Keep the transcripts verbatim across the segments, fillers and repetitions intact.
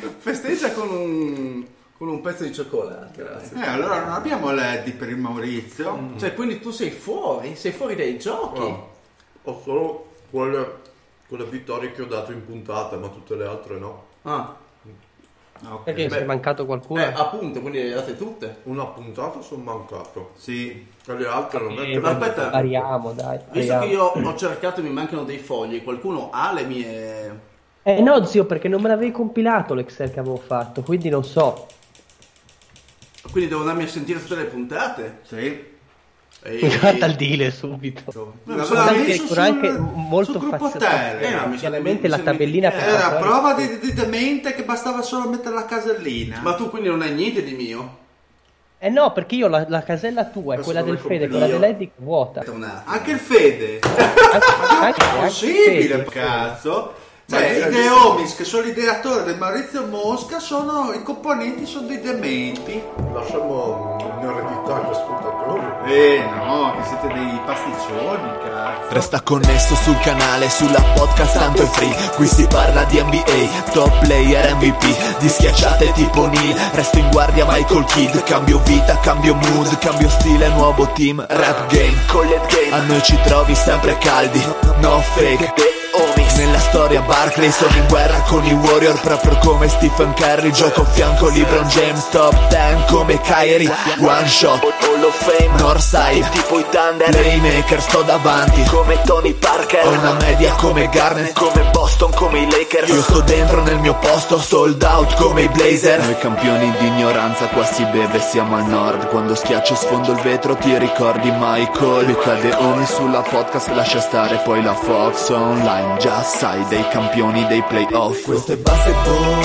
Festeggia con un, con un pezzo di cioccolato. Grazie. Eh, allora non abbiamo l'Eddie per il Maurizio. Mm. Cioè, quindi tu sei fuori, sei fuori dai giochi. No, ho solo quelle, quelle vittorie che ho dato in puntata, ma tutte le altre no. Ah. Okay. Perché sei mancato qualcuno? Eh, appunto, quindi le date tutte. Una puntata sono mancato. Sì. E le altre non è Eh, che ma aspetta, variamo, dai. visto variamo. che io ho cercato e mi mancano dei fogli, qualcuno ha le mie... Eh no, zio, perché non me l'avevi compilato l'Excel che avevo fatto, quindi non so. Quindi devo andarmi a sentire tutte le puntate? Sì. E... Guarda il deal subito. No, Scusate, messo che sono anche sul- molto sul gruppo fazioso. Tele. Eh, no, mi sono- Chiaramente mi la sono tabellina dimenticato. per Era la prova di, di demente che bastava solo mettere la casellina. Ma tu quindi non hai niente di mio? Eh no, perché io la, la casella tua e Adesso quella non del è Fede, compito. quella dell'Eddie è vuota. Aspetta un attimo. Anche il Fede. Anche, anche, È possibile, Fede. cazzo. Ma Cioè, era i giusto. Deomis, che sono l'ideatore del Maurizio Mosca, sono i componenti, sono dei dementi. Lasciamo in eredità agli ascoltatori. Eh no, che siete dei pasticcioni, cazzo. Resta connesso sul canale, sulla podcast tanto è free. Qui si parla di N B A, top player M V P, di schiacciate tipo Neil. Resto in guardia Michael Kidd, cambio vita, cambio mood, cambio stile, nuovo team, rap game, collet game. A noi ci trovi sempre caldi, no fake, the homies. Nella storia Barkley sono in guerra con i Warrior, proprio come Stephen Curry. Gioco a fianco LeBron James, top dieci come Kyrie. One shot, Hall of Fame, Northside, tipo i Thunder, Playmaker, sto davanti come Tony Parker. Ho una media come Garnett, come Boston, come i Lakers. Io sto dentro nel mio posto, sold out come i Blazer. Noi campioni di ignoranza, qua si beve, siamo al nord. Quando schiaccio e sfondo il vetro ti ricordi Michael. Mi cade ogni sulla podcast, lascia stare poi la Fox online. Già sai dei campioni dei playoff. Questo è basketball,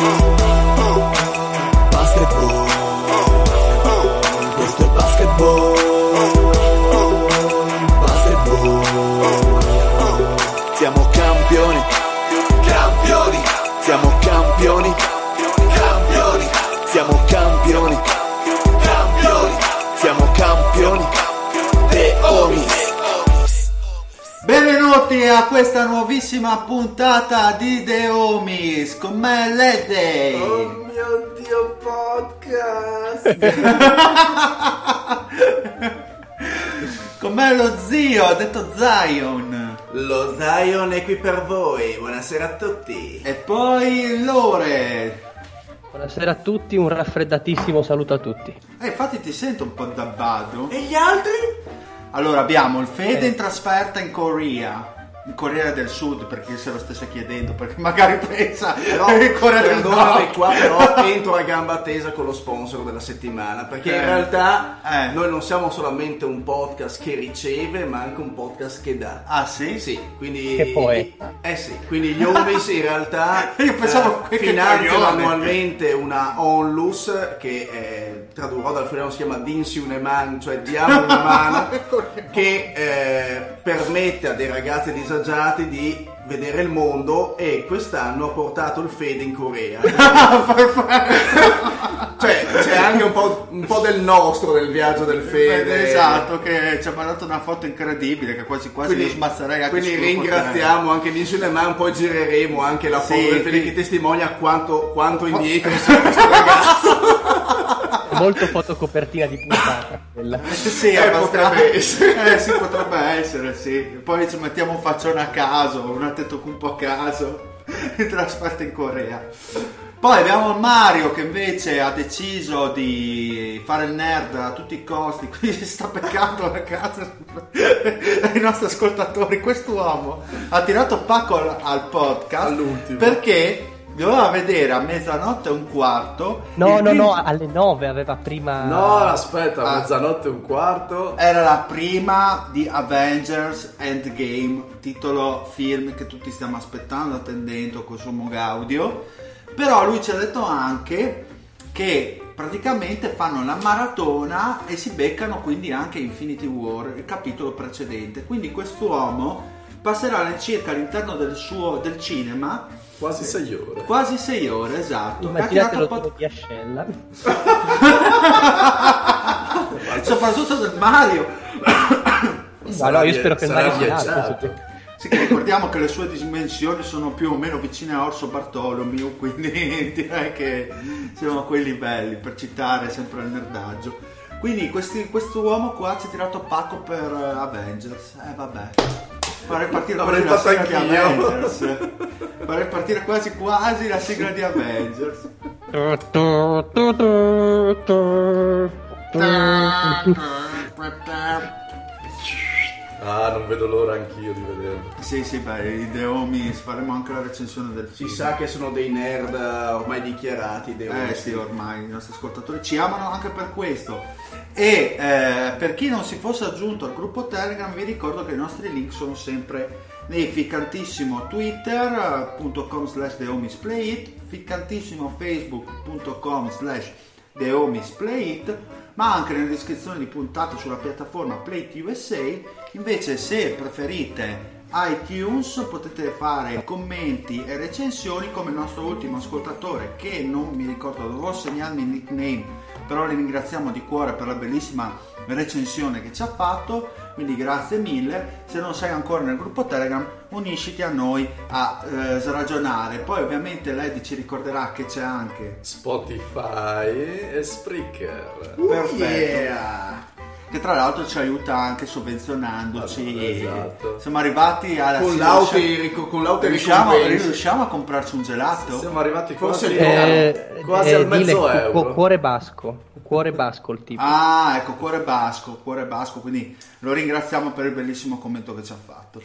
basketball. Questo è basketball, basketball. Siamo campioni, campioni. Siamo campioni, campioni. Siamo campioni, campioni. Siamo campioni, The Homies. Benvenuti a questa nuovissima puntata di The Homies, con me Ledde. Oh mio Dio, podcast! Con me lo zio, detto Zion. Lo Zion è qui per voi, buonasera a tutti. E poi Lore. Buonasera a tutti, un raffreddatissimo saluto a tutti. Eh, infatti ti sento un po' dabbato. E gli altri? Allora abbiamo il Fede Eh. in trasferta in Corea. In Corea del Sud, perché se lo stesse chiedendo, perché magari pensa Però che Corea del perdonami Nord. qua, però entro a gamba tesa con lo sponsor della settimana, perché Eh. in realtà Eh. noi non siamo solamente un podcast che riceve, ma anche un podcast che dà. Ah sì? Sì, quindi Che poeta. Eh sì, quindi gli Homies in realtà Io pensavo eh, che finanziano coglione. annualmente una onlus che eh, tradurrò dal italiano si chiama Dinsi Uneman, cioè diamo una mano, che eh, permette a dei ragazzi disagiati di vedere il mondo, e quest'anno ha portato il Fede in Corea. Cioè c'è anche un po', un po' del nostro del viaggio del Fede. Esatto, che ci ha mandato una foto incredibile che quasi quasi lo smazzerei anche quindi sul ringraziamo anche Dinsi Uneman, poi gireremo anche la foto Sì, del Fede che- che testimonia quanto, quanto indietro sia questo ragazzo. Molto fotocopertina di puntata quella. Sì, Eh, abbastanza. potrebbe essere. Eh sì, potrebbe essere, sì. Poi ci mettiamo un faccione a caso, un Antetokounmpo a caso, in trasferta in Corea. Poi abbiamo Mario che invece ha deciso di fare il nerd a tutti i costi, quindi si sta peccando la cazzo ai nostri ascoltatori. Quest'uomo ha tirato pacco al, al podcast All'ultimo. perché doveva vedere a mezzanotte e un quarto. No, il no, prim- no, alle nove aveva prima... No, aspetta, Ah. mezzanotte e un quarto. Era la prima di Avengers Endgame, titolo film che tutti stiamo aspettando, attendendo con sommo gaudio. Però lui ci ha detto anche che praticamente fanno la maratona e si beccano quindi anche Infinity War, il capitolo precedente. Quindi quest'uomo passerà all'incirca all'interno del suo del cinema Quasi sei ore. quasi sei ore, esatto. Ha Immaginate tirato lo un po'- tono di ascella. soprattutto del Mario. Ma no, io spero che il sarà Mario sia ghiacciato. alto. Sì, che ricordiamo che le sue dimensioni sono più o meno vicine a Orso Bartolomeo, quindi direi che siamo a quei livelli, per citare sempre il nerdaggio. Quindi questi, quest'uomo qua ci ha tirato pacco per uh, Avengers. Eh vabbè. Farei partire L'avrei quasi la fatto sigla di anch'io. Avengers. Farei partire quasi quasi la sigla di Avengers. Ah, non vedo l'ora anch'io di vederlo. Sì, sì, beh, i Deomis faremo anche la recensione del Si film. sa che sono dei nerd ormai dichiarati. Dei Eh sì, ormai i nostri ascoltatori ci amano anche per questo. E eh, per chi non si fosse aggiunto al gruppo Telegram, vi ricordo che i nostri link sono sempre nei ficcantissimo twitter.com slash theomisplayit, ficcantissimo facebook.com slash theomisplayit, ma anche nelle descrizioni di puntate sulla piattaforma Play U S A. Invece, se preferite iTunes, potete fare commenti e recensioni come il nostro ultimo ascoltatore, che non mi ricordo, dovevo segnarmi il nickname, però li ringraziamo di cuore per la bellissima recensione che ci ha fatto, quindi grazie mille. Se non sei ancora nel gruppo Telegram, unisciti a noi a eh, ragionare. Poi ovviamente Lady ci ricorderà che c'è anche Spotify e Spreaker. perfetto, Yeah. che tra l'altro ci aiuta anche sovvenzionandoci. Allora, esatto. Siamo arrivati alla Con sì, l'auto con l'auto riusciamo, ricompense. riusciamo a comprarci un gelato? Siamo arrivati Forse quasi, Eh, quasi eh, al dile, mezzo cu- euro. cuore basco, cuore basco il tipo. Ah, ecco, cuore basco, cuore basco, quindi lo ringraziamo per il bellissimo commento che ci ha fatto.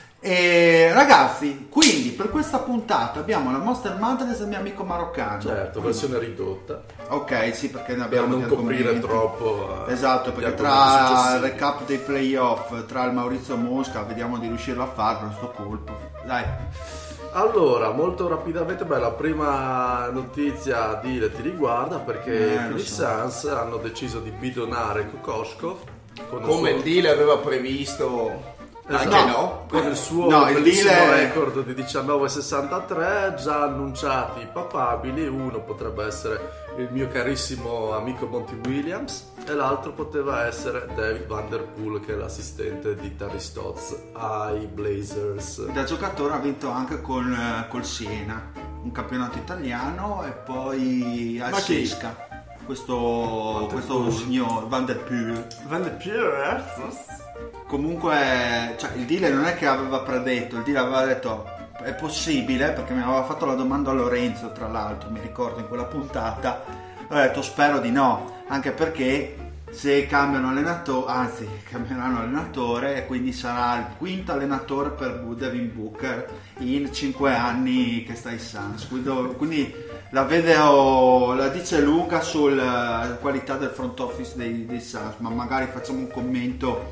E ragazzi, quindi per questa puntata abbiamo la Monster Madness del mio amico maroccano. Certo, versione ridotta. Ok, sì, perché ne Per abbiamo non di coprire argomenti. troppo. eh, Esatto, gli perché argomenti tra il successivi. recap dei playoff, tra il Maurizio Mosca, vediamo di riuscirlo a farlo, sto colpo. Dai. Allora, molto rapidamente, beh, la prima notizia di ti riguarda perché Eh, i lo Phoenix so. Suns hanno deciso di bidonare Kokoschkov con Come il suo, deal aveva previsto. Esatto. Anche no. con il suo No, il bellissimo deal è- record di diciannove sessantatré, già annunciati i papabili. Uno potrebbe essere il mio carissimo amico Monty Williams e l'altro poteva essere David Van Der Poel, che è l'assistente di Terry Stotts ai Blazers. Da giocatore ha vinto anche col, eh, col Siena, un campionato italiano, e poi al Ma chi? Sesca. Questo, questo signor Van Der Poel. Van de Pure. Comunque, cioè, il dealer non è che aveva predetto, il dealer aveva detto è possibile, perché mi aveva fatto la domanda a Lorenzo, tra l'altro, mi ricordo in quella puntata. Ho detto spero di no, anche perché se cambiano allenatore, anzi cambieranno allenatore, e quindi sarà il quinto allenatore per Devin Booker in cinque anni che sta ai Suns. Quindi, quindi la vedo, la dice lunga sulla qualità del front office dei, dei Suns, ma magari facciamo un commento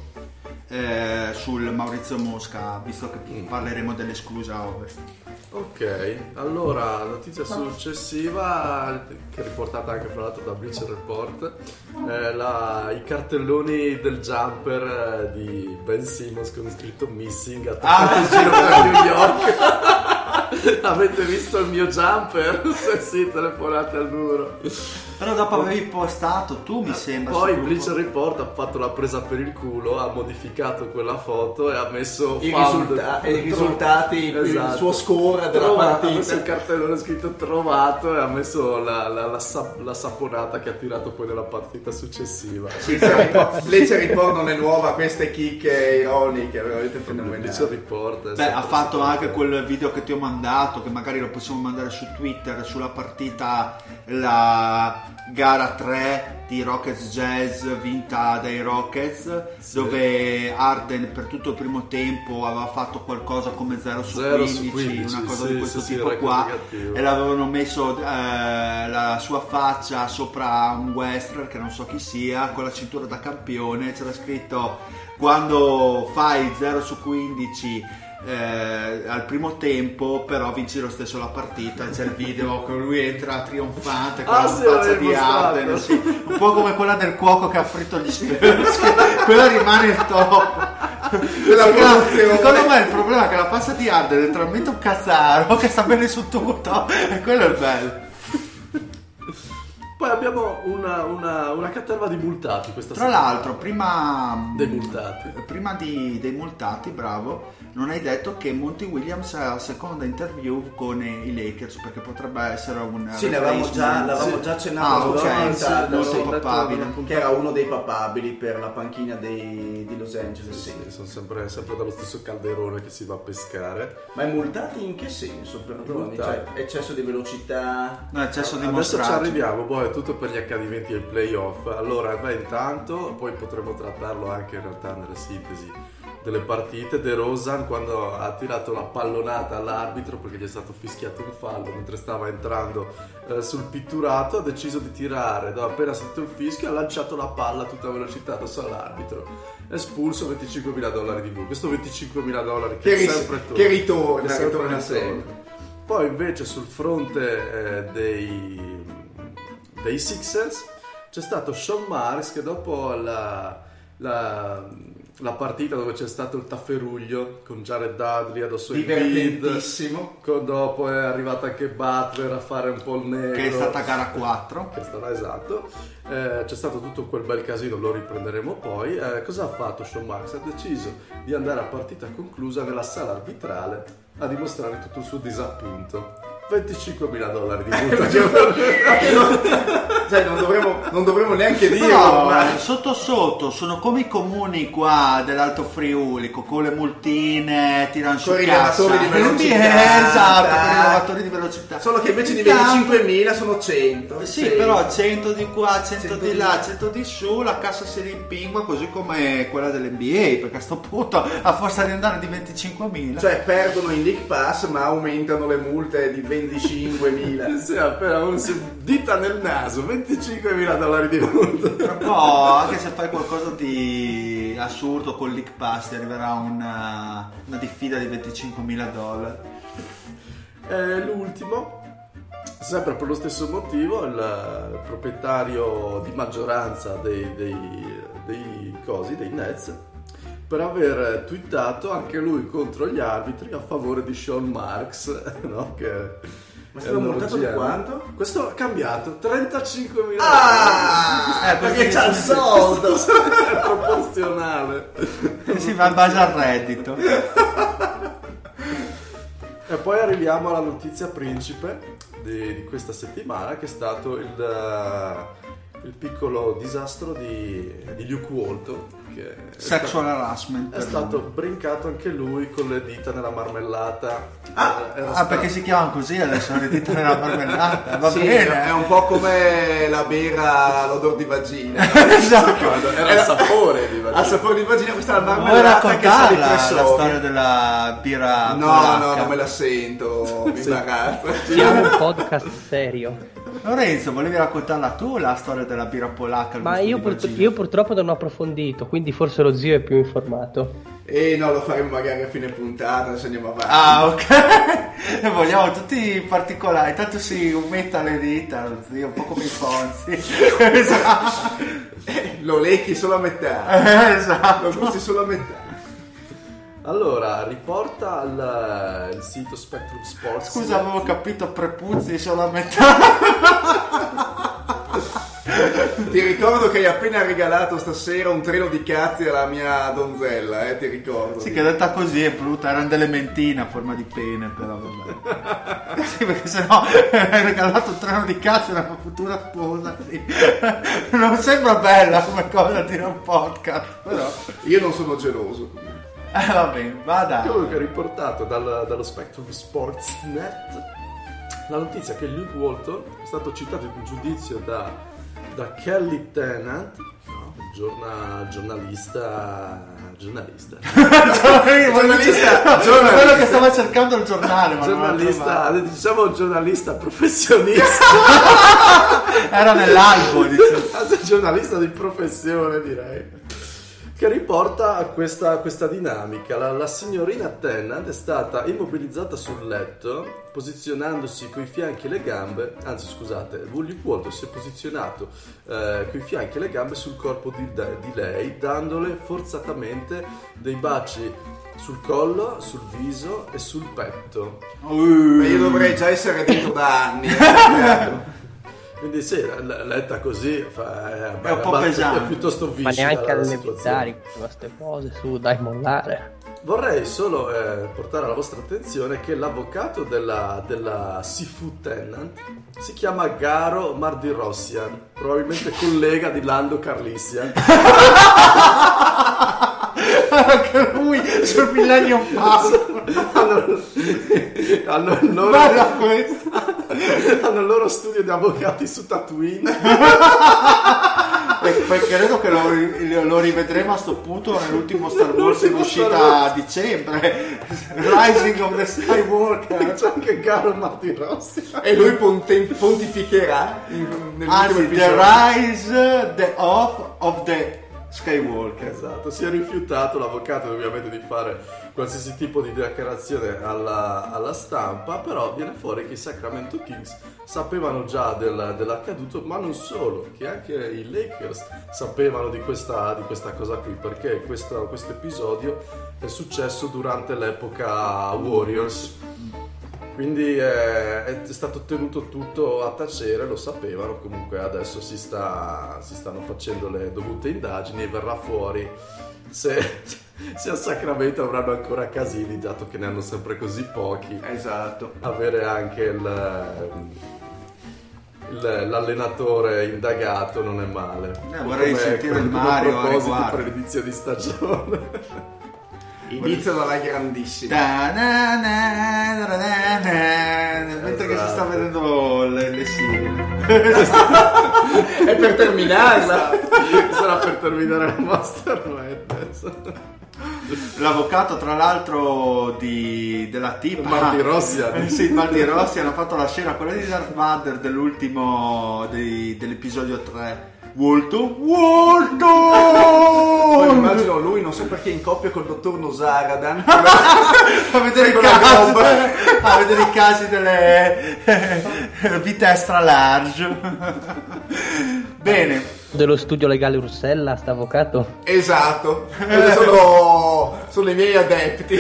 eh, sul Maurizio Mosca, visto che parleremo dell'esclusa Ovest. Ok, allora notizia successiva, che è riportata anche fra l'altro da Bleacher Report, eh, la, i cartelloni del jumper eh, di Ben Simmons con scritto missing attaccati in giro per New York. Avete visto il mio jumper? Se sì, telefonate al numero. Però dopo avevi postato tu, mi sembra. Poi sul gruppo. Bleacher Report ha fatto la presa per il culo, ha modificato quella foto e ha messo I, found- risulta- i risultati, il Esatto. suo score della Trovato, ha messo il partita. cartellone scritto trovato e ha messo la, la, la, sap- la saponata che ha tirato poi nella partita successiva. Lecce Report non è nuova, queste chicche ironiche, veramente Bleacher fenomenali. Report è Beh, sempre ha fatto stato- anche quel video che ti ho mandato, che magari lo possiamo mandare su Twitter, sulla partita, la gara tre di Rockets Jazz vinta dai Rockets, Sì. dove Harden per tutto il primo tempo aveva fatto qualcosa come zero su zero su quindici, quindici, una cosa sì, di questo sì, sì, tipo record qua, negativo. e l'avevano messo eh, la sua faccia sopra un wrestler che non so chi sia, con la cintura da campione, c'era scritto quando fai zero su quindici Eh, al primo tempo però vinci lo stesso la partita. C'è il video con lui entra trionfante con Ah, la sì, faccia l'avevi di mostrato. Harden, sì. Un po' come quella del cuoco che ha fritto gli Spurs, che quella rimane il top Della Secondo- produzione. secondo me il problema è che la faccia di Harden è talmente un cazzaro che sta bene su tutto, e quello è il bello. Poi abbiamo una, una, una caterva di multati questa Tra settimana. l'altro, prima Dei multati. prima di, dei multati, bravo, non hai detto che Monty Williams è la seconda interview con i Lakers, perché potrebbe essere un sì, l'avevamo già, l'avevamo sì. già accennato, Ah, ok, puntata, sì, sì, papabile. che era uno dei papabili per la panchina dei, di Los Angeles. Sì. Sì, sono sempre, sempre dallo stesso calderone che si va a pescare. Ma è multati in che senso? Perdoni, cioè, eccesso di velocità? No, eccesso di Adesso ci mostraggio. arriviamo, poi è tutto per gli accadimenti ai playoff. Allora, beh, intanto poi potremo trattarlo anche in realtà nella sintesi delle partite. De Rozan, quando ha tirato la pallonata all'arbitro perché gli è stato fischiato un fallo mentre stava entrando eh, sul pitturato, ha deciso di tirare, dopo appena sentito il fischio ha lanciato la palla a tutta velocità addosso all'arbitro, espulso, venticinquemila dollari di multa. Questo venticinquemila dollari che, Che, è ris- sempre torna, che ritorna, che che sempre ritorna ritorna. sempre. Poi invece sul fronte eh, dei, dei Sixers c'è stato Sean Marks che dopo la, la, la partita dove c'è stato il tafferuglio con Jared Dudley addosso ai Bid, Divertentissimo. con dopo è arrivato anche Butler a fare un po' il nero, Che è stata gara quattro. che è stata esatto. Eh, c'è stato tutto quel bel casino, lo riprenderemo poi. Eh, cosa ha fatto Sean Marks? Ha deciso di andare a partita conclusa nella sala arbitrale a dimostrare tutto il suo disappunto. venticinquemila dollari di multa. Cioè, non dovremmo, non dovremmo neanche dirlo. Però ma... sotto sotto sono come i comuni qua dell'Alto Friuli, con le multine, tirano su Con i cassa. rilevatori di velocità. Eh, esatto, con i Ah. rilevatori di velocità. Solo che invece di Intanto- venticinquemila sono cento. Sì, Sì. però cento di qua, cento, cento di di là, là. cento di su, la cassa si rimpingua così come quella dell'N B A, perché a sto punto a forza di andare di venticinquemila. Cioè perdono in League Pass ma aumentano le multe di venticinquemila. Sì, appena un dita nel naso, venticinquemila dollari di multa. Tra un po', anche se fai qualcosa di assurdo con League Pass, ti arriverà una, una diffida di venticinquemila dollari. Eh, l'ultimo, sempre per lo stesso motivo, il, il proprietario di maggioranza dei, dei, dei cosi, dei Nets, per aver twittato anche lui contro gli arbitri a favore di Sean Marks, no? Che Ma è stato multato di quanto? Questo ha cambiato, trentacinquemila Ah, Eh, perché c'ha il soldo. è proporzionale. Si va in base al reddito. E poi arriviamo alla notizia principe di, di questa settimana, che è stato il, uh, il piccolo disastro di, di Luke Walton, che è Sexual sta- harassment. è per stato lui. brincato anche lui con le dita nella marmellata. Ah, Era Ah, stato- perché si chiamano così adesso, le dita nella marmellata, va Sì, bene. è un po' come la birra all'odor di vagina. Esatto. Era il sapore di Al sapore di vagina, questa è la Vuoi marmellata che sa di raccontarla la fressoia. storia della birra No, polacca? no, non me la sento, mi imbarazza. Siamo un podcast serio. Lorenzo, volevi raccontarla tu la storia della birra polacca? al Ma gusto io, di pur- vagina? io purtroppo non ho approfondito, quindi forse lo zio è più informato. E no, lo faremo magari a fine puntata, adesso andiamo avanti. Ah, ok. Noi vogliamo tutti i particolari, tanto si umetta le dita, lo zio, un po' come i Fonzi. Esatto. Lo lecchi solo a metà, lo Esatto. gusti solo a metà. Allora, riporta al il sito Spectrum Sports. Scusa, avevo capito prepuzzi solo a metà. Ti ricordo che hai appena regalato stasera un treno di cazzi alla mia donzella, eh, ti ricordo. Sì, che detta così è brutta, erano delle mentine a forma di pene, però vabbè. Sì, perché sennò hai regalato un treno di cazzo alla tua futura sposa. Sì. Non sembra bella come cosa dire un podcast, però. Io non sono geloso. Eh, va bene, vada. Comunque riportato dal- dallo Spectrum Sports Net la notizia che Luke Walton è stato citato in un giudizio da, da Kelly Tennant, no, giorna- giornalista giornalista Giornalista, quello che stava cercando il giornale, ma non l'ha giornalista trovato. diciamo un giornalista professionista. Era nell'albo, dice. Giornalista di professione, direi, che riporta questa, questa dinamica. La, la signorina Tennant è stata immobilizzata sul letto posizionandosi coi fianchi e le gambe, anzi scusate, Luke Walton si è posizionato eh, coi fianchi e le gambe sul corpo di, di lei, dandole forzatamente dei baci sul collo, sul viso e sul petto. Uh. Ma io dovrei già essere dentro da anni. eh. Quindi sì, l- letta così fa, è, È un po' pesante. è piuttosto Ma viscida neanche la alle situazione. militari queste cose, su, dai, mollare. Vorrei solo eh, portare alla vostra attenzione che l'avvocato della, della Seafood Tenant si chiama Garo Mardirossian, probabilmente collega di Lando Carlissian. Anche lui sul Millennium Pass. hanno, hanno, il loro, hanno il loro studio di avvocati su Tatooine. Perché credo che lo, lo rivedremo a sto punto nell'ultimo Star Wars in uscita a dicembre, Rising of the Skywalker. C'è anche Garo Mardirossian e lui ponte- pontificherà in, nell'ultimo Anzi, episodio. The Rise, The Off of the Skywalker. Esatto, si è rifiutato l'avvocato ovviamente di fare qualsiasi tipo di dichiarazione alla, alla stampa, però viene fuori che i Sacramento Kings sapevano già del, dell'accaduto, ma non solo, che anche i Lakers sapevano di questa, di questa cosa qui, perché questo, questo episodio è successo durante l'epoca Warriors. Quindi è, è stato tenuto tutto a tacere, lo sapevano, comunque adesso si, sta, si stanno facendo le dovute indagini e verrà fuori se, se a Sacramento avranno ancora casini, dato che ne hanno sempre così pochi. Esatto. Avere anche il, il, l'allenatore indagato non è male. Eh, vorrei come, sentire come, il Mario come a proposito riguardo. per l'inizio di stagione. Inizia dalla grandissima. Mentre che si sta vedendo le, le sigle. È per terminarla. Sarà per terminare la Master Madness. L'avvocato tra l'altro di, della tipa Mardirossian. eh, sì, Mardirossian ha fatto la scena quella di Darth Vader dell'ultimo dei, dell'episodio tre. Volto Volto Poi immagino lui, non so perché, in coppia col dottor Nosaradan a vedere i con la casi gobba. a vedere i casi delle eh, vite extra large. Bene, Dello studio legale Russella, sta avvocato. Esatto, sono, sono i miei adepti.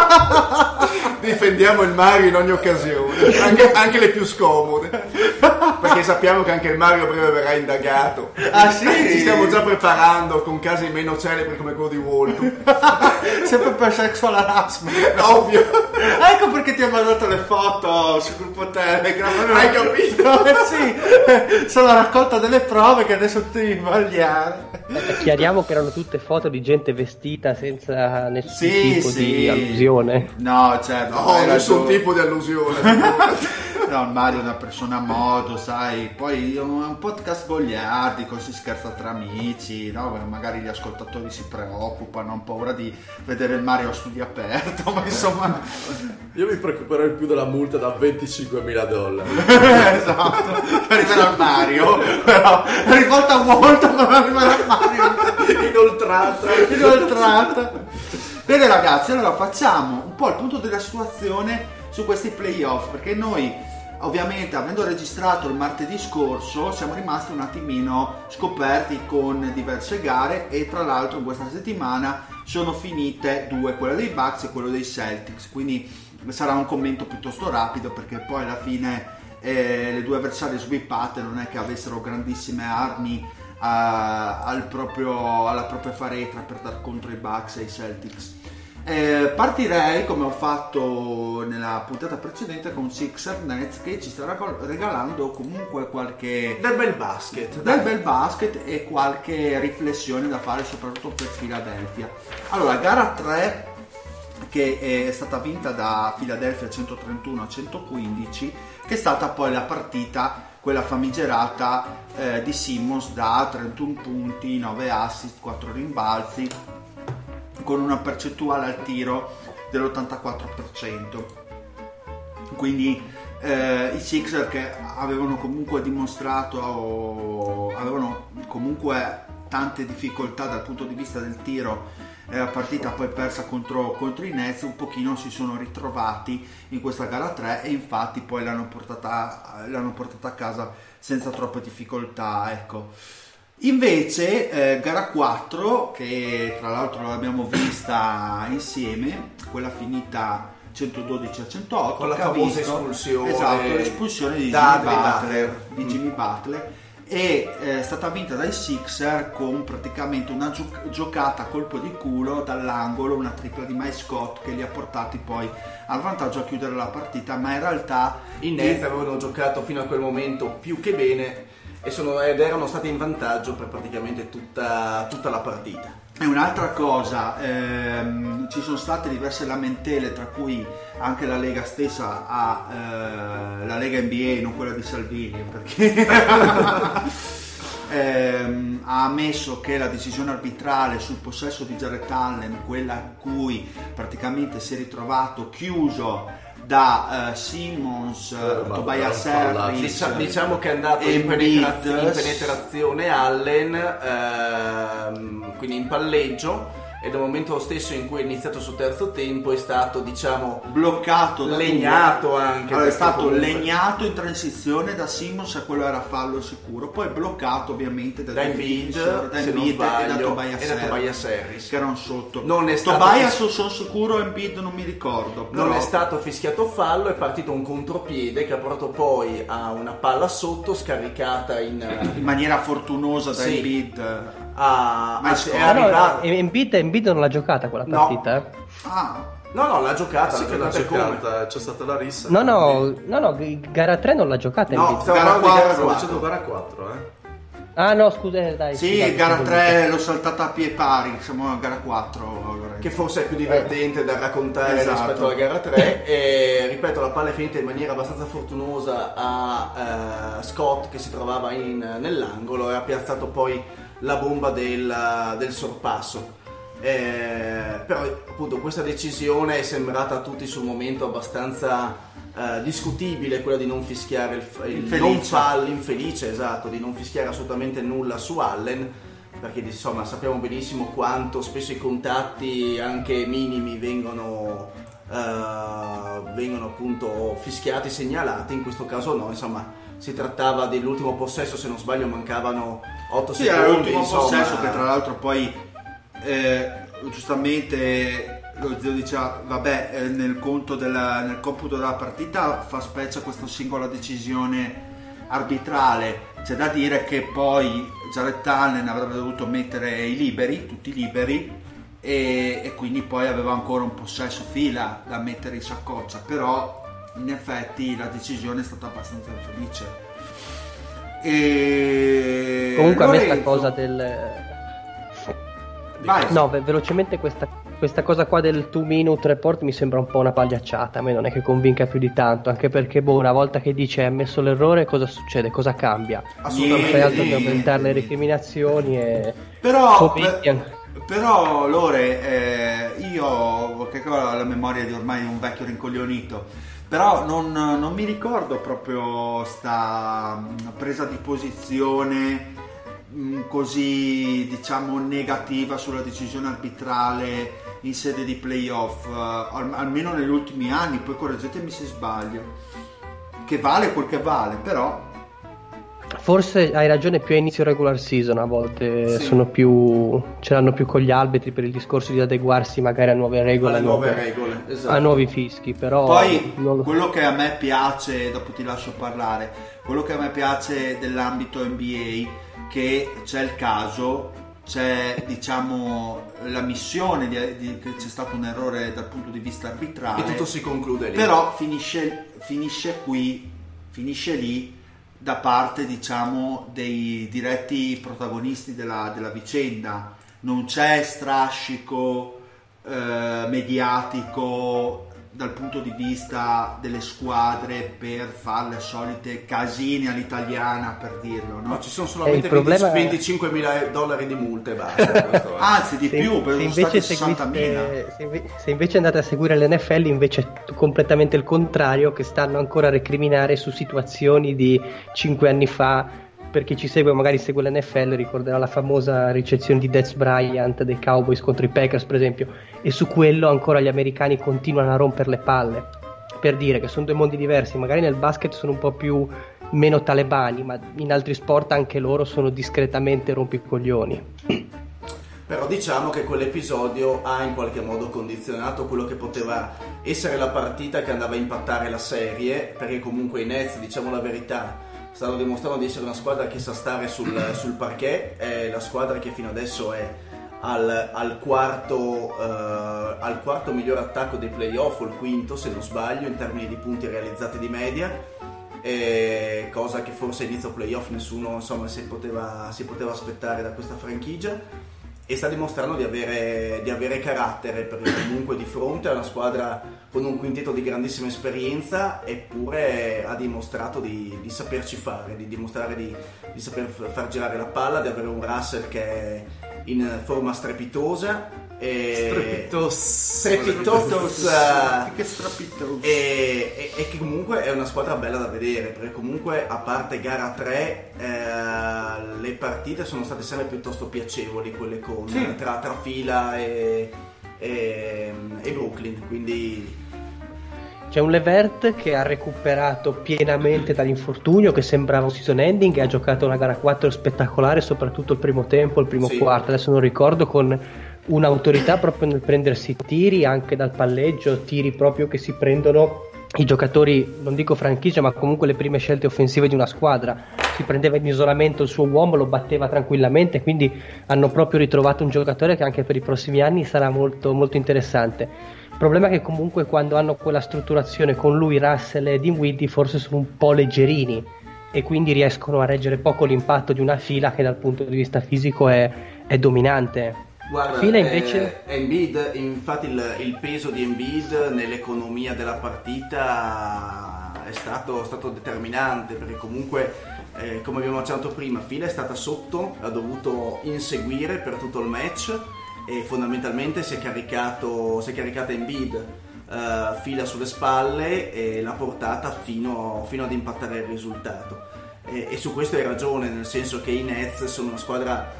Difendiamo il Mario in ogni occasione, anche, anche le più scomode, perché sappiamo che anche il Mario a breve verrà indagato. ah sì, Ci stiamo già preparando con casi meno celebri come quello di Waldo. sempre per sexual harassment. Ovvio. Ecco perché ti ho mandato le foto sul gruppo Telegram. Hai capito? Eh sì, sono la raccolta delle prove che adesso ti devi vagliare. Eh, chiariamo che erano tutte foto di gente vestita senza nessun Sì, tipo sì. di allusione. No, certo. No, hai nessun ragione. tipo di allusione. No, Mario è una persona a modo, sai. Poi è un podcast goliardico, si scherza tra amici, no? Magari gli ascoltatori si preoccupano, hanno paura di vedere il Mario a studio aperto, ma insomma. Io mi preoccuperei più della multa da venticinquemila dollari. Esatto, per arrivare al Mario, però rivolta molto per arrivare al Mario. Inoltrata. Inoltrata. Bene ragazzi, allora facciamo un po' il punto della situazione su questi playoff, perché noi ovviamente avendo registrato il martedì scorso siamo rimasti un attimino scoperti con diverse gare e tra l'altro in questa settimana sono finite due, quella dei Bucks e quello dei Celtics, quindi sarà un commento piuttosto rapido perché poi alla fine eh, le due avversarie swippate non è che avessero grandissime armi uh, al proprio, alla propria faretra per dar contro i Bucks e i Celtics. Eh, partirei come ho fatto nella puntata precedente con Sixer Nets che ci sta regalando comunque qualche Del bel basket. del bel basket e qualche riflessione da fare soprattutto per Philadelphia. Allora, gara tre che è stata vinta da Philadelphia centotrentuno a centoquindici, che è stata poi la partita quella famigerata eh, di Simmons da trentuno punti, nove assist, quattro rimbalzi, con una percentuale al tiro dell'ottantaquattro per cento. Quindi eh, i Sixers che avevano comunque dimostrato, avevano comunque tante difficoltà dal punto di vista del tiro, eh, la partita poi persa contro, contro i Nets, un pochino si sono ritrovati in questa gara tre e infatti poi l'hanno portata, l'hanno portata a casa senza troppe difficoltà, ecco. Invece eh, gara quattro, che tra l'altro l'abbiamo vista insieme, quella finita centododici a centootto, Con la che ha famosa visto, espulsione esatto, l'espulsione di da Jimmy Adri Butler, Butler. di Jimmy Butler e è stata vinta dai Sixer con praticamente una gio- giocata a colpo di culo dall'angolo, una tripla di Mike Scott che li ha portati poi al vantaggio a chiudere la partita, ma in realtà i Nets avevano giocato fino a quel momento più che bene e sono, ed erano stati in vantaggio per praticamente tutta, tutta la partita. E un'altra cosa, ehm, ci sono state diverse lamentele, tra cui anche la Lega stessa, ha, eh, la Lega N B A, non quella di Salvini, perché ehm, ha ammesso che la decisione arbitrale sul possesso di Jarrett Allen, quella a cui praticamente si è ritrovato chiuso da uh, Simmons, uh, Tobias Harris, diciamo, diciamo che è andato in, penetrazio, in penetrazione Allen, ehm, quindi in palleggio, e dal momento stesso in cui è iniziato sul terzo tempo è stato, diciamo, bloccato, legnato anche. Allora, è stato comunque legnato in transizione da Simmons, a quello era fallo sicuro, poi bloccato ovviamente da Embiid, da se non Embiid sbaglio, e da Tobias e da Tobias Harris, che erano sotto. Non è stato Tobias fis- sono sicuro, Embiid non mi ricordo, però non è stato fischiato fallo, è partito un contropiede che ha portato poi a una palla sotto scaricata in, in maniera fortunosa da sì. Embiid. Ah, Ma è ah, no, arrivato. Embiid, Embiid non l'ha giocata quella partita, No. eh? Ah, No, no, l'ha giocata, Sì l'ha che l'ha giocata come? giocata, c'è stata la rissa. No, no, no, no, gara tre non l'ha giocata No, Embiid. stiamo Gara parlando di gara quattro, quattro. Facendo gara quattro, eh. Ah no, scusa, eh, dai. sì, scusate, gara scusate. tre l'ho saltata a pie pari, siamo a gara quattro allora. Che forse è più divertente da raccontare Esatto. rispetto alla gara tre. E ripeto, la palla è finita in maniera abbastanza fortunosa a eh, Scott, che si trovava in, nell'angolo, e ha piazzato poi la bomba del, del sorpasso. Eh, però appunto questa decisione è sembrata a tutti sul momento abbastanza eh, discutibile, quella di non fischiare il, il Infelice. non fallo, infelice, esatto, di non fischiare assolutamente nulla su Allen, perché insomma sappiamo benissimo quanto spesso i contatti anche minimi vengono eh, vengono appunto fischiati, segnalati. In questo caso no, insomma si trattava dell'ultimo possesso, se non sbaglio mancavano otto Sì, era secondi, l'ultimo insomma. possesso che tra l'altro poi eh, giustamente lo zio diceva vabbè, eh, nel conto della, nel computo della partita fa specie questa singola decisione arbitrale. C'è da dire che poi Jarrett Allen avrebbe dovuto mettere i liberi, tutti liberi, e, e quindi poi aveva ancora un possesso fila da mettere in saccoccia, però in effetti la decisione è stata abbastanza infelice. E Comunque a me sta Lorenzo, cosa del... vai. No, ve- velocemente questa, questa cosa qua del two minute report mi sembra un po' una pagliacciata. A me non è che convinca più di tanto, anche perché boh, una volta che dice hai ammesso l'errore, cosa succede? Cosa cambia? Assolutamente Non fai altro che niente. aumentare le recriminazioni e... Però, Commenti per- anche. però Lore, eh, io che ho la memoria di ormai un vecchio rincoglionito, però non, non mi ricordo proprio sta mh, presa di posizione mh, così, diciamo, negativa sulla decisione arbitrale in sede di playoff, eh, al- almeno negli ultimi anni, poi correggetemi se sbaglio, che vale quel che vale, però Forse hai ragione, più a inizio regular season a volte Sì. sono più ce l'hanno più con gli arbitri per il discorso di adeguarsi magari a nuove regole, alle a nuove nuove- regole, esatto. a nuovi fischi, però poi non lo- quello che a me piace, dopo ti lascio parlare, quello che a me piace dell'ambito N B A, che c'è il caso, c'è diciamo la missione di, di- che c'è stato un errore dal punto di vista arbitrale, E tutto si conclude lì. però finisce, finisce qui, finisce lì da parte, diciamo, dei diretti protagonisti della, della vicenda. Non c'è strascico eh, mediatico dal punto di vista delle squadre per fare le solite casine all'italiana, per dirlo, no? No, ci sono solamente Eh, il problema è- venticinquemila dollari di multe e basta. questo è. Anzi, di se, più, se perché sono invece stati sessantamila. seguite- se, inve- se invece andate a seguire l'N F L, invece è completamente il contrario, che stanno ancora a recriminare su situazioni di cinque anni fa. Per chi ci segue, magari segue l'N F L, ricorderà la famosa ricezione di Dez Bryant dei Cowboys contro i Packers, per esempio, e su quello ancora gli americani continuano a rompere le palle, per dire che sono due mondi diversi. Magari nel basket sono un po' più meno talebani, ma in altri sport anche loro sono discretamente rompicoglioni. Però diciamo che quell'episodio ha in qualche modo condizionato quello che poteva essere la partita che andava a impattare la serie, perché comunque i Nets, diciamo la verità, stanno dimostrando di essere una squadra che sa stare sul, sul parquet, è la squadra che fino adesso è al, al, quarto, uh, al quarto miglior attacco dei playoff, o il quinto se non sbaglio, in termini di punti realizzati di media, e cosa che forse inizio playoff nessuno insomma si poteva, si poteva aspettare da questa franchigia, e sta dimostrando di avere, di avere carattere, perché comunque di fronte a una squadra con un quintetto di grandissima esperienza, eppure ha dimostrato di, di saperci fare, di dimostrare di, di saper far girare la palla, di avere un Russell che è in forma strepitosa e Strepitos Strepitos che strepitoso, e, e, e che comunque è una squadra bella da vedere, perché comunque a parte gara tre eh, le partite sono state sempre piuttosto piacevoli, quelle con sì. tra, tra Fila e, e, e Brooklyn, quindi c'è un Levert che ha recuperato pienamente dall'infortunio, che sembrava un season ending, e ha giocato una gara quattro spettacolare, soprattutto il primo tempo, il primo sì. quarto, adesso non ricordo, con un'autorità proprio nel prendersi tiri anche dal palleggio, tiri proprio che si prendono i giocatori, non dico franchigia, ma comunque le prime scelte offensive di una squadra. Si prendeva in isolamento il suo uomo, lo batteva tranquillamente, quindi hanno proprio ritrovato un giocatore che anche per i prossimi anni sarà molto, molto interessante. Il problema è che comunque quando hanno quella strutturazione con lui, Russell e Dinwiddie, forse sono un po' leggerini e quindi riescono a reggere poco l'impatto di una Fila che dal punto di vista fisico è, è dominante. Guarda, Fila invece... eh, Embiid, infatti il, il peso di Embiid nell'economia della partita è stato, stato determinante, perché comunque eh, come abbiamo accennato prima, Fila è stata sotto, ha dovuto inseguire per tutto il match e fondamentalmente si è caricato si è caricata Embiid, uh, Fila sulle spalle e l'ha portata fino, fino ad impattare il risultato, e, e su questo hai ragione, nel senso che i Nets sono una squadra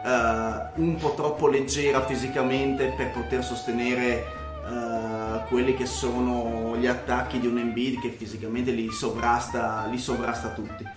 uh, un po' troppo leggera fisicamente per poter sostenere uh, quelli che sono gli attacchi di un Embiid che fisicamente li sovrasta, li sovrasta tutti.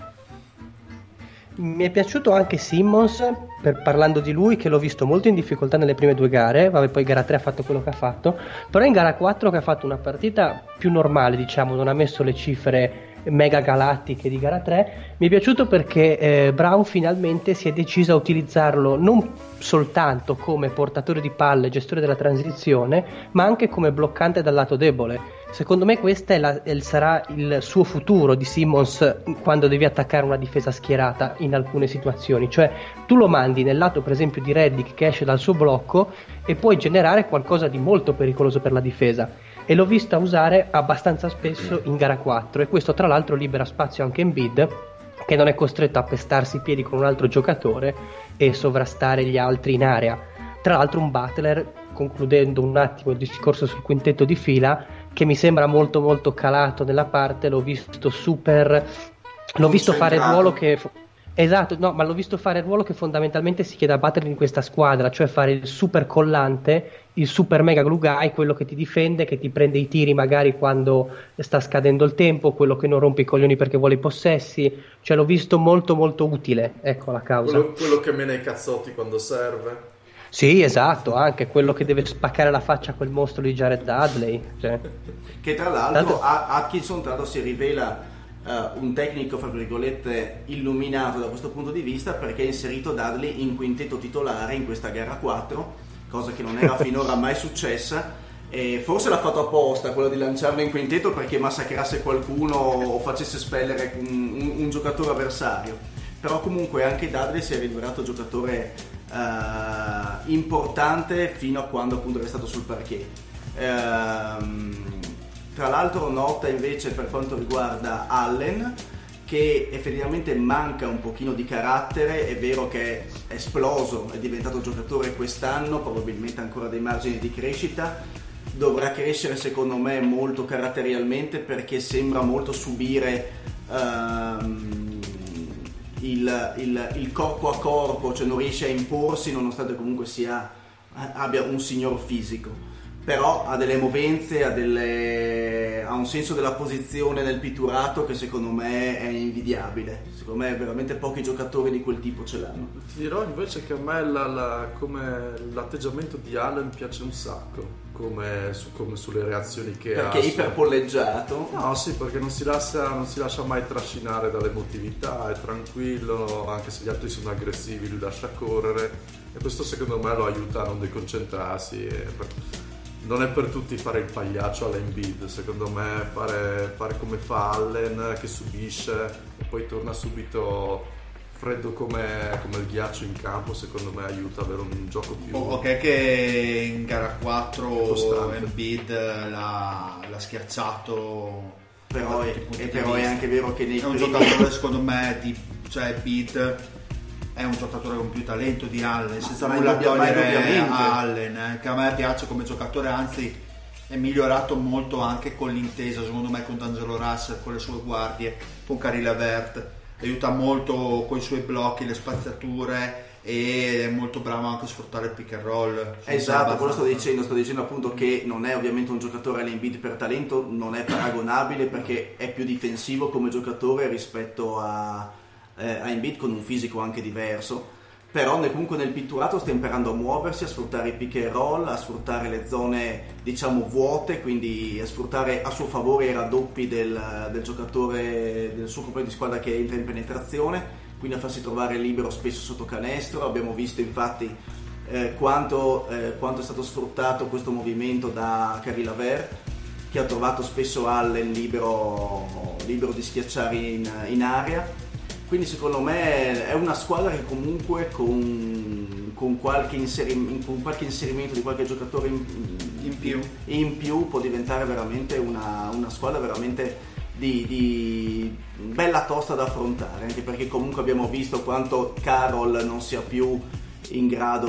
Mi è piaciuto anche Simmons, per, parlando di lui, che l'ho visto molto in difficoltà nelle prime due gare, vabbè, poi gara tre ha fatto quello che ha fatto, però in gara quattro che ha fatto una partita più normale, diciamo, non ha messo le cifre mega galattiche di gara tre, mi è piaciuto perché eh, Brown finalmente si è deciso a utilizzarlo non soltanto come portatore di palle, gestore della transizione, ma anche come bloccante dal lato debole. Secondo me questo è la, è, sarà il suo futuro di Simmons quando devi attaccare una difesa schierata in alcune situazioni, cioè tu lo mandi nel lato per esempio di Redick che esce dal suo blocco e puoi generare qualcosa di molto pericoloso per la difesa, e l'ho vista usare abbastanza spesso in gara quattro, e questo tra l'altro libera spazio anche Embiid, che non è costretto a pestarsi i piedi con un altro giocatore e sovrastare gli altri in area. Tra l'altro un Butler, concludendo un attimo il discorso sul quintetto di Fila, che mi sembra molto molto calato nella parte, l'ho visto super, l'ho visto fare il ruolo che esatto, no, ma l'ho visto fare il ruolo che fondamentalmente si chiede a Butler in questa squadra, cioè fare il super collante, il super mega glue guy, quello che ti difende, che ti prende i tiri magari quando sta scadendo il tempo, quello che non rompe i coglioni perché vuole i possessi, cioè l'ho visto molto molto utile, ecco la causa. Quello, quello che mena i cazzotti quando serve. Sì, esatto, anche quello che deve spaccare la faccia a quel mostro di Jared Dudley, cioè. Che tra l'altro Tanto... Atkinson tra l'altro si rivela uh, un tecnico fra virgolette illuminato da questo punto di vista, perché ha inserito Dudley in quintetto titolare in questa gara quattro, cosa che non era finora mai successa, e forse l'ha fatto apposta quello di lanciarlo in quintetto perché massacrasse qualcuno o facesse espellere un, un, un giocatore avversario, però comunque anche Dudley si è rivelato giocatore Uh, importante fino a quando appunto è stato sul parquet. Uh, tra l'altro nota invece per quanto riguarda Allen, che effettivamente manca un pochino di carattere, è vero che è esploso, è diventato giocatore quest'anno, probabilmente ancora dei margini di crescita, dovrà crescere secondo me molto caratterialmente, perché sembra molto subire uh, Il, il, il corpo a corpo, cioè non riesce a imporsi nonostante comunque sia, abbia un signor fisico. però ha delle movenze, ha, delle... ha un senso della posizione nel pitturato che secondo me è invidiabile. Secondo me veramente pochi giocatori di quel tipo ce l'hanno. Ti dirò invece che a me la, la, come l'atteggiamento di Allen piace un sacco, come, su, come sulle reazioni che perché ha. Perché è iperpolleggiato? No, sì, perché non si, lascia, non si lascia mai trascinare dall'emotività, è tranquillo, anche se gli altri sono aggressivi lui lascia correre, e questo secondo me lo aiuta a non deconcentrarsi. E per... non è per tutti fare il pagliaccio all'Embiid, secondo me fare, fare come fa Allen che subisce e poi torna subito freddo come, come il ghiaccio in campo, secondo me aiuta ad avere un gioco più ok, che in gara quattro costante. Embiid l'ha, l'ha schiacciato, però, è, e però è anche vero che nei è un primi... giocatore secondo me di, cioè Embiid è un giocatore con più talento di Allen, senza nulla togliere a Allen, eh, che a me piace come giocatore, anzi è migliorato molto anche con l'intesa secondo me con D'Angelo Russell, con le sue guardie, con Caris LeVert, aiuta molto con i suoi blocchi, le spaziature, e è molto bravo anche a sfruttare il pick and roll. Esatto, quello sto dicendo, sto dicendo appunto che non è ovviamente un giocatore all'Embiid per talento, non è paragonabile perché è più difensivo come giocatore rispetto a Eh, a Embiid, con un fisico anche diverso, però comunque nel pitturato sta imparando a muoversi, a sfruttare i pick and roll, a sfruttare le zone diciamo vuote, quindi a sfruttare a suo favore i raddoppi del, del giocatore, del suo compagno di squadra che entra in penetrazione, quindi a farsi trovare libero spesso sotto canestro. Abbiamo visto infatti eh, quanto, eh, quanto è stato sfruttato questo movimento da Caris LeVert, che ha trovato spesso Allen libero, libero di schiacciare in, in area. Quindi secondo me è una squadra che comunque con, con, qualche, inserim- con qualche inserimento di qualche giocatore in, in, più. in più può diventare veramente una, una squadra veramente di, di bella tosta da affrontare, anche perché comunque abbiamo visto quanto Carroll non sia più in grado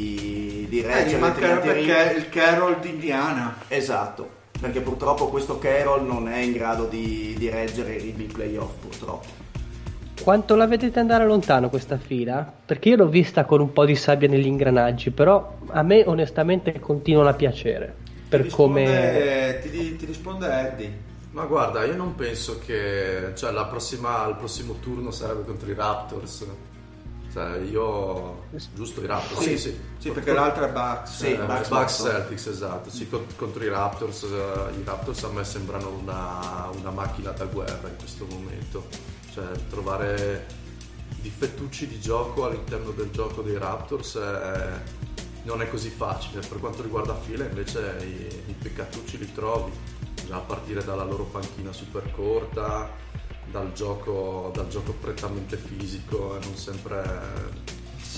di, di reggere. Eh, manca perché il Carroll di Indiana. Esatto, perché purtroppo questo Carroll non è in grado di, di reggere i big playoff purtroppo. Quanto la vedete andare lontano questa fila? Perché io l'ho vista con un po' di sabbia negli ingranaggi, però a me onestamente continuano a piacere. Per ti risponde, come ti, ti risponde Eddie. Ma guarda, io non penso che, cioè, la prossima, il prossimo turno sarebbe contro i Raptors. Cioè, io giusto i Raptors. Sì, sì, sì, sì perché l'altra è Bucks. Sì, eh, Bucks, Bucks Bucks. Celtics, esatto. Sì, contro i Raptors. Uh, I Raptors a me sembrano una, una macchina da guerra in questo momento. Cioè, trovare difettucci di gioco all'interno del gioco dei Raptors è, non è così facile. Per quanto riguarda fila invece i, i peccatucci li trovi già a partire dalla loro panchina super corta, dal gioco, dal gioco prettamente fisico e non sempre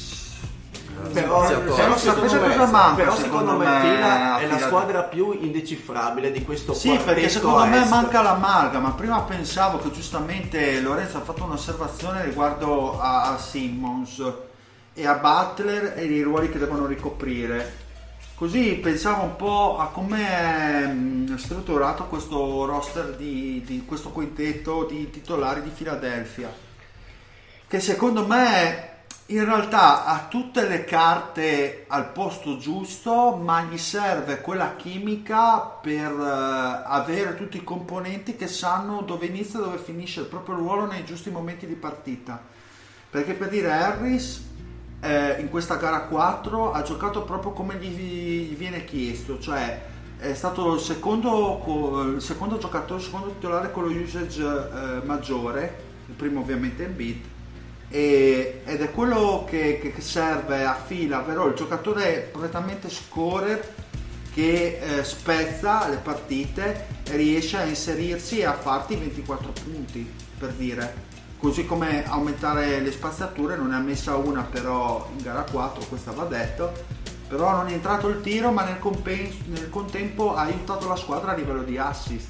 eh, Però, spaziatorio. però secondo me, cosa manca, però secondo secondo me me, Fila è Fila- la squadra più indecifrabile di questo Sì, quartetto perché secondo a me est. manca l'amalgama. Prima pensavo che giustamente Lorenzo ha fatto un'osservazione riguardo a, a Simmons e a Butler e i ruoli che devono ricoprire. Così pensavo un po' a come è strutturato questo roster di, di questo quintetto di titolari di Philadelphia, che secondo me in realtà ha tutte le carte al posto giusto, ma gli serve quella chimica per uh, avere tutti i componenti che sanno dove inizia e dove finisce il proprio ruolo nei giusti momenti di partita. Perché per dire Harris eh, in questa gara quattro ha giocato proprio come gli, gli viene chiesto, cioè è stato il secondo, il secondo giocatore, il secondo titolare con lo usage eh, maggiore, il primo ovviamente Embiid, e, ed è quello che, che, che serve a Fila, ovvero il giocatore prettamente scorer che eh, spezza le partite e riesce a inserirsi e a farti ventiquattro punti, per dire. Così come aumentare le spaziature, non ne ha messa una però in gara quattro, questa va detto, però non è entrato il tiro, ma nel, compen- nel contempo ha aiutato la squadra a livello di assist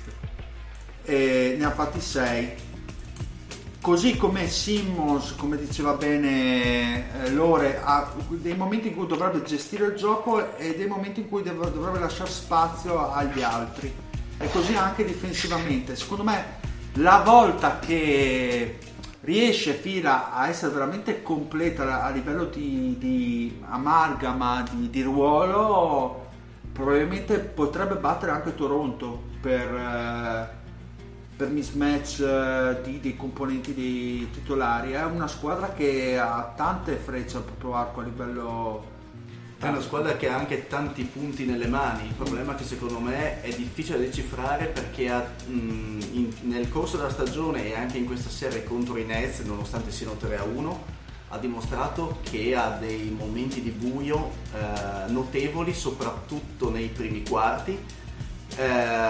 e ne ha fatti sei. Così come Simmons, come diceva bene eh, Lore, ha dei momenti in cui dovrebbe gestire il gioco e dei momenti in cui dov- dovrebbe lasciare spazio agli altri, e così anche difensivamente. Secondo me la volta che riesce Fila a essere veramente completa a livello di, di amalgama, di, di ruolo, probabilmente potrebbe battere anche Toronto per, eh, per mismatch eh, di, dei componenti dei titolari. È una squadra che ha tante frecce al proprio arco a livello. È una squadra che ha anche tanti punti nelle mani. Il problema è che secondo me è difficile da decifrare perché ha, mh, in, nel corso della stagione e anche in questa serie contro i Nets, nonostante siano tre a uno, ha dimostrato che ha dei momenti di buio eh, notevoli, soprattutto nei primi quarti. Eh,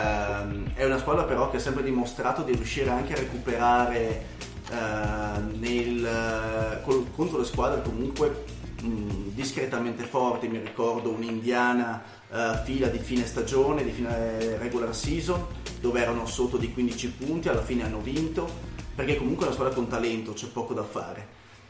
è una squadra però che ha sempre dimostrato di riuscire anche a recuperare eh, nel, col, contro le squadre comunque discretamente forti. Mi ricordo un'Indiana uh, fila di fine stagione, di fine regular season, dove erano sotto di quindici punti, alla fine hanno vinto, perché comunque è una squadra con talento, c'è poco da fare.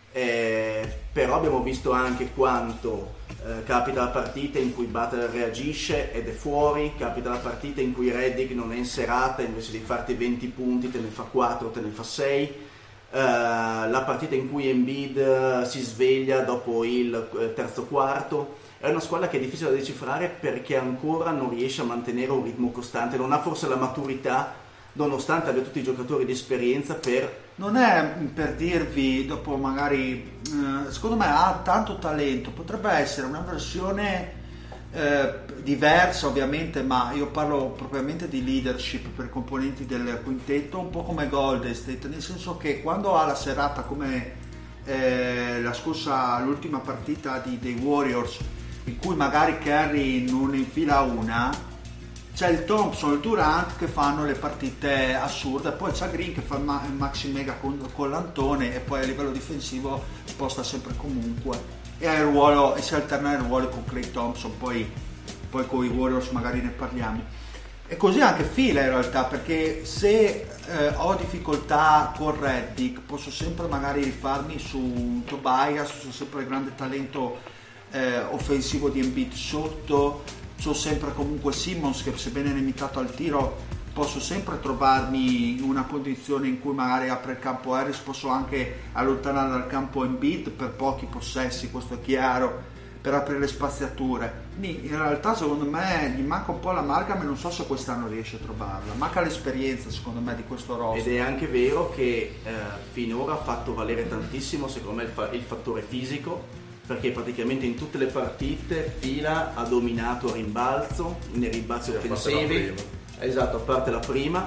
Eh, però abbiamo visto anche quanto eh, capita la partita in cui Butler reagisce ed è fuori, capita la partita in cui Redick non è in serata, invece di farti venti punti te ne fa quattro, te ne fa sei. Uh, la partita in cui Embiid uh, si sveglia dopo il uh, terzo quarto. È una squadra che è difficile da decifrare perché ancora non riesce a mantenere un ritmo costante, non ha forse la maturità, nonostante abbia tutti i giocatori di esperienza per... Non è per dirvi, dopo magari, uh, secondo me ha tanto talento, potrebbe essere una versione eh, diversa ovviamente, ma io parlo propriamente di leadership per i componenti del quintetto, un po' come Golden State, nel senso che quando ha la serata come eh, la scorsa, l'ultima partita di, dei Warriors, in cui magari Curry non infila una, c'è il Thompson e il Durant che fanno le partite assurde, poi c'è Green che fa il, ma- il maxi mega con, con l'Antone, e poi a livello difensivo sposta sempre comunque, e ha il ruolo, e si alterna il ruolo con Klay Thompson. Poi, poi con i Warriors magari ne parliamo. E così anche Fila in realtà, perché se eh, ho difficoltà con Redick posso sempre magari rifarmi su Tobias, su sempre il grande talento eh, offensivo di Embiid sotto, c'ho sempre comunque Simmons che, sebbene limitato al tiro, posso sempre trovarmi in una condizione in cui magari apre il campo Harris, posso anche allontanare dal campo Embiid per pochi possessi, questo è chiaro, per aprire le spaziature. Quindi in realtà secondo me gli manca un po' l'amalgama e non so se quest'anno riesce a trovarla, manca l'esperienza secondo me di questo roster. Ed è anche vero che eh, finora ha fatto valere tantissimo secondo me il, fa- il fattore fisico, perché praticamente in tutte le partite Fila ha dominato a rimbalzo, nei rimbalzi sì, offensivi. Esatto, a parte la prima.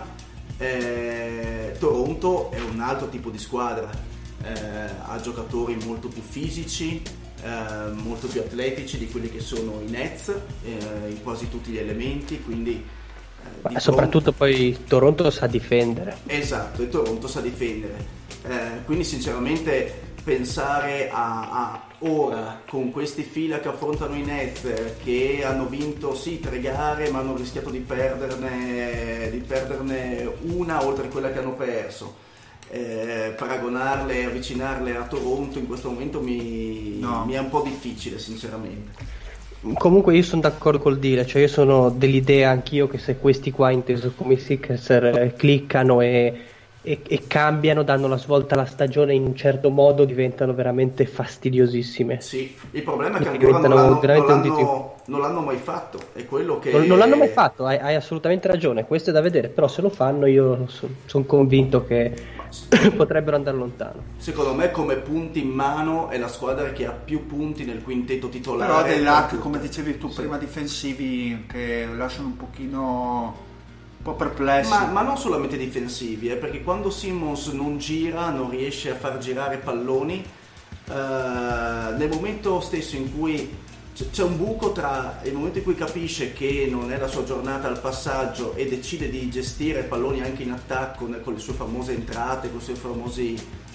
eh, Toronto è un altro tipo di squadra, eh, ha giocatori molto più fisici, eh, molto più atletici di quelli che sono i Nets, eh, in quasi tutti gli elementi, quindi eh, Ma soprattutto Toronto... poi Toronto sa difendere. Esatto, e Toronto sa difendere, eh, quindi sinceramente pensare a, a ora con questi fila che affrontano i Nets, che hanno vinto sì tre gare ma hanno rischiato di perderne, di perderne una oltre a quella che hanno perso, eh, paragonarle, avvicinarle a Toronto in questo momento mi, no. mi è un po' difficile sinceramente. Comunque io sono d'accordo col dire, cioè io sono dell'idea anch'io che se questi qua, inteso come i Sixers, eh, cliccano e E, e cambiano, danno la svolta alla stagione in un certo modo, diventano veramente fastidiosissime. Sì, il problema è che Perché ancora non l'hanno, non, veramente l'hanno, non l'hanno mai fatto, è quello che... Non, non l'hanno mai fatto, hai, hai assolutamente ragione, questo è da vedere, però se lo fanno io sono son convinto che potrebbero andare lontano. Secondo me come punti in mano è la squadra che ha più punti nel quintetto titolare. Però dei lat, come dicevi tu, sì, prima difensivi che lasciano un pochino... po' perplessi. Ma, ma non solamente difensivi, eh, perché quando Simmons non gira, non riesce a far girare palloni, eh, nel momento stesso in cui c- c'è un buco tra il momento in cui capisce che non è la sua giornata al passaggio e decide di gestire palloni anche in attacco con le sue famose entrate, con i suoi famosi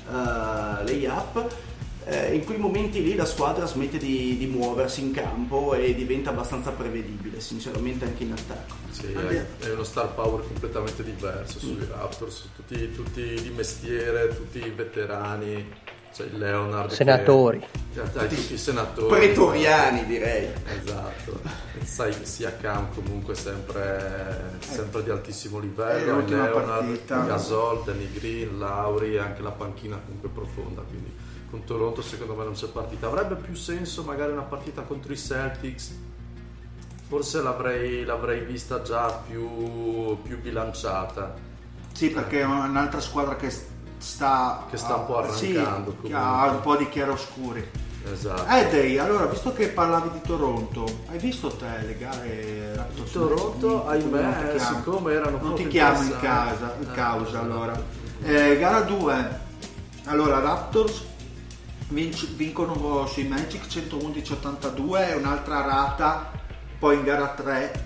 uh, lay-up, Eh, in quei momenti lì la squadra smette di, di muoversi in campo e diventa abbastanza prevedibile, sinceramente, anche in attacco. Sì, è, è uno star power completamente diverso sui Mm. Raptors, tutti, tutti di mestiere, tutti veterani, c'è il Leonard, Senatori. Che, dai, tutti i senatori, Pretoriani, direi. esatto. Sai che sia Cam comunque sempre, sempre di altissimo È livello, il l'ultima Leonard, partita. Gasol, Danny Green, Lauri, anche la panchina comunque profonda, quindi con Toronto secondo me non c'è partita. Avrebbe più senso magari una partita contro i Celtics, forse l'avrei, l'avrei vista già più, più bilanciata. Sì, perché è un'altra squadra che sta che sta un po' arrancando, sì, ha un po' di chiaroscuri. Esatto. Eh Dei, allora visto che parlavi di Toronto, hai visto te le gare Raptors? Toronto, ahimè, siccome erano non ti chiamo in casa in eh, causa esatto. allora. Eh, gara due, allora Raptors vinc- vincono sui Magic centoundici ottantadue e un'altra rata poi in gara tre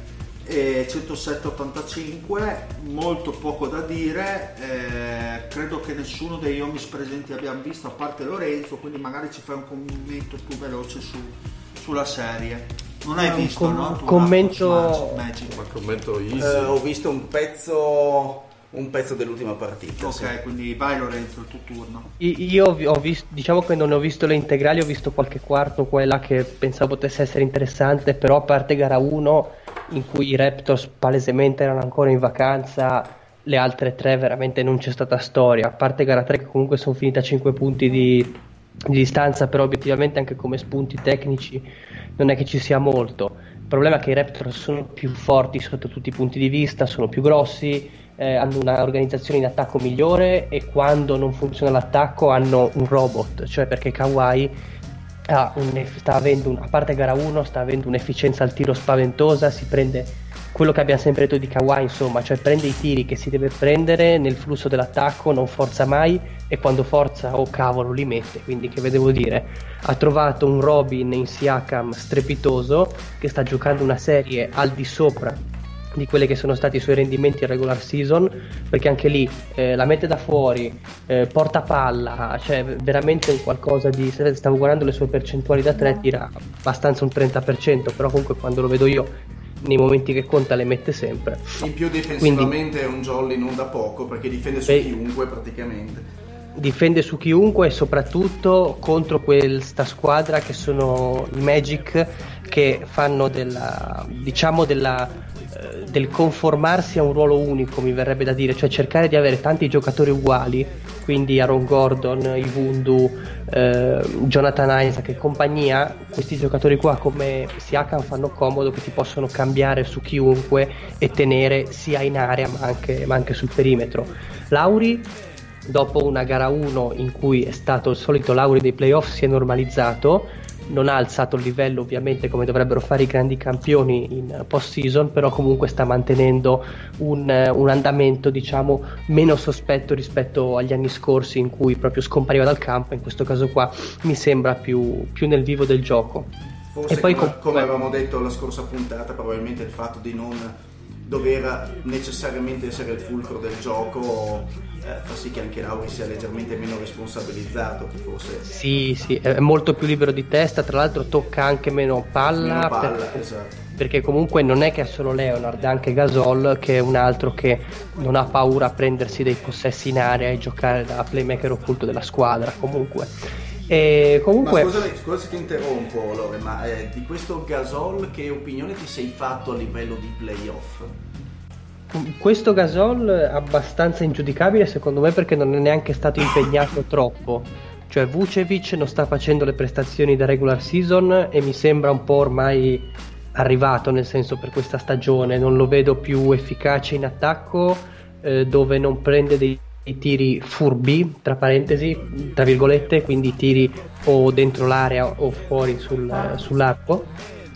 e centosette ottantacinque, molto poco da dire, eh, credo che nessuno degli homies presenti abbiamo visto a parte Lorenzo, quindi magari ci fai un commento più veloce su, sulla serie. Non hai Un visto, com- no? Tu commento- Magic, Magic. Ma commento easy. Eh, ho visto un pezzo un pezzo dell'ultima partita. Ok, sì. quindi vai Lorenzo, il tuo turno. I- Io ho vi- ho visto, diciamo che non ho visto le integrali, ho visto qualche quarto, quella che pensavo potesse essere interessante, però a parte gara uno in cui i Raptors palesemente erano ancora in vacanza, le altre tre veramente non c'è stata storia, a parte gara tre che comunque sono finite a cinque punti di, di distanza, però obiettivamente anche come spunti tecnici non è che ci sia molto. Il problema è che i Raptors sono più forti sotto tutti i punti di vista, sono più grossi, eh, hanno un'organizzazione in attacco migliore e quando non funziona l'attacco hanno un robot, cioè perché Kawhi ha un, sta avendo un, a parte gara uno sta avendo un'efficienza al tiro spaventosa, si prende quello che abbiamo sempre detto di Kawhi, insomma, cioè prende i tiri che si deve prendere nel flusso dell'attacco, non forza mai e quando forza, oh cavolo, li mette. Quindi che vedevo dire, ha trovato un Robin in Siakam strepitoso che sta giocando una serie al di sopra di quelli che sono stati i suoi rendimenti in regular season, perché anche lì eh, la mette da fuori, eh, porta palla, cioè veramente un qualcosa di... Stavo guardando le sue percentuali da tre, tira abbastanza un trenta per cento, però comunque quando lo vedo io nei momenti che conta le mette sempre. In più difensivamente Quindi, è un jolly non da poco, perché difende su beh, chiunque praticamente. difende su chiunque e soprattutto contro questa squadra che sono i Magic, che fanno della, diciamo della, eh, del conformarsi a un ruolo unico, mi verrebbe da dire, cioè cercare di avere tanti giocatori uguali, quindi Aaron Gordon, Ivundu, eh, Jonathan Isaac e compagnia. Questi giocatori qua come Siakam fanno comodo, che ti possono cambiare su chiunque e tenere sia in area ma anche, ma anche sul perimetro. Lauri, dopo una gara uno in cui è stato il solito Lauri dei playoff, si è normalizzato, non ha alzato il livello ovviamente come dovrebbero fare i grandi campioni in post season, però comunque sta mantenendo un, un andamento diciamo meno sospetto rispetto agli anni scorsi in cui proprio scompariva dal campo. In questo caso qua mi sembra più, più nel vivo del gioco. Forse E poi come, com- come avevamo detto la scorsa puntata, probabilmente il fatto di non dover necessariamente essere il fulcro del gioco eh, fa sì che anche Lauri sia leggermente meno responsabilizzato, che forse Sì, sì, è molto più libero di testa, tra l'altro tocca anche meno palla, meno palla, per- esatto. perché comunque non è che è solo Leonard, è anche Gasol che è un altro che non ha paura a prendersi dei possessi in area e giocare da playmaker occulto della squadra comunque. E comunque Ma scusami, scusa se ti interrompo Lore, ma eh, di questo Gasol che opinione ti sei fatto a livello di playoff? questo Gasol è abbastanza ingiudicabile secondo me, perché non è neanche stato impegnato troppo, cioè Vucevic non sta facendo le prestazioni da regular season e mi sembra un po' ormai arrivato, nel senso, per questa stagione non lo vedo più efficace in attacco, eh, dove non prende dei i tiri furbi, tra parentesi, tra virgolette, quindi tiri o dentro l'area o fuori sul, sull'arco,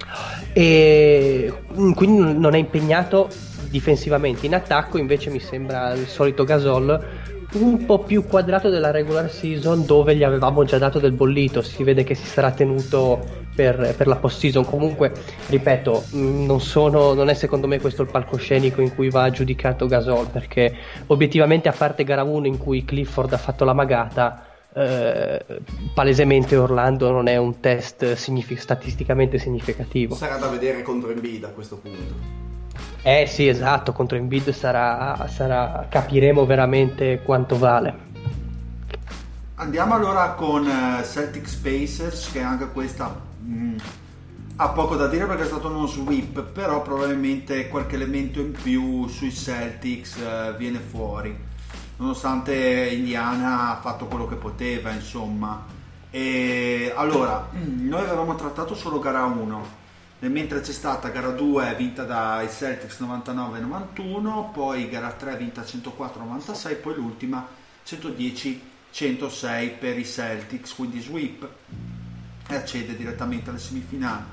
e quindi non è impegnato difensivamente. In attacco invece mi sembra il solito Gasol, un po' più quadrato della regular season, dove gli avevamo già dato del bollito. Si vede che si sarà tenuto per, per la post season. Comunque ripeto, non sono non è secondo me questo il palcoscenico in cui va giudicato Gasol, perché obiettivamente, a parte gara uno in cui Clifford ha fatto la magata, eh, palesemente Orlando non è un test signific- statisticamente significativo. Sarà da vedere contro Embiid a questo punto. Eh sì, esatto, contro Embiid sarà, sarà capiremo veramente quanto vale. Andiamo allora con uh, Celtics Pacers, che anche questa mh, ha poco da dire perché è stato uno sweep, però probabilmente qualche elemento in più sui Celtics uh, viene fuori, nonostante Indiana ha fatto quello che poteva, insomma. E allora, noi avevamo trattato solo gara uno, mentre c'è stata gara due vinta dai Celtics novantanove novantuno, poi gara tre vinta centoquattro novantasei, poi l'ultima centodieci centosei per i Celtics, quindi sweep, e accede direttamente alle semifinali.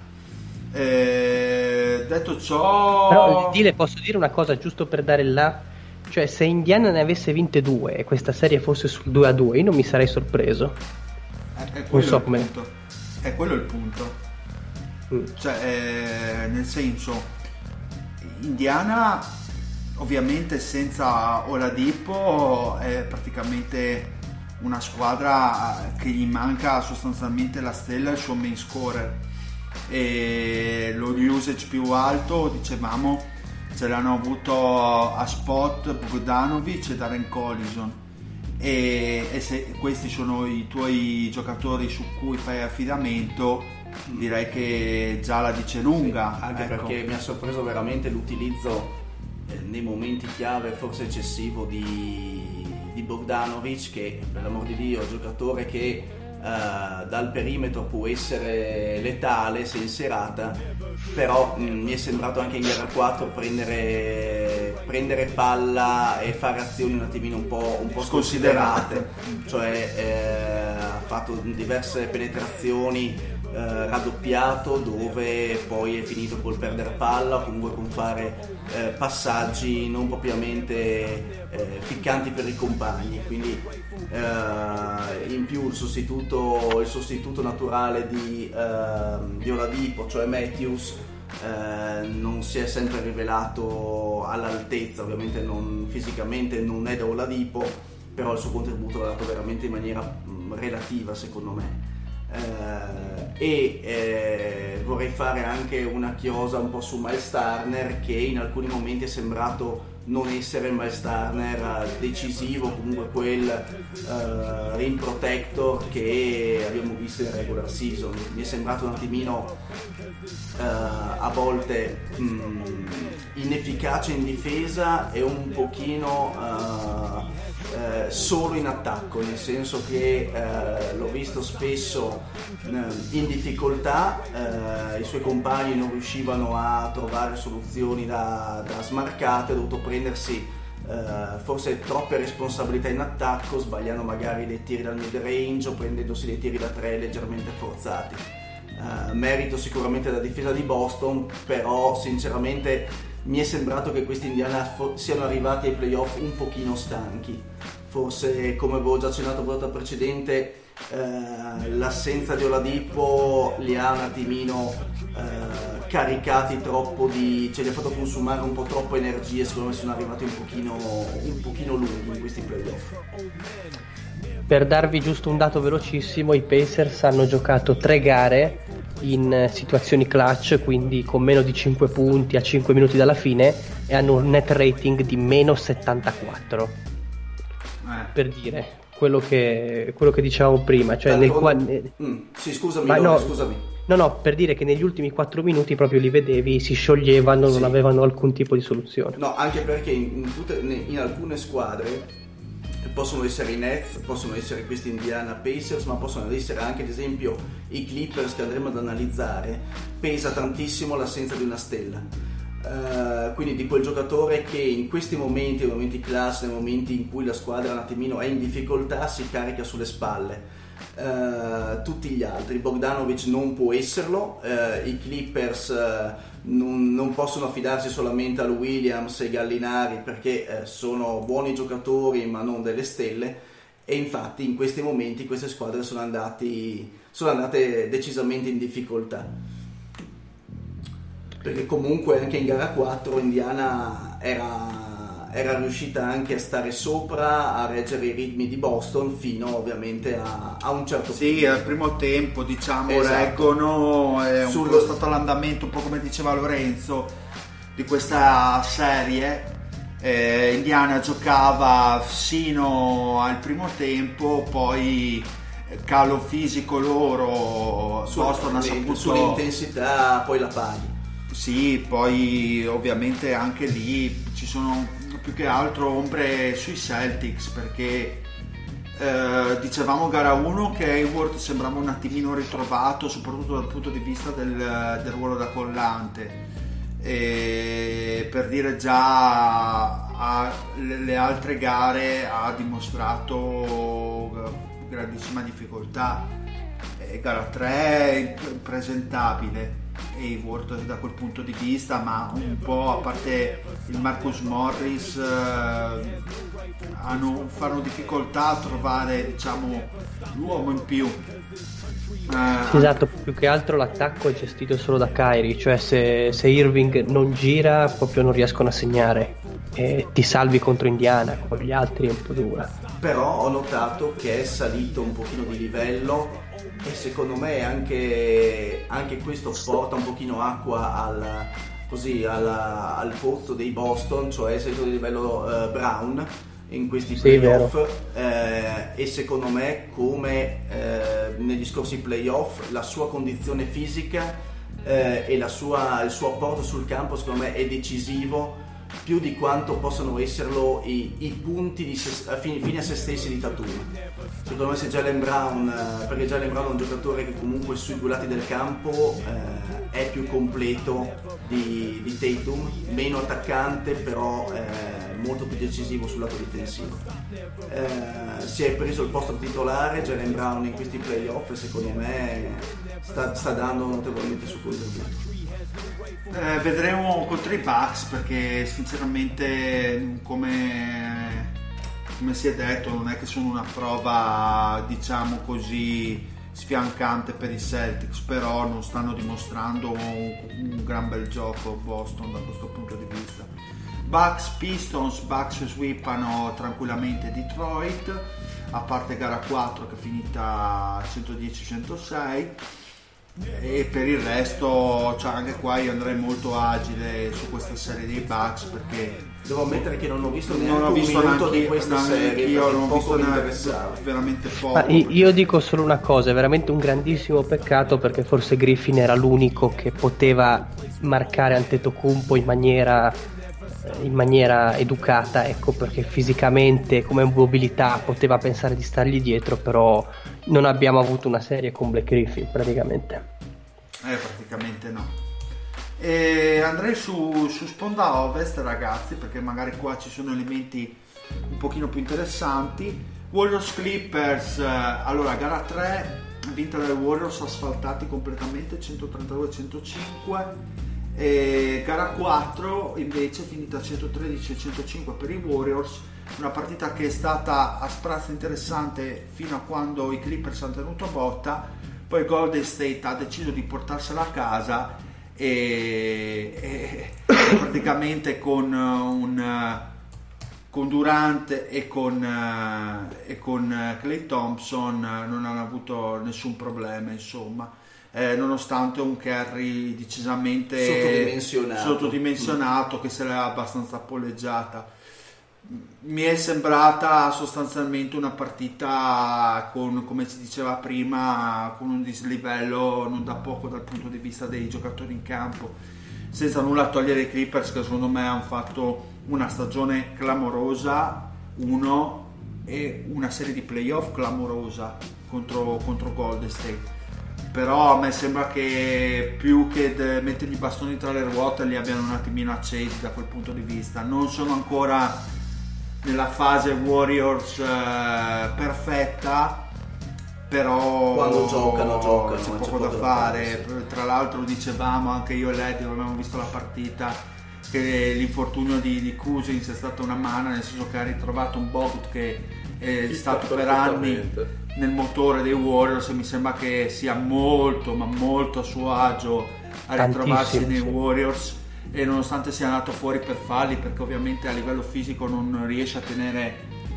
Eh, detto ciò, però Dile, posso dire una cosa giusto per dare là, cioè se Indiana ne avesse vinte due e questa serie fosse sul due a due io non mi sarei sorpreso. È, è non quello so il come punto. È quello il punto. Mm. Cioè, eh, nel senso, Indiana ovviamente senza Oladipo è praticamente una squadra che gli manca sostanzialmente la stella, il suo main scorer, e lo usage più alto, dicevamo, ce l'hanno avuto a spot Bogdanovic e Darren Collison, e, e se questi sono i tuoi giocatori su cui fai affidamento, direi che già la dice lunga. Sì, anche ecco. Perché mi ha sorpreso veramente l'utilizzo eh, nei momenti chiave forse eccessivo di, di Bogdanovic, che per l'amor di Dio è un giocatore che Uh, dal perimetro può essere letale se in serata, però mh, mi è sembrato anche in gara quattro prendere, prendere palla e fare azioni un attimino un po', un po' sconsiderate, cioè eh, ha fatto diverse penetrazioni, eh, raddoppiato, dove poi è finito col perdere palla o comunque con fare eh, passaggi non propriamente eh, ficcanti per i compagni, quindi eh, in più il sostituto, il sostituto naturale di, eh, di Oladipo, cioè Matthews, eh, non si è sempre rivelato all'altezza, ovviamente non, fisicamente non è da Oladipo, però il suo contributo l'ha dato veramente in maniera mh, relativa secondo me. Eh, e eh, vorrei fare anche una chiosa un po' su Miles Turner, che in alcuni momenti è sembrato non essere il Miles Turner decisivo, comunque quel uh, rim protector che abbiamo visto in regular season. Mi è sembrato un attimino uh, a volte mh, inefficace in difesa e un pochino uh, uh, solo in attacco, nel senso che uh, l'ho visto spesso uh, in difficoltà, uh, i suoi compagni non riuscivano a trovare soluzioni da, da smarcate, ha dovuto prendere prendersi uh, forse troppe responsabilità in attacco, sbagliando magari dei tiri dal mid range o prendendosi dei tiri da tre leggermente forzati. Uh, merito sicuramente della difesa di Boston, però sinceramente mi è sembrato che questi Indiana fo- siano arrivati ai playoff un pochino stanchi. Forse, come avevo già accennato la volta precedente, Uh, l'assenza di Oladipo li ha un attimino uh, caricati troppo di, cioè li ha fatto consumare un po' troppo energie, secondo me sono arrivati un pochino, un pochino lunghi in questi playoff. Per darvi giusto un dato velocissimo, i Pacers hanno giocato tre gare in situazioni clutch, quindi con meno di cinque punti a cinque minuti dalla fine, e hanno un net rating di meno settantaquattro, eh. per dire quello che quello che dicevamo prima, cioè nel qua... mm, sì, scusami, Ma no, no, scusami. No, no, per dire che negli ultimi quattro minuti proprio li vedevi, si scioglievano, sì. Non avevano alcun tipo di soluzione. No, anche perché in, in, tutte, in alcune squadre possono essere i Nets, possono essere questi Indiana Pacers, ma possono essere anche ad esempio i Clippers, che andremo ad analizzare. Pesa tantissimo l'assenza di una stella. Uh, quindi di quel giocatore che in questi momenti, nei momenti clutch, nei momenti in cui la squadra un attimino è in difficoltà, si carica sulle spalle uh, tutti gli altri. Bogdanovic non può esserlo, uh, i Clippers uh, non, non possono affidarsi solamente al Williams e Gallinari, perché uh, sono buoni giocatori ma non delle stelle, e infatti in questi momenti queste squadre sono, andati, sono andate decisamente in difficoltà, perché comunque anche in gara quattro Indiana era, era riuscita anche a stare sopra, a reggere i ritmi di Boston fino ovviamente a, a un certo sì, punto. Sì, al primo tempo diciamo, esatto. reggono, è un Sullo... po' stato l'andamento, un po' come diceva Lorenzo, di questa serie. eh, Indiana giocava sino al primo tempo, poi calo fisico loro, Boston ha saputo... Sull'intensità poi la paghi. Sì, poi ovviamente anche lì ci sono più che altro ombre sui Celtics, perché Eh, dicevamo gara uno che Hayward sembrava un attimino ritrovato, soprattutto dal punto di vista del, del ruolo da collante, e per dire già a, le, le altre gare ha dimostrato grandissima difficoltà. E gara tre è impresentabile Hayward da quel punto di vista, ma un po' a parte il Marcus Morris eh, hanno, fanno difficoltà a trovare, diciamo, l'uomo in più. Eh, esatto, più che altro l'attacco è gestito solo da Kyrie, cioè se, se Irving non gira proprio non riescono a segnare, e ti salvi contro Indiana, con gli altri è un po' dura. Però ho notato che è salito un pochino di livello e secondo me anche, anche questo porta un pochino acqua al, così, alla, al pozzo dei Boston, cioè è salito di livello uh, Brown in questi sì, playoff, eh, e secondo me come eh, negli scorsi playoff la sua condizione fisica eh, e la sua, il suo apporto sul campo secondo me è decisivo più di quanto possano esserlo i, i punti di se, fini, fini a se stessi di Tatum. Secondo me se Jaylen Brown, eh, perché Jaylen Brown è un giocatore che comunque sui due lati del campo eh, è più completo di, di Tatum, meno attaccante però eh, molto più decisivo sul lato difensivo. Eh, si è preso il posto titolare Jaylen Brown in questi playoff e secondo me sta, sta dando notevolmente su contributo. Eh, vedremo contro i Bucks, perché sinceramente come, come si è detto non è che sono una prova, diciamo così, sfiancante per i Celtics, però non stanno dimostrando un, un gran bel gioco Boston da questo punto di vista. Bucks Pistons, Bucks sweepano tranquillamente Detroit, a parte gara quattro che è finita centodieci a centosei. E per il resto, cioè anche qua io andrei molto agile su questa serie dei Bucks, perché devo ammettere che non ho visto neanche non ho visto un minuto neanche, di questa serie, io non ho poco visto mi neanche, interessava. veramente poco. Ma io dico solo una cosa, è veramente un grandissimo peccato, perché forse Griffin era l'unico che poteva marcare Antetokounmpo in maniera in maniera educata, ecco, perché fisicamente come mobilità poteva pensare di stargli dietro, però non abbiamo avuto una serie con Blake Griffin praticamente. Eh, praticamente no. E andrei su, su sponda ovest, ragazzi, perché magari qua ci sono elementi un pochino più interessanti. Warriors Clippers, allora gara tre vinta dai Warriors, asfaltati completamente centotrentadue a centocinque. E gara quattro invece finita centotredici a centocinque per i Warriors, una partita che è stata a sprazzo interessante fino a quando i Clippers hanno tenuto botta, poi Golden State ha deciso di portarsela a casa e, e praticamente con un con Durant e con, e con Klay Thompson non hanno avuto nessun problema, insomma. Eh, nonostante un Curry decisamente sottodimensionato, sottodimensionato che se l'è abbastanza polleggiata. Mi è sembrata sostanzialmente una partita con, come si diceva prima, con un dislivello non da poco dal punto di vista dei giocatori in campo, senza nulla togliere i Clippers, che secondo me hanno fatto una stagione clamorosa, uno, e una serie di playoff clamorosa contro, contro Golden State. Però a me sembra che più che de- mettergli i bastoni tra le ruote li abbiano un attimino accesi da quel punto di vista. Non sono ancora nella fase Warriors eh, perfetta, però quando giocano giocano, c'è c'è poco da fare. fare. Tra l'altro dicevamo anche io e Led, abbiamo visto la partita, che l'infortunio di, di Cousins è stata una mano, nel senso che ha ritrovato un Bogut che è stato per anni nel motore dei Warriors, e mi sembra che sia molto ma molto a suo agio a ritrovarsi nei sì. Warriors, e nonostante sia andato fuori per falli, perché ovviamente a livello fisico non riesce a tenere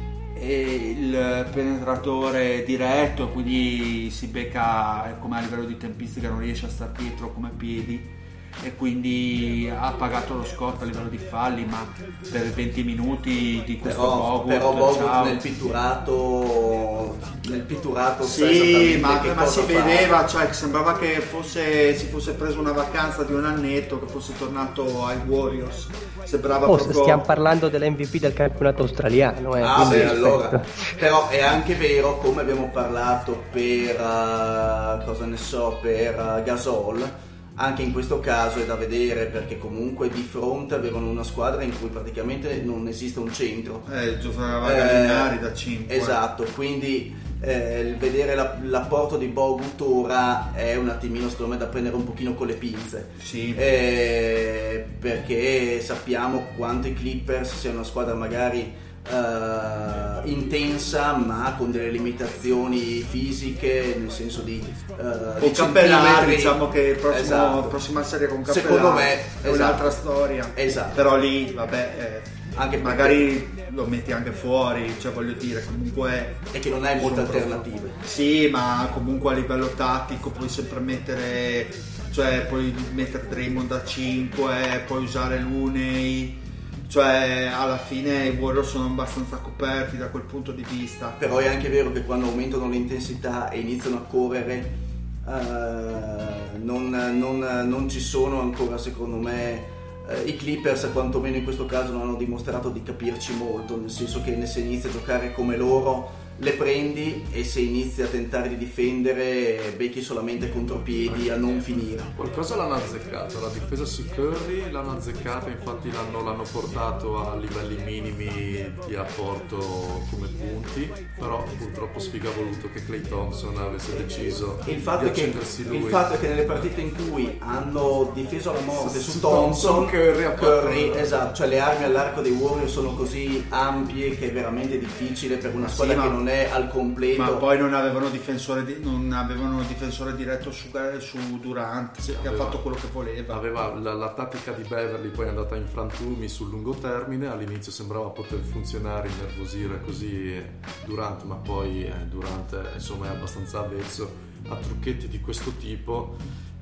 il penetratore diretto, quindi si becca, come a livello di tempistica non riesce a star dietro come piedi, e quindi ha pagato lo scotto a livello di falli, ma per venti minuti di questo però, Bogut, però Bogut ciao. nel pitturato nel pitturato sì, ma, che ma si cosa vedeva, cioè sembrava che fosse, si fosse preso una vacanza di un annetto, che fosse tornato ai Warriors, sembrava oh, proprio... stiamo parlando dell'M V P del campionato australiano, eh, ah beh, aspetta. allora però è anche vero, come abbiamo parlato per uh, cosa ne so per uh, Gasol, anche in questo caso è da vedere, perché comunque di fronte avevano una squadra in cui praticamente non esiste un centro, eh, giocava Gallinari eh, da cinque, esatto, quindi eh, il vedere la, l'apporto di Bogut ora è un attimino secondo me da prendere un pochino con le pinze, sì. eh, perché sappiamo quanto i Clippers siano una squadra magari Uh, intensa ma con delle limitazioni fisiche, nel senso di uh, con Cappellari, diciamo che il prossimo, esatto. prossima serie con Cappellari secondo me è esatto. un'altra storia, esatto. Però lì vabbè eh, anche magari lo metti anche fuori, cioè voglio dire comunque è che non hai molte alternative prof... sì, ma comunque a livello tattico puoi sempre mettere, cioè puoi mettere Draymond da cinque, puoi usare Looney, cioè alla fine i Warriors sono abbastanza coperti da quel punto di vista. Però è anche vero che quando aumentano l'intensità e iniziano a correre uh, non, non, non ci sono ancora secondo me uh, i Clippers, quantomeno in questo caso non hanno dimostrato di capirci molto, nel senso che se inizi a giocare come loro le prendi, e se inizi a tentare di difendere becchi solamente contropiedi a non finire. Qualcosa l'hanno azzeccato, la difesa su Curry l'hanno azzeccata, infatti l'hanno, l'hanno portato a livelli minimi di apporto come punti, però purtroppo sfiga voluto che Klay Thompson avesse deciso il fatto di è che, accendersi lui. il fatto è che nelle partite in cui hanno difeso alla morte su, su Thompson, Thompson Curry, ha Curry esatto, cioè le armi all'arco dei Warriors sono così ampie che è veramente difficile per una squadra sì, che non è al completo. Ma poi non avevano difensore, di, non avevano difensore diretto su, su Durant, sì, che aveva, ha fatto quello che voleva. Aveva la, la tattica di Beverly, poi è andata in frantumi sul lungo termine, all'inizio sembrava poter funzionare, innervosire così Durant, ma poi eh, Durant insomma è abbastanza avvezzo a trucchetti di questo tipo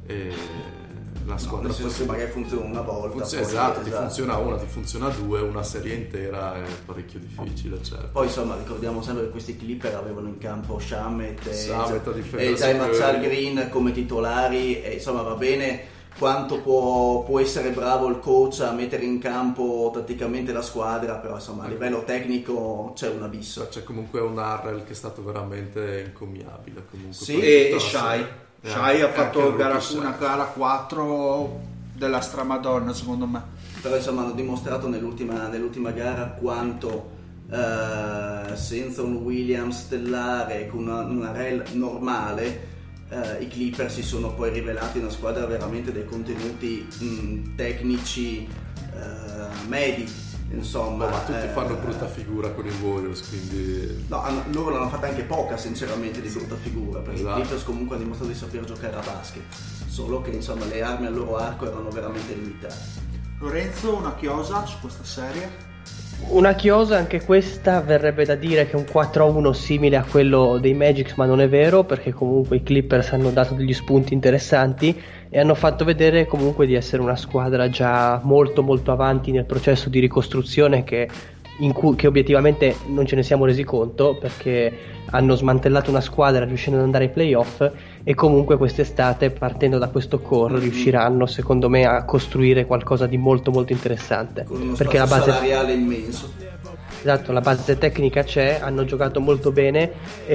e la squadra no, nel senso che magari funziona una volta funziona, poi, esatto, esatto, ti funziona una, ti funziona due, una serie intera è parecchio difficile, certo. Poi insomma ricordiamo sempre che questi Clipper avevano in campo Shamet e, Shamet e Jai Marshall Green come titolari, e insomma va bene quanto può, può essere bravo il coach a mettere in campo tatticamente la squadra, però insomma a livello tecnico c'è un abisso. C'è comunque un Harrell che è stato veramente incommiabile comunque. Sì, e Shai Shai ha fatto gara, una gara quattro della stramadonna secondo me, però insomma hanno dimostrato nell'ultima, nell'ultima gara quanto uh, senza un Williams stellare, con una, una Harrell normale, Uh, i Clippers si sono poi rivelati una squadra veramente dei contenuti mh, tecnici uh, medi, insomma. No, ma tutti eh, fanno brutta figura con i Warriors, quindi no, hanno, loro l'hanno fatta anche poca sinceramente di brutta figura, perché esatto. i Clippers comunque hanno dimostrato di saper giocare a basket, solo che insomma le armi al loro arco erano veramente limitate. Lorenzo, una chiosa su questa serie? Una chiosa, anche questa verrebbe da dire che è un quattro a uno simile a quello dei Magic, ma non è vero, perché comunque i Clippers hanno dato degli spunti interessanti e hanno fatto vedere comunque di essere una squadra già molto molto avanti nel processo di ricostruzione che, in cui, che obiettivamente non ce ne siamo resi conto, perché hanno smantellato una squadra riuscendo ad andare ai playoff, e comunque quest'estate, partendo da questo core, mm-hmm. riusciranno secondo me a costruire qualcosa di molto molto interessante, con uno perché la base salariale immenso. Esatto, la base tecnica c'è, hanno giocato molto bene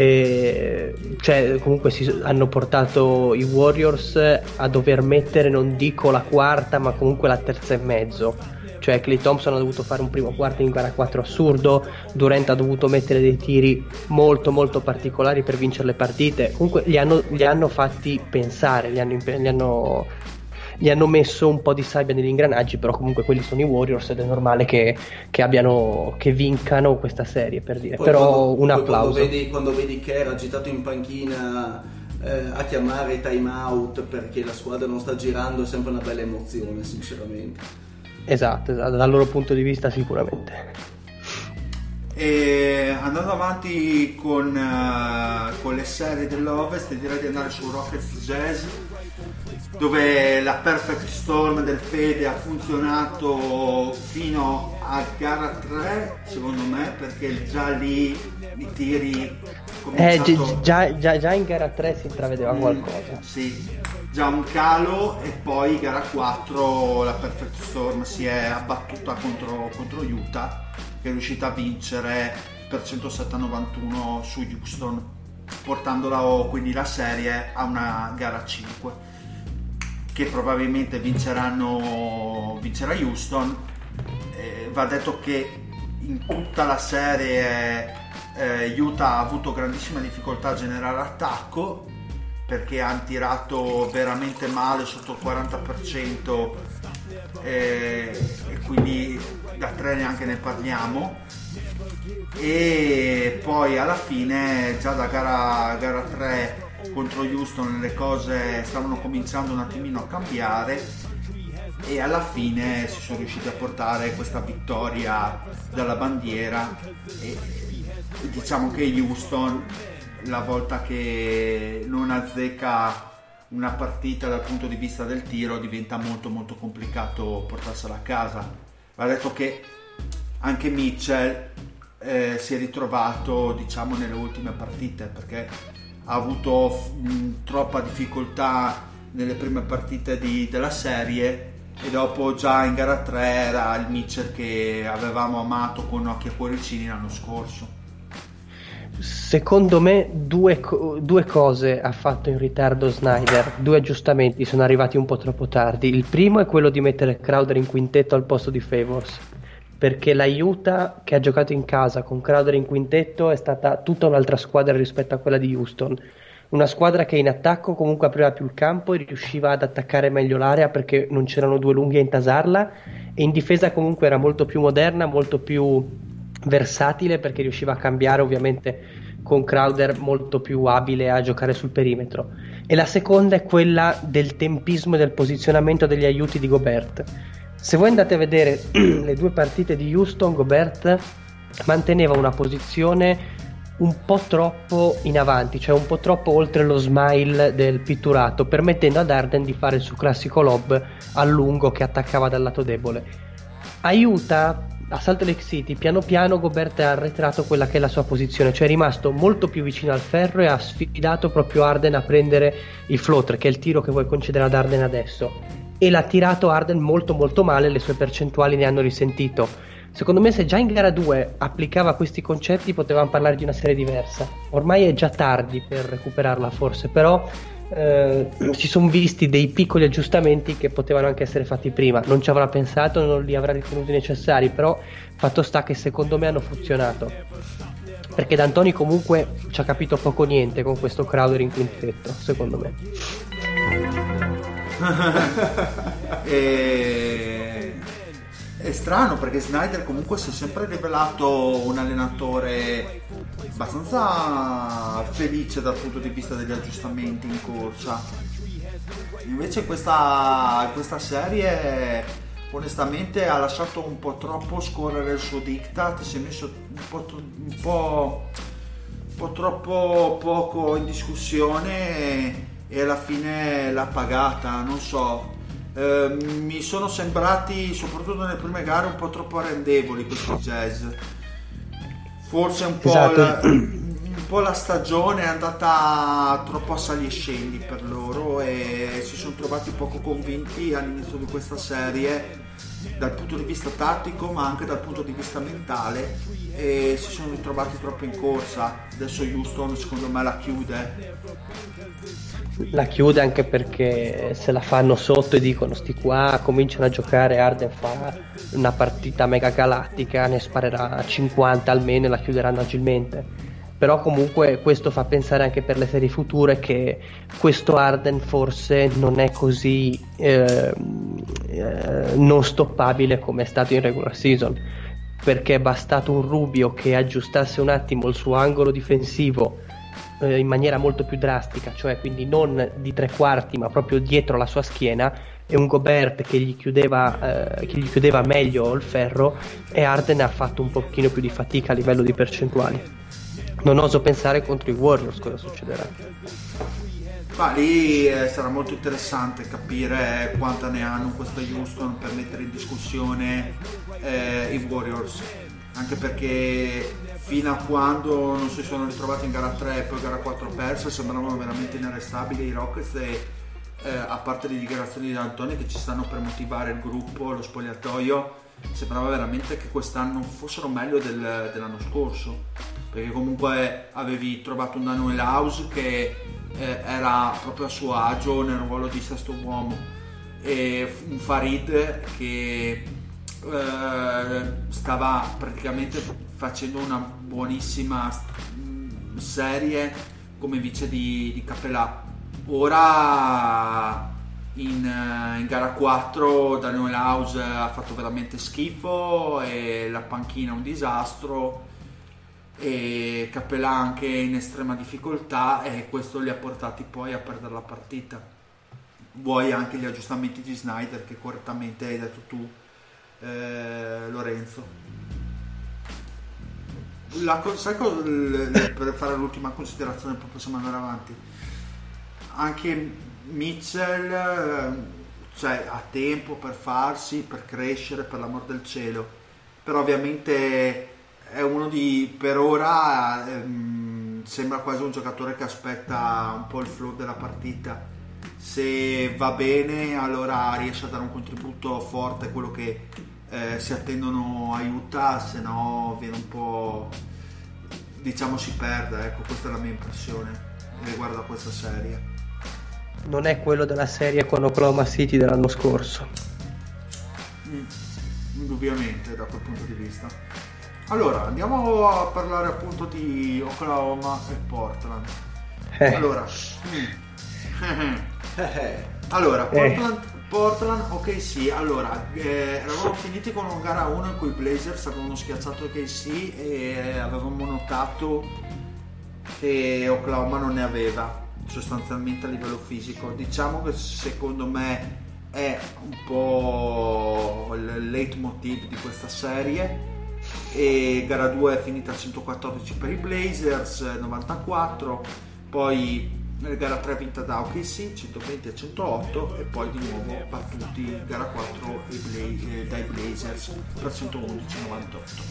e cioè, comunque si, hanno portato i Warriors a dover mettere, non dico la quarta, ma comunque la terza e mezzo. Cioè Klay Thompson ha dovuto fare un primo quarto in gara quattro assurdo, Durant ha dovuto mettere dei tiri molto molto particolari per vincere le partite. Comunque li hanno, li hanno fatti pensare, li hanno, li hanno gli hanno messo un po' di sabbia negli ingranaggi, però comunque quelli sono i Warriors ed è normale che, che abbiano, che vincano questa serie, per dire. Poi però quando, un applauso. Quando vedi, quando vedi Kerr agitato in panchina eh, a chiamare time out perché la squadra non sta girando, è sempre una bella emozione, sinceramente. Esatto, esatto, dal loro punto di vista sicuramente. E andando avanti con, uh, con le serie dell'Ovest, direi di andare su Rockets Jazz, dove la Perfect Storm del Fede ha funzionato fino a gara tre, secondo me, perché già lì i tiri cominciato... eh, già, già, già in gara tre si intravedeva mm, qualcosa. Sì, già un calo, e poi gara quattro la Perfect Storm si è abbattuta contro, contro Utah, che è riuscita a vincere per centosette a novantuno su Houston, portandola quindi la serie a una gara cinque, che probabilmente vinceranno vincerà Houston. Eh, va detto che in tutta la serie eh, Utah ha avuto grandissima difficoltà a generare attacco, perché hanno tirato veramente male, sotto il quaranta per cento, eh, e quindi da tre neanche ne parliamo. E poi alla fine, già da gara, gara tre contro Houston, le cose stavano cominciando un attimino a cambiare, e alla fine si sono riusciti a portare questa vittoria dalla bandiera. E diciamo che Houston, la volta che non azzecca una partita dal punto di vista del tiro, diventa molto molto complicato portarsela a casa. Va detto che anche Mitchell eh, si è ritrovato, diciamo, nelle ultime partite, perché ha avuto mh, troppa difficoltà nelle prime partite di, della serie, e dopo già in gara tre era il Mitchell che avevamo amato con occhi e cuoricini l'anno scorso. Secondo me due, due cose ha fatto in ritardo Snyder, due aggiustamenti sono arrivati un po' troppo tardi. Il primo è quello di mettere Crowder in quintetto al posto di Favors, perché la Utah, che ha giocato in casa con Crowder in quintetto, è stata tutta un'altra squadra rispetto a quella di Houston, una squadra che in attacco comunque apriva più il campo e riusciva ad attaccare meglio l'area, perché non c'erano due lunghi a intasarla, e in difesa comunque era molto più moderna, molto più versatile, perché riusciva a cambiare, ovviamente con Crowder molto più abile a giocare sul perimetro. E la seconda è quella del tempismo e del posizionamento degli aiuti di Gobert. Se voi andate a vedere le due partite di Houston, Gobert manteneva una posizione un po' troppo in avanti, cioè un po' troppo oltre lo smile del pitturato, permettendo ad Harden di fare il suo classico lob a lungo che attaccava dal lato debole. A Utah, a Salt Lake City, piano piano Gobert ha arretrato quella che è la sua posizione, cioè è rimasto molto più vicino al ferro e ha sfidato proprio Harden a prendere il floater, che è il tiro che vuoi concedere ad Harden adesso, e l'ha tirato Harden molto molto male, le sue percentuali ne hanno risentito. Secondo me, se già in gara due applicava questi concetti, potevamo parlare di una serie diversa. Ormai è già tardi per recuperarla forse, però eh, si sono visti dei piccoli aggiustamenti che potevano anche essere fatti prima. Non ci avrà pensato, non li avrà ritenuti necessari, però fatto sta che secondo me hanno funzionato, perché D'Antoni comunque ci ha capito poco niente con questo Crowder in quintetto, secondo me. e... È strano, perché Snyder comunque si è sempre rivelato un allenatore abbastanza felice dal punto di vista degli aggiustamenti in corsa. Invece questa, questa serie onestamente ha lasciato un po' troppo scorrere il suo diktat, si è messo un po', un po', un po' troppo poco in discussione e alla fine l'ha pagata, non so. Uh, mi sono sembrati, soprattutto nelle prime gare, un po' troppo arrendevoli questi Jazz. Forse un po', esatto. la, un po' la stagione è andata troppo a sali e scendi per loro, e si sono trovati poco convinti all'inizio di questa serie dal punto di vista tattico, ma anche dal punto di vista mentale, e si sono ritrovati troppo in corsa. Adesso Houston secondo me la chiude la chiude anche perché se la fanno sotto e dicono sti qua cominciano a giocare, Harden fa una partita mega galattica, ne sparerà cinquanta almeno e la chiuderanno agilmente. Però comunque questo fa pensare anche per le serie future che questo Harden forse non è così eh, eh, non stoppabile come è stato in regular season, perché è bastato un Rubio che aggiustasse un attimo il suo angolo difensivo in maniera molto più drastica, cioè quindi non di tre quarti ma proprio dietro la sua schiena, e un Gobert che gli chiudeva, eh, che gli chiudeva meglio il ferro, e Harden ha fatto un pochino più di fatica a livello di percentuali. Non oso pensare contro i Warriors cosa succederà. Ma lì eh, sarà molto interessante capire quanta ne hanno questa Houston per mettere in discussione eh, i Warriors, anche perché fino a quando non si sono ritrovati in gara tre e poi gara quattro perse sembravano veramente inarrestabili i Rockets, e eh, a parte le dichiarazioni di D'Antoni che ci stanno per motivare il gruppo, lo spogliatoio, sembrava veramente che quest'anno fossero meglio del, dell'anno scorso, perché comunque avevi trovato un Daniel House che eh, era proprio a suo agio nel ruolo di sesto uomo, e un Farid che eh, stava praticamente facendo una buonissima serie come vice di, di Capelà. Ora in, in gara quattro Daniel House ha fatto veramente schifo e la panchina è un disastro, e Capelà anche in estrema difficoltà, e questo li ha portati poi a perdere la partita. Vuoi anche gli aggiustamenti di Snyder che correttamente hai detto tu, eh, Lorenzo. La, sai cosa, per fare l'ultima considerazione poi possiamo andare avanti, anche Mitchell cioè, ha tempo per farsi, per crescere, per l'amor del cielo, però ovviamente è uno di, per ora ehm, sembra quasi un giocatore che aspetta un po' il flow della partita. Se va bene allora riesce a dare un contributo forte, quello che eh, si attendono aiuta, se no viene un po', diciamo, si perde, ecco, questa è la mia impressione riguardo a questa serie. Non è quello della serie con Oklahoma City dell'anno scorso. Mm, indubbiamente da quel punto di vista. Allora andiamo a parlare appunto di Oklahoma e Portland. Eh. Allora mm. allora Portland, Portland ok sì, allora eh, eravamo finiti con una gara uno in cui i Blazers avevano schiacciato K C e avevamo notato che Oklahoma non ne aveva sostanzialmente a livello fisico. Diciamo che secondo me è un po' il leitmotiv di questa serie, e gara due è finita centoquattordici per i Blazers, novantaquattro, poi gara tre vinta da O K C centoventi a centootto, e poi di nuovo battuti gara quattro dai Blazers per centoundici a novantotto.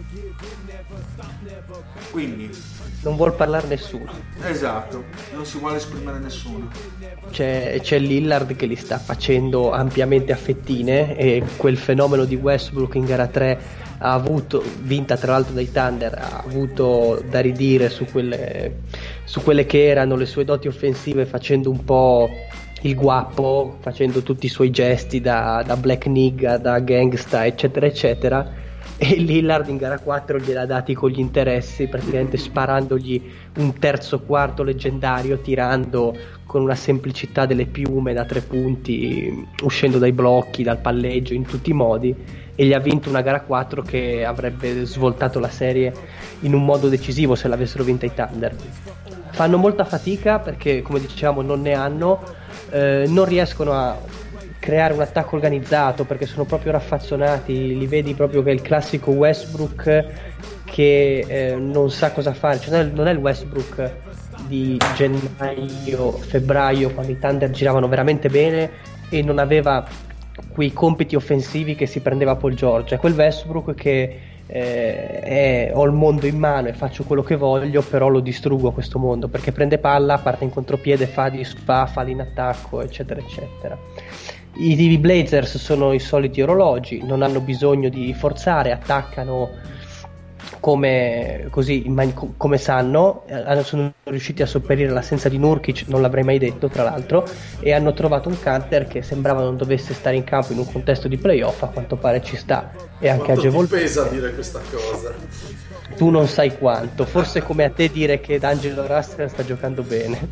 Quindi non vuol parlare nessuno. Esatto, non si vuole esprimere nessuno. C'è, c'è Lillard che li sta facendo ampiamente a fettine, e quel fenomeno di Westbrook in gara tre ha avuto, vinta tra l'altro dai Thunder, ha avuto da ridire su quelle, su quelle che erano le sue doti offensive, facendo un po' il guappo, facendo tutti i suoi gesti da, da black nigga, da gangsta, eccetera eccetera, e Lillard in gara quattro gliel'ha dati con gli interessi, praticamente sparandogli un terzo quarto leggendario, tirando con una semplicità delle piume da tre punti, uscendo dai blocchi, dal palleggio, in tutti i modi, e gli ha vinto una gara quattro che avrebbe svoltato la serie in un modo decisivo se l'avessero vinta i Thunder. Fanno molta fatica perché, come dicevamo, non ne hanno, eh, non riescono a creare un attacco organizzato perché sono proprio raffazzonati, li vedi proprio che è il classico Westbrook che eh, non sa cosa fare, cioè non è, non è il Westbrook di gennaio, febbraio, quando i Thunder giravano veramente bene e non aveva quei compiti offensivi che si prendeva Paul George. È quel Westbrook che eh, è, ho il mondo in mano e faccio quello che voglio, però lo distruggo questo mondo, perché prende palla, parte in contropiede, fa di fa, fa in attacco, eccetera eccetera. I, i Blazers sono i soliti orologi, non hanno bisogno di forzare, attaccano come, così, come sanno, sono riusciti a sopperire l'assenza di Nurkic, non l'avrei mai detto tra l'altro, e hanno trovato un Kanter che sembrava non dovesse stare in campo in un contesto di playoff, a quanto pare ci sta, e anche agevolato. Ti pesa dire questa cosa? Tu non sai quanto, forse come a te dire che D'Angelo Russell sta giocando bene.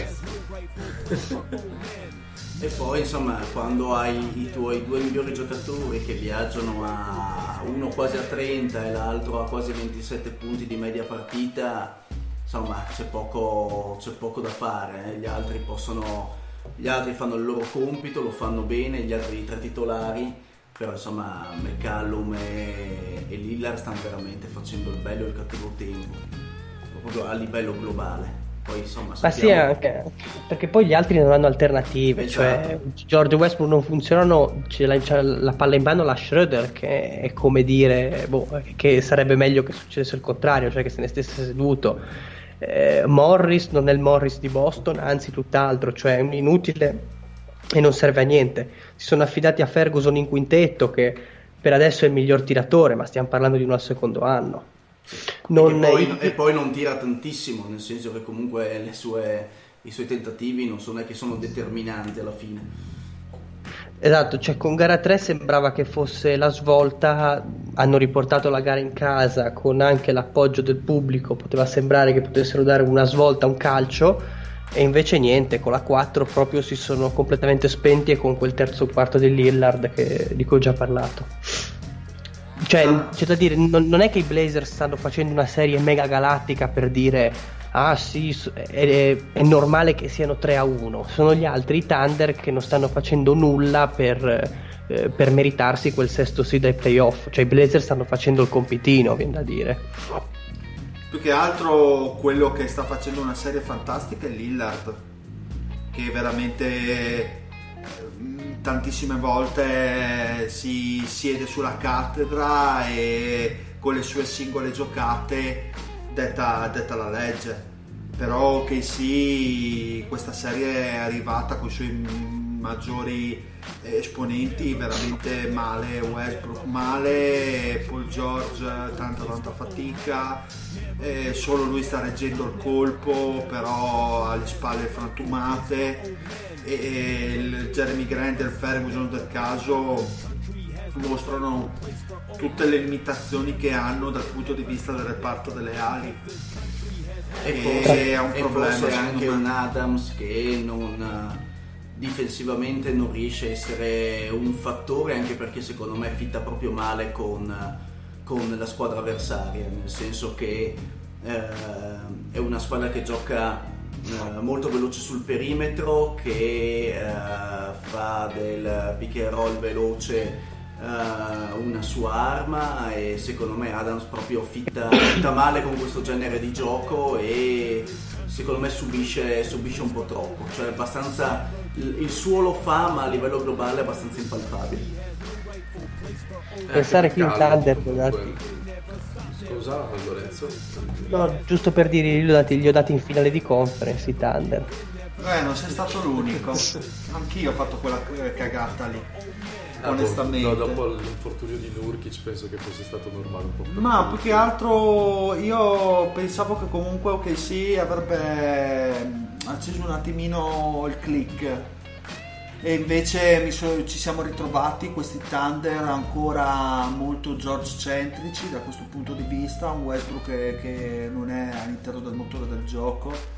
E poi insomma quando hai i tuoi due migliori giocatori che viaggiano a uno quasi a trenta e l'altro a quasi ventisette punti di media partita, insomma c'è poco, c'è poco da fare, eh? Gli altri possono gli altri fanno il loro compito, lo fanno bene, gli altri tre titolari, però insomma McCallum e, e Lillard stanno veramente facendo il bello e il cattivo tempo, proprio a livello globale. Poi insomma ma sì, anche perché poi gli altri non hanno alternative, esatto. Cioè George Westbrook non funzionano, c'è la, c'è la palla in mano la Schroeder, che è come dire boh, che sarebbe meglio che succedesse il contrario, cioè che se ne stesse seduto. eh, Morris non è il Morris di Boston, anzi tutt'altro, cioè è un inutile e non serve a niente. Si sono affidati a Ferguson in quintetto, che per adesso è il miglior tiratore, ma stiamo parlando di uno al secondo anno. Non e, poi, i... e poi non tira tantissimo, nel senso che comunque le sue, i suoi tentativi non sono che sono determinanti alla fine. Esatto, cioè con gara tre sembrava che fosse la svolta, hanno riportato la gara in casa con anche l'appoggio del pubblico, poteva sembrare che potessero dare una svolta a un calcio, e invece niente, con la quattro proprio si sono completamente spenti, e con quel terzo quarto di Lillard che, di cui ho già parlato. Cioè, c'è da dire, non, non è che i Blazers stanno facendo una serie mega galattica per dire ah sì, è, è normale che siano tre a uno. Sono gli altri, i Thunder, che non stanno facendo nulla per, eh, per meritarsi quel sesto seed ai playoff. Cioè i Blazers stanno facendo il compitino, viene da dire. Più che altro quello che sta facendo una serie fantastica è Lillard, che veramente tantissime volte si siede sulla cattedra e con le sue singole giocate detta, detta la legge. Però che sì, questa serie è arrivata con i suoi maggiori esponenti veramente male, Westbrook male, Paul George tanta tanta fatica, eh, solo lui sta reggendo il colpo, però ha le spalle frantumate, e il Jeremy Grant e il Ferguson del caso mostrano tutte le limitazioni che hanno dal punto di vista del reparto delle ali, e, e forse, è un e problema forse anche me. un Adams che non difensivamente non riesce a essere un fattore, anche perché secondo me fitta proprio male con, con la squadra avversaria, nel senso che eh, è una squadra che gioca eh, molto veloce sul perimetro, che eh, fa del pick and roll veloce Uh, una sua arma, e secondo me Adams proprio fitta, fitta male con questo genere di gioco, e secondo me subisce, subisce un po' troppo, cioè abbastanza il, il suo lo fa, ma a livello globale è abbastanza impalpabile. Pensare che in Thunder scusa Lorenzo, no, giusto per dire, gli ho dati, gli ho dati in finale di conference i Thunder. Eh, non sei stato l'unico, anch'io ho fatto quella cagata lì. Ah, onestamente no, dopo l'infortunio di Nurkic penso che fosse stato normale un po'. Ma più che altro io pensavo che comunque O K C avrebbe acceso un attimino il click, e invece mi so, ci siamo ritrovati questi Thunder ancora molto George centrici da questo punto di vista, un Westbrook che, che non è all'interno del motore del gioco,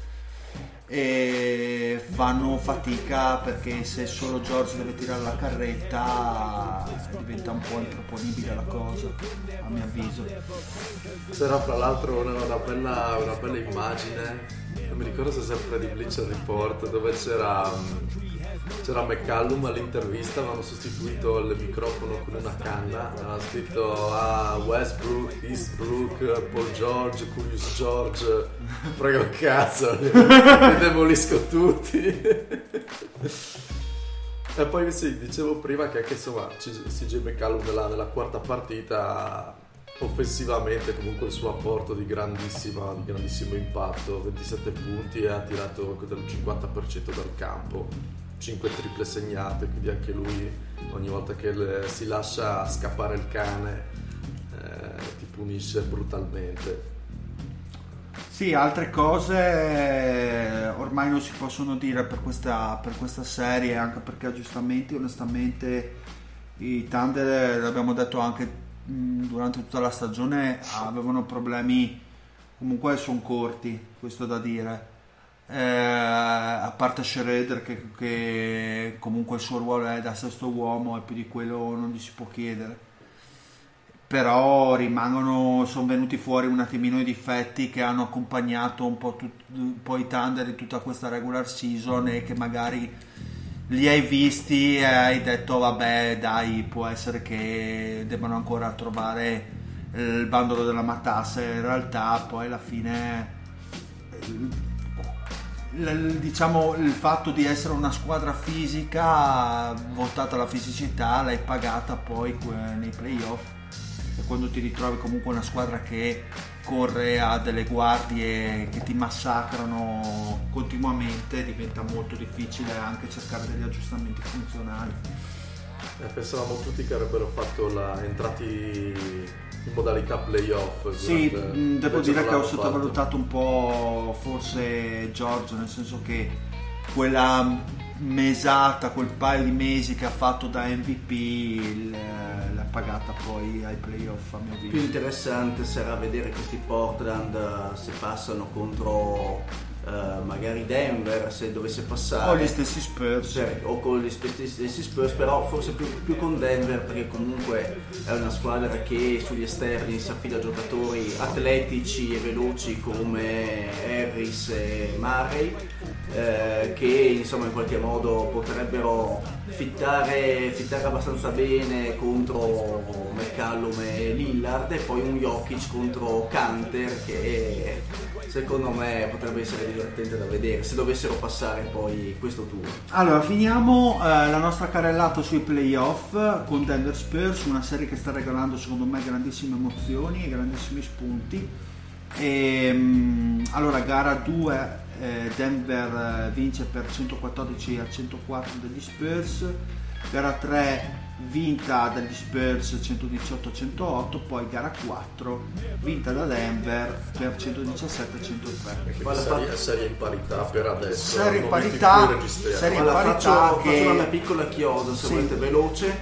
e fanno fatica perché se solo George deve tirare la carretta diventa un po' improponibile la cosa, a mio avviso. C'era fra l'altro una, una, bella, una bella immagine, non mi ricordo se sempre di Bleacher Report, dove c'era c'era McCallum all'intervista, avevano sostituito il microfono con una canna, aveva scritto ah, Westbrook, Eastbrook, Paul George, Curious George, prego il cazzo, li demolisco tutti. E poi sì, dicevo prima che anche insomma C J McCallum nella, nella quarta partita offensivamente comunque il suo apporto di grandissima di grandissimo impatto, ventisette punti, e ha tirato del cinquanta per cento dal campo, cinque triple segnate, quindi anche lui ogni volta che le, si lascia scappare il cane eh, ti punisce brutalmente. Sì, altre cose ormai non si possono dire per questa, per questa serie, anche perché aggiustamenti onestamente i Thunder, l'abbiamo detto anche durante tutta la stagione, avevano problemi, comunque sono corti, questo da dire, eh, a parte Schroeder che, che comunque il suo ruolo è da sesto uomo e più di quello non gli si può chiedere, però rimangono, sono venuti fuori un attimino i difetti che hanno accompagnato un po', tut, un po' i Thunder in tutta questa regular season, e che magari li hai visti e hai detto vabbè dai, può essere che debbano ancora trovare il bandolo della matassa, in realtà poi alla fine diciamo il fatto di essere una squadra fisica votata alla fisicità l'hai pagata poi nei playoff, e quando ti ritrovi comunque una squadra che corre a delle guardie che ti massacrano continuamente, diventa molto difficile anche cercare degli aggiustamenti funzionali. Eh, pensavamo tutti che avrebbero fatto la entrati in modalità playoff. Sì, durante, devo dire che ho fatto. sottovalutato un po' forse Giorgio, nel senso che quella mesata, quel paio di mesi che ha fatto da M V P l'ha pagata poi ai playoff, a mio Più avviso. interessante sarà vedere questi Portland se passano contro uh, magari Denver, se dovesse passare, O gli stessi Spurs. cioè, o con gli stessi Spurs, però forse più, più con Denver, perché comunque è una squadra che sugli esterni si affida a giocatori atletici e veloci come Harris e Murray, eh, che insomma in qualche modo potrebbero fittare, fittare abbastanza bene contro McCallum e Lillard, e poi un Jokic contro Kanter che secondo me potrebbe essere divertente da vedere se dovessero passare poi questo tour. Allora, finiamo eh, la nostra carrellata sui playoff con Denver Spurs, una serie che sta regalando secondo me grandissime emozioni e grandissimi spunti. E, mh, allora, gara due, eh, Denver vince per centoquattordici a centoquattro degli Spurs. Gara tre vinta dagli Spurs centodiciotto a centootto, poi gara quattro vinta da Denver per centodiciassette a centotré. Quindi serie, serie in parità per adesso. Serie in al momento parità, in cui registriamo. serie in Allora, parità faccio, che- faccio una mia piccola chiosa, se Sì. volete, veloce.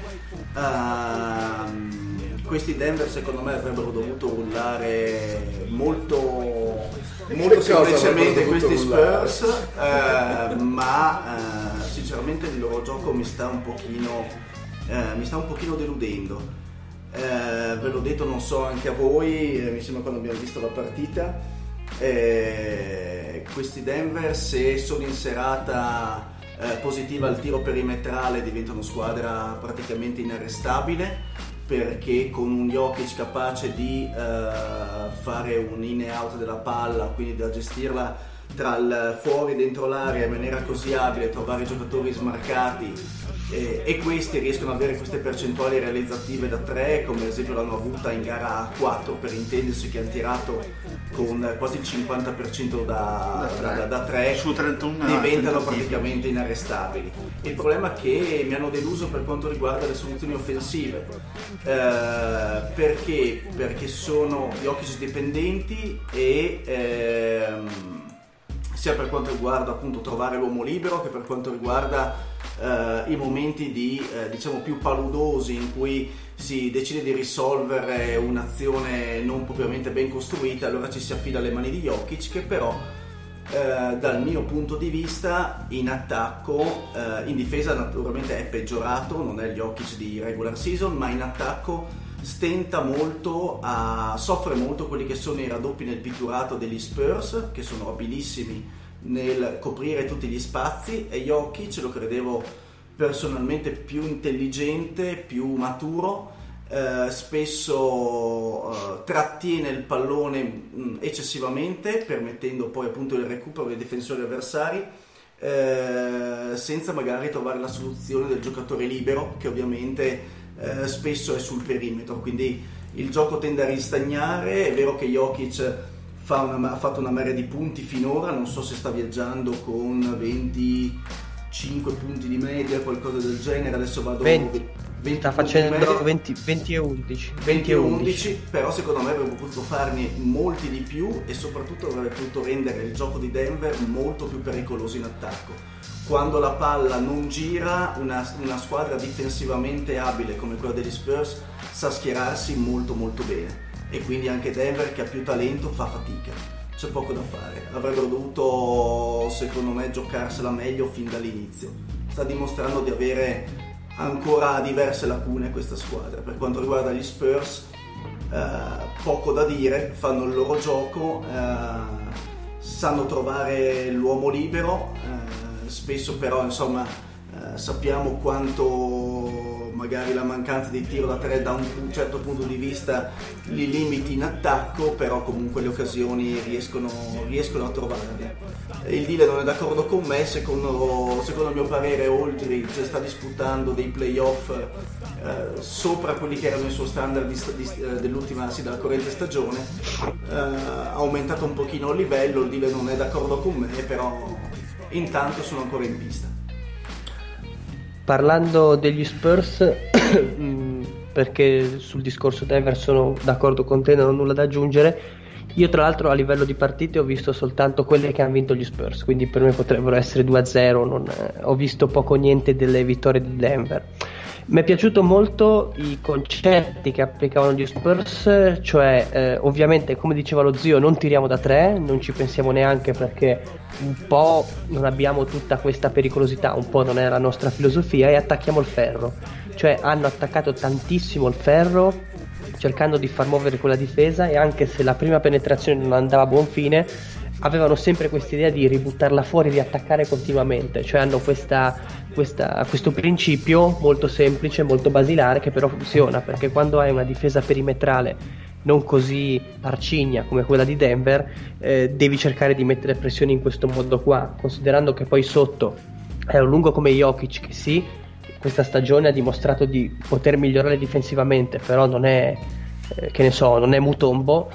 Ehm, questi Denver secondo me avrebbero dovuto rullare molto, molto cosa semplicemente avrebbero dovuto questi rullare? Spurs, eh, ma eh, sinceramente il loro gioco mi sta un pochino, eh, mi sta un pochino deludendo. Eh, ve l'ho detto, non so anche a voi, eh, mi sembra quando abbiamo visto la partita. Eh, questi Denver, se sono in serata eh, positiva al tiro perimetrale, diventano squadra praticamente inarrestabile, perché con un Jokic capace di eh, fare un in e out della palla, quindi da gestirla tra il fuori e dentro l'area in maniera così abile, trovare giocatori smarcati, eh, e questi riescono ad avere queste percentuali realizzative da tre, come ad esempio l'hanno avuta in gara quattro, per intendersi, che hanno tirato con quasi il cinquanta per cento da, Da da, tre. da, da tre, Su trentuno diventano tentativi. praticamente inarrestabili. Il problema è che mi hanno deluso per quanto riguarda le soluzioni offensive, eh, perché? Perché sono Jokic dipendenti e ehm, sia per quanto riguarda appunto trovare l'uomo libero, che per quanto riguarda eh, i momenti di eh, diciamo più paludosi in cui si decide di risolvere un'azione non propriamente ben costruita, allora ci si affida alle mani di Jokic, che però eh, dal mio punto di vista in attacco, eh, in difesa naturalmente è peggiorato, non è il Jokic di regular season, ma in attacco stenta molto, a, soffre molto quelli che sono i raddoppi nel pitturato degli Spurs, che sono abilissimi nel coprire tutti gli spazi, e Jokic lo credevo personalmente più intelligente, più maturo, eh, spesso eh, trattiene il pallone mh, eccessivamente, permettendo poi appunto il recupero dei difensori avversari, eh, senza magari trovare la soluzione del giocatore libero, che ovviamente Eh, spesso è sul perimetro, quindi il gioco tende a ristagnare. È vero che Jokic fa una, ha fatto una marea di punti finora, non so se sta viaggiando con venticinque punti di media, qualcosa del genere, adesso vado venti. venti Sta punti di facendo media. venti, venti e undici. venti e undici, però secondo me avrebbe potuto farne molti di più, e soprattutto avrebbe potuto rendere il gioco di Denver molto più pericoloso in attacco. Quando la palla non gira, una, una squadra difensivamente abile come quella degli Spurs sa schierarsi molto molto bene, e quindi anche Denver, che ha più talento, fa fatica, c'è poco da fare. Avrebbero dovuto secondo me giocarsela meglio fin dall'inizio. Sta dimostrando di avere ancora diverse lacune questa squadra. Per quanto riguarda gli Spurs, eh, poco da dire, fanno il loro gioco, eh, sanno trovare l'uomo libero, eh, spesso però insomma eh, sappiamo quanto magari la mancanza di tiro da tre da un, un certo punto di vista li limiti in attacco, però comunque le occasioni riescono, riescono a trovarle. Il Dile non è d'accordo con me, secondo, secondo il mio parere Aldridge sta disputando dei playoff eh, sopra quelli che erano il suo standard di, di, dell'ultima, sì, della corrente stagione, eh, ha aumentato un pochino il livello. Il Dile non è d'accordo con me, però intanto sono ancora in pista. Parlando degli Spurs, perché sul discorso Denver sono d'accordo con te, non ho nulla da aggiungere. Io tra l'altro a livello di partite ho visto soltanto quelle che hanno vinto gli Spurs, quindi per me potrebbero essere due a zero, non, eh, ho visto poco o niente delle vittorie di Denver. Mi è piaciuto molto i concetti che applicavano gli Spurs, cioè eh, ovviamente come diceva lo zio non tiriamo da tre, non ci pensiamo neanche perché un po' non abbiamo tutta questa pericolosità, un po' non è la nostra filosofia, e attacchiamo il ferro, cioè hanno attaccato tantissimo il ferro cercando di far muovere quella difesa, e anche se la prima penetrazione non andava a buon fine avevano sempre questa idea di ributtarla fuori, di attaccare continuamente, cioè hanno questa, questa, questo principio molto semplice, molto basilare, che però funziona, perché quando hai una difesa perimetrale non così arcigna come quella di Denver, eh, devi cercare di mettere pressione in questo modo qua, considerando che poi sotto è un lungo come Jokic, che sì, questa stagione ha dimostrato di poter migliorare difensivamente, però non è, eh, che ne so, non è Mutombo,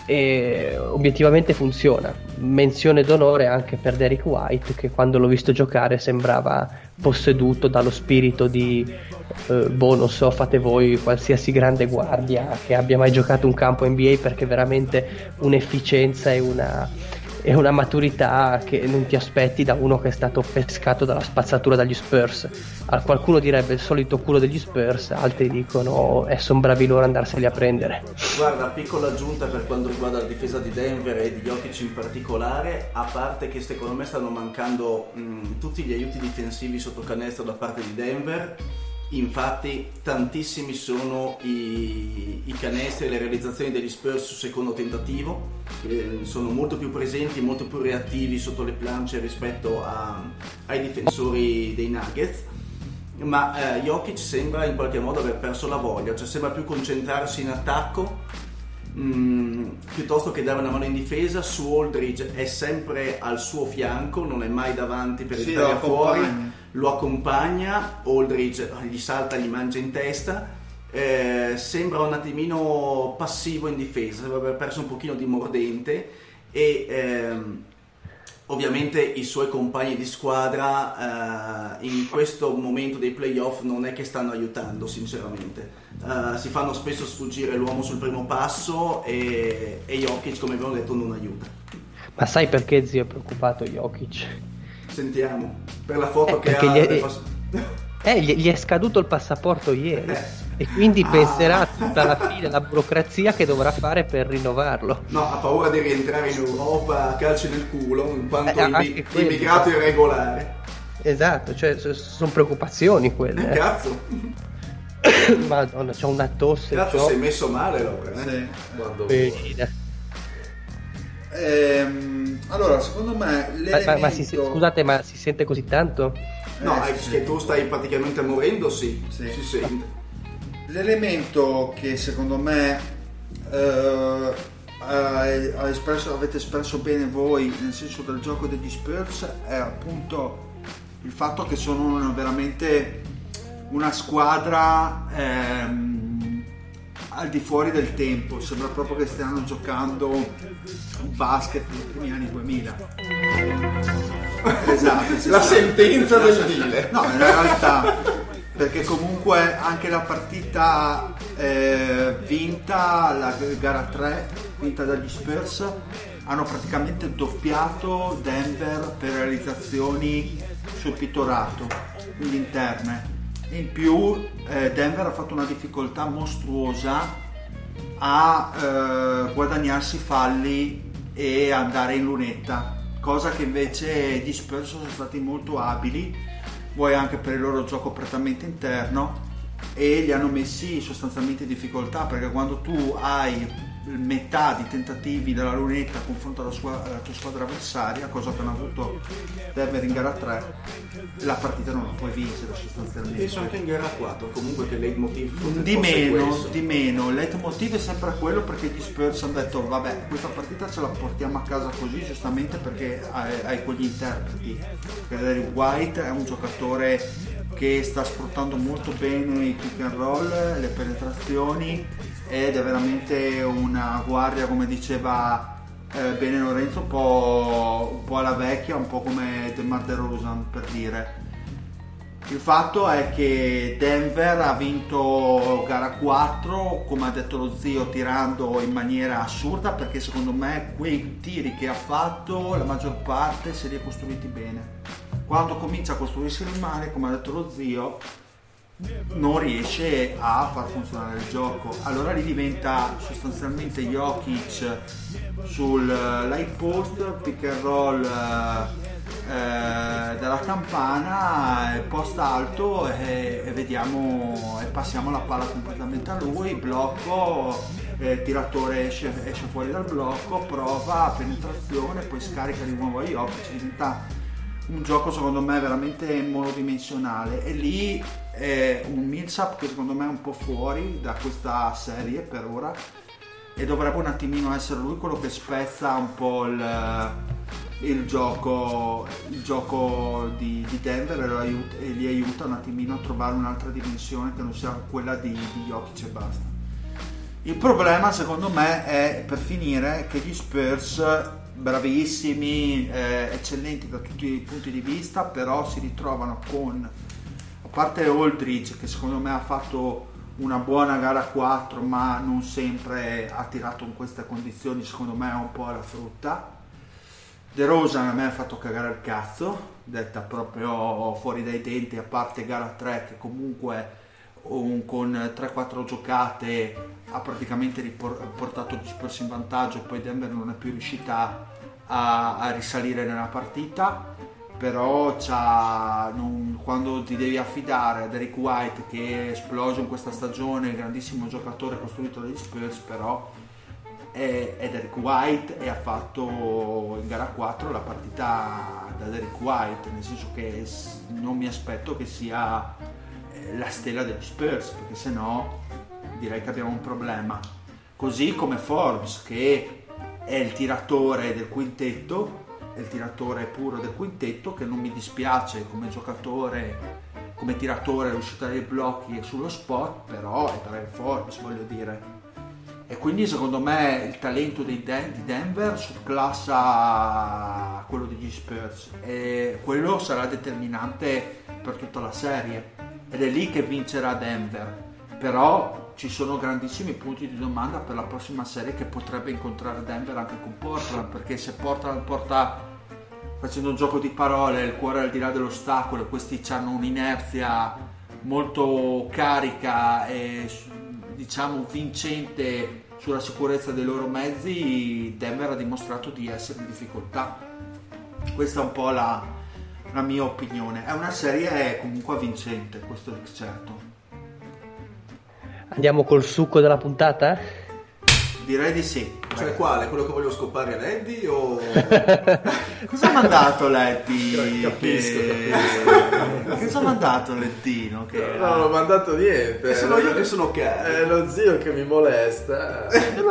e obiettivamente funziona. Menzione d'onore anche per Derrick White, che quando l'ho visto giocare sembrava posseduto dallo spirito di eh, boh, non so, fate voi qualsiasi grande guardia che abbia mai giocato un campo N B A, perché veramente un'efficienza e una è una maturità che non ti aspetti da uno che è stato pescato dalla spazzatura dagli Spurs. A qualcuno direbbe il solito culo degli Spurs, altri dicono eh, sono bravi loro a andarseli a prendere. Guarda, piccola aggiunta per quanto riguarda la difesa di Denver e di Jokic in particolare, a parte che secondo me stanno mancando mh, tutti gli aiuti difensivi sotto canestro da parte di Denver. Infatti tantissimi sono i, i canestri e le realizzazioni degli Spurs su secondo tentativo, che sono molto più presenti, molto più reattivi sotto le plance rispetto a, ai difensori dei Nuggets. Ma eh, Jokic sembra in qualche modo aver perso la voglia, cioè sembra più concentrarsi in attacco mh, piuttosto che dare una mano in difesa. Su Aldridge è sempre al suo fianco, non è mai davanti per sì, tirare fuori, lo accompagna. Aldridge gli salta, gli mangia in testa, eh, sembra un attimino passivo in difesa, sembra aver perso un pochino di mordente, e ehm, ovviamente i suoi compagni di squadra eh, in questo momento dei playoff non è che stanno aiutando sinceramente, eh, si fanno spesso sfuggire l'uomo sul primo passo, e, e Jokic, come abbiamo detto, non aiuta. Ma sai perché, zio, è preoccupato Jokic? Sentiamo, per la foto eh, che ha gli è, del pass- eh, gli, gli è scaduto il passaporto ieri, eh. e quindi ah. penserà tutta la fine, la burocrazia che dovrà fare per rinnovarlo. No, ha paura di rientrare in Europa a calci nel culo in quanto eh, immi- immigrato irregolare. Esatto, cioè so, sono preoccupazioni quelle. Eh, cazzo. Madonna, c'ho una tosse. Cazzo, c'ho... sei messo male, Laura, eh? Sì. Quando Bene. Ehm, allora, secondo me l'elemento... Ma, ma, ma si, scusate, ma si sente così tanto? No, Eh, è sì. che tu stai praticamente morendo, sì, Sì. si sente. L'elemento che secondo me eh, ha espresso, avete espresso bene voi nel senso del gioco degli Spurs è appunto il fatto che sono una, veramente una squadra ehm, al di fuori del tempo. Sembra proprio che stiano giocando un basket nei primi anni duemila. Esatto, sì, La sì. sentenza del Dile. No, in realtà, perché comunque anche la partita eh, vinta, la gara tre, vinta dagli Spurs, hanno praticamente doppiato Denver per realizzazioni sul pittorato, quindi interne. In più eh, Denver ha fatto una difficoltà mostruosa a eh, guadagnarsi falli e andare in lunetta, cosa che invece gli Spurs sono stati molto abili, vuoi anche per il loro gioco prettamente interno, e li hanno messi sostanzialmente in difficoltà, perché quando tu hai metà di tentativi della lunetta confronto alla, sua, alla tua squadra avversaria, cosa che hanno avuto Denver in gara tre, la partita non la puoi vincere sostanzialmente. Penso anche in gara quattro, comunque che il leitmotiv di meno, di meno, il leitmotiv è sempre quello, perché gli Spurs hanno detto vabbè, questa partita ce la portiamo a casa così, giustamente perché hai, hai quegli interpreti. Derrick White è un giocatore che sta sfruttando molto bene i pick and roll, le penetrazioni, ed è veramente una guardia, come diceva eh, bene Lorenzo, un po', un po' alla vecchia, un po' come DeMar DeRozan, per dire. Il fatto è che Denver ha vinto gara quattro, come ha detto lo zio, tirando in maniera assurda, perché secondo me quei tiri che ha fatto la maggior parte se li ha costruiti bene. Quando comincia a costruirsi male, come ha detto lo zio, non riesce a far funzionare il gioco. Allora lì diventa sostanzialmente Jokic sul light post, pick and roll eh, della campana, post alto, e, e vediamo, e passiamo la palla completamente a lui, blocco, eh, tiratore esce, esce fuori dal blocco, prova, penetrazione, poi scarica di nuovo a Jokic. Diventa un gioco secondo me veramente monodimensionale, e lì è un Millsap che secondo me è un po' fuori da questa serie per ora, e dovrebbe un attimino essere lui quello che spezza un po' il, il gioco il gioco di, di Denver, e, lo aiuta, e li aiuta un attimino a trovare un'altra dimensione che non sia quella di, di Jokic e basta. Il problema secondo me è, per finire, che gli Spurs, bravissimi, eh, eccellenti da tutti i punti di vista, però si ritrovano con, a parte Aldridge che secondo me ha fatto una buona gara quattro ma non sempre ha tirato in queste condizioni, secondo me è un po' alla frutta. DeRozan a me ha fatto cagare il cazzo, detta proprio fuori dai denti, a parte gara tre che comunque un, con tre quattro giocate ha praticamente riportato gli Spurs in vantaggio, poi Denver non è più riuscita a, a risalire nella partita. Però c'ha, non, quando ti devi affidare a Derrick White, che è esploso in questa stagione, grandissimo giocatore costruito dagli Spurs, però è, è Derrick White, e ha fatto in gara quattro la partita da Derrick White, nel senso che non mi aspetto che sia la stella degli Spurs, perché sennò direi che abbiamo un problema. Così come Forbes, che è il tiratore del quintetto, è il tiratore puro del quintetto, che non mi dispiace come giocatore, come tiratore, l'uscita dei blocchi e sullo spot, però è Bryn Forbes, voglio dire. E quindi secondo me il talento di Denver surclassa quello degli Spurs, e quello sarà determinante per tutta la serie, ed è lì che vincerà Denver. Però ci sono grandissimi punti di domanda per la prossima serie, che potrebbe incontrare Denver anche con Portland, perché se Portland porta, facendo un gioco di parole, il cuore al di là dell'ostacolo, e questi hanno un'inerzia molto carica e diciamo vincente sulla sicurezza dei loro mezzi, Denver ha dimostrato di essere in difficoltà. Questa è un po' la, la mia opinione. È una serie comunque vincente, questo è certo. Andiamo col succo della puntata? Direi di sì. Cioè quale? Quello che voglio scopare a Leddy o... Cosa ha mandato Leddy? Capisco, che... capisco. Cosa ha mandato Leddino? Che... No, non ho mandato niente. E sono io che sono caro. È lo zio che mi molesta.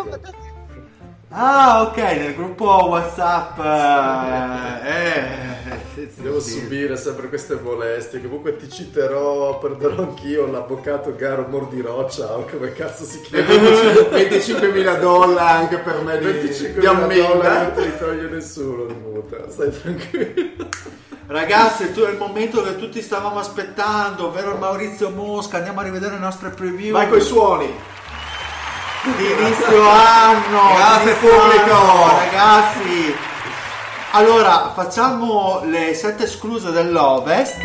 Ah, ok, nel gruppo WhatsApp. Eh, eh, Devo sì. subire sempre queste molestie. Comunque ti citerò, perderò anch'io l'avvocato Garo Mordiroccia, o come cazzo si chiama. venticinquemila dollari anche per me di, di venticinquemila ammenda. dollari non te li toglie nessuno di multa, stai tranquillo. Ragazzi, tu è il momento che tutti stavamo aspettando, ovvero Maurizio Mosca. Andiamo a rivedere le nostre preview. Vai coi suoni. Di inizio anno. Grazie, inizio pubblico. anno, ragazzi. Allora, facciamo le sette escluse dell'Ovest.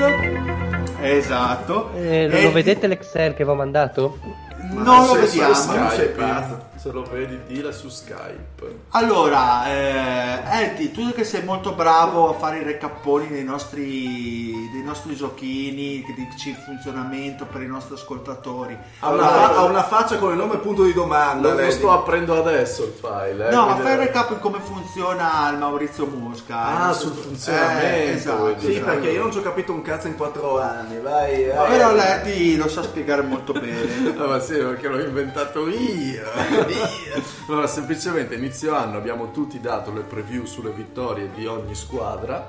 Esatto. Eh, lo E- vedete l'Excel che vi ho mandato? Non lo nel senso, vediamo. Skype. sei pazzo. Se lo vedi, dile su Skype. Allora, eh, Eddie, tu che sei molto bravo a fare i recapponi dei nostri, dei nostri giochini, che dici il funzionamento per i nostri ascoltatori. Ha una, fa- ha una faccia con enorme punto di domanda. Lo, lo lei. sto aprendo adesso il file. Eh, No, ma quindi- fai il recap in come funziona il Maurizio Mosca. Ah, eh, sul eh, funzionamento. esatto, vuoi Sì, dire. perché io non ci ho capito un cazzo in quattro anni. Vai, vai. Però Eddie lo sa spiegare molto bene. Ah, ma sì, perché l'ho inventato io. Io. Allora, semplicemente inizio anno abbiamo tutti dato le preview sulle vittorie di ogni squadra.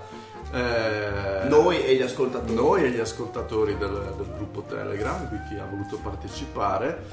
Eh, Noi e gli ascoltatori. noi e gli ascoltatori del, del gruppo Telegram, qui chi ha voluto partecipare.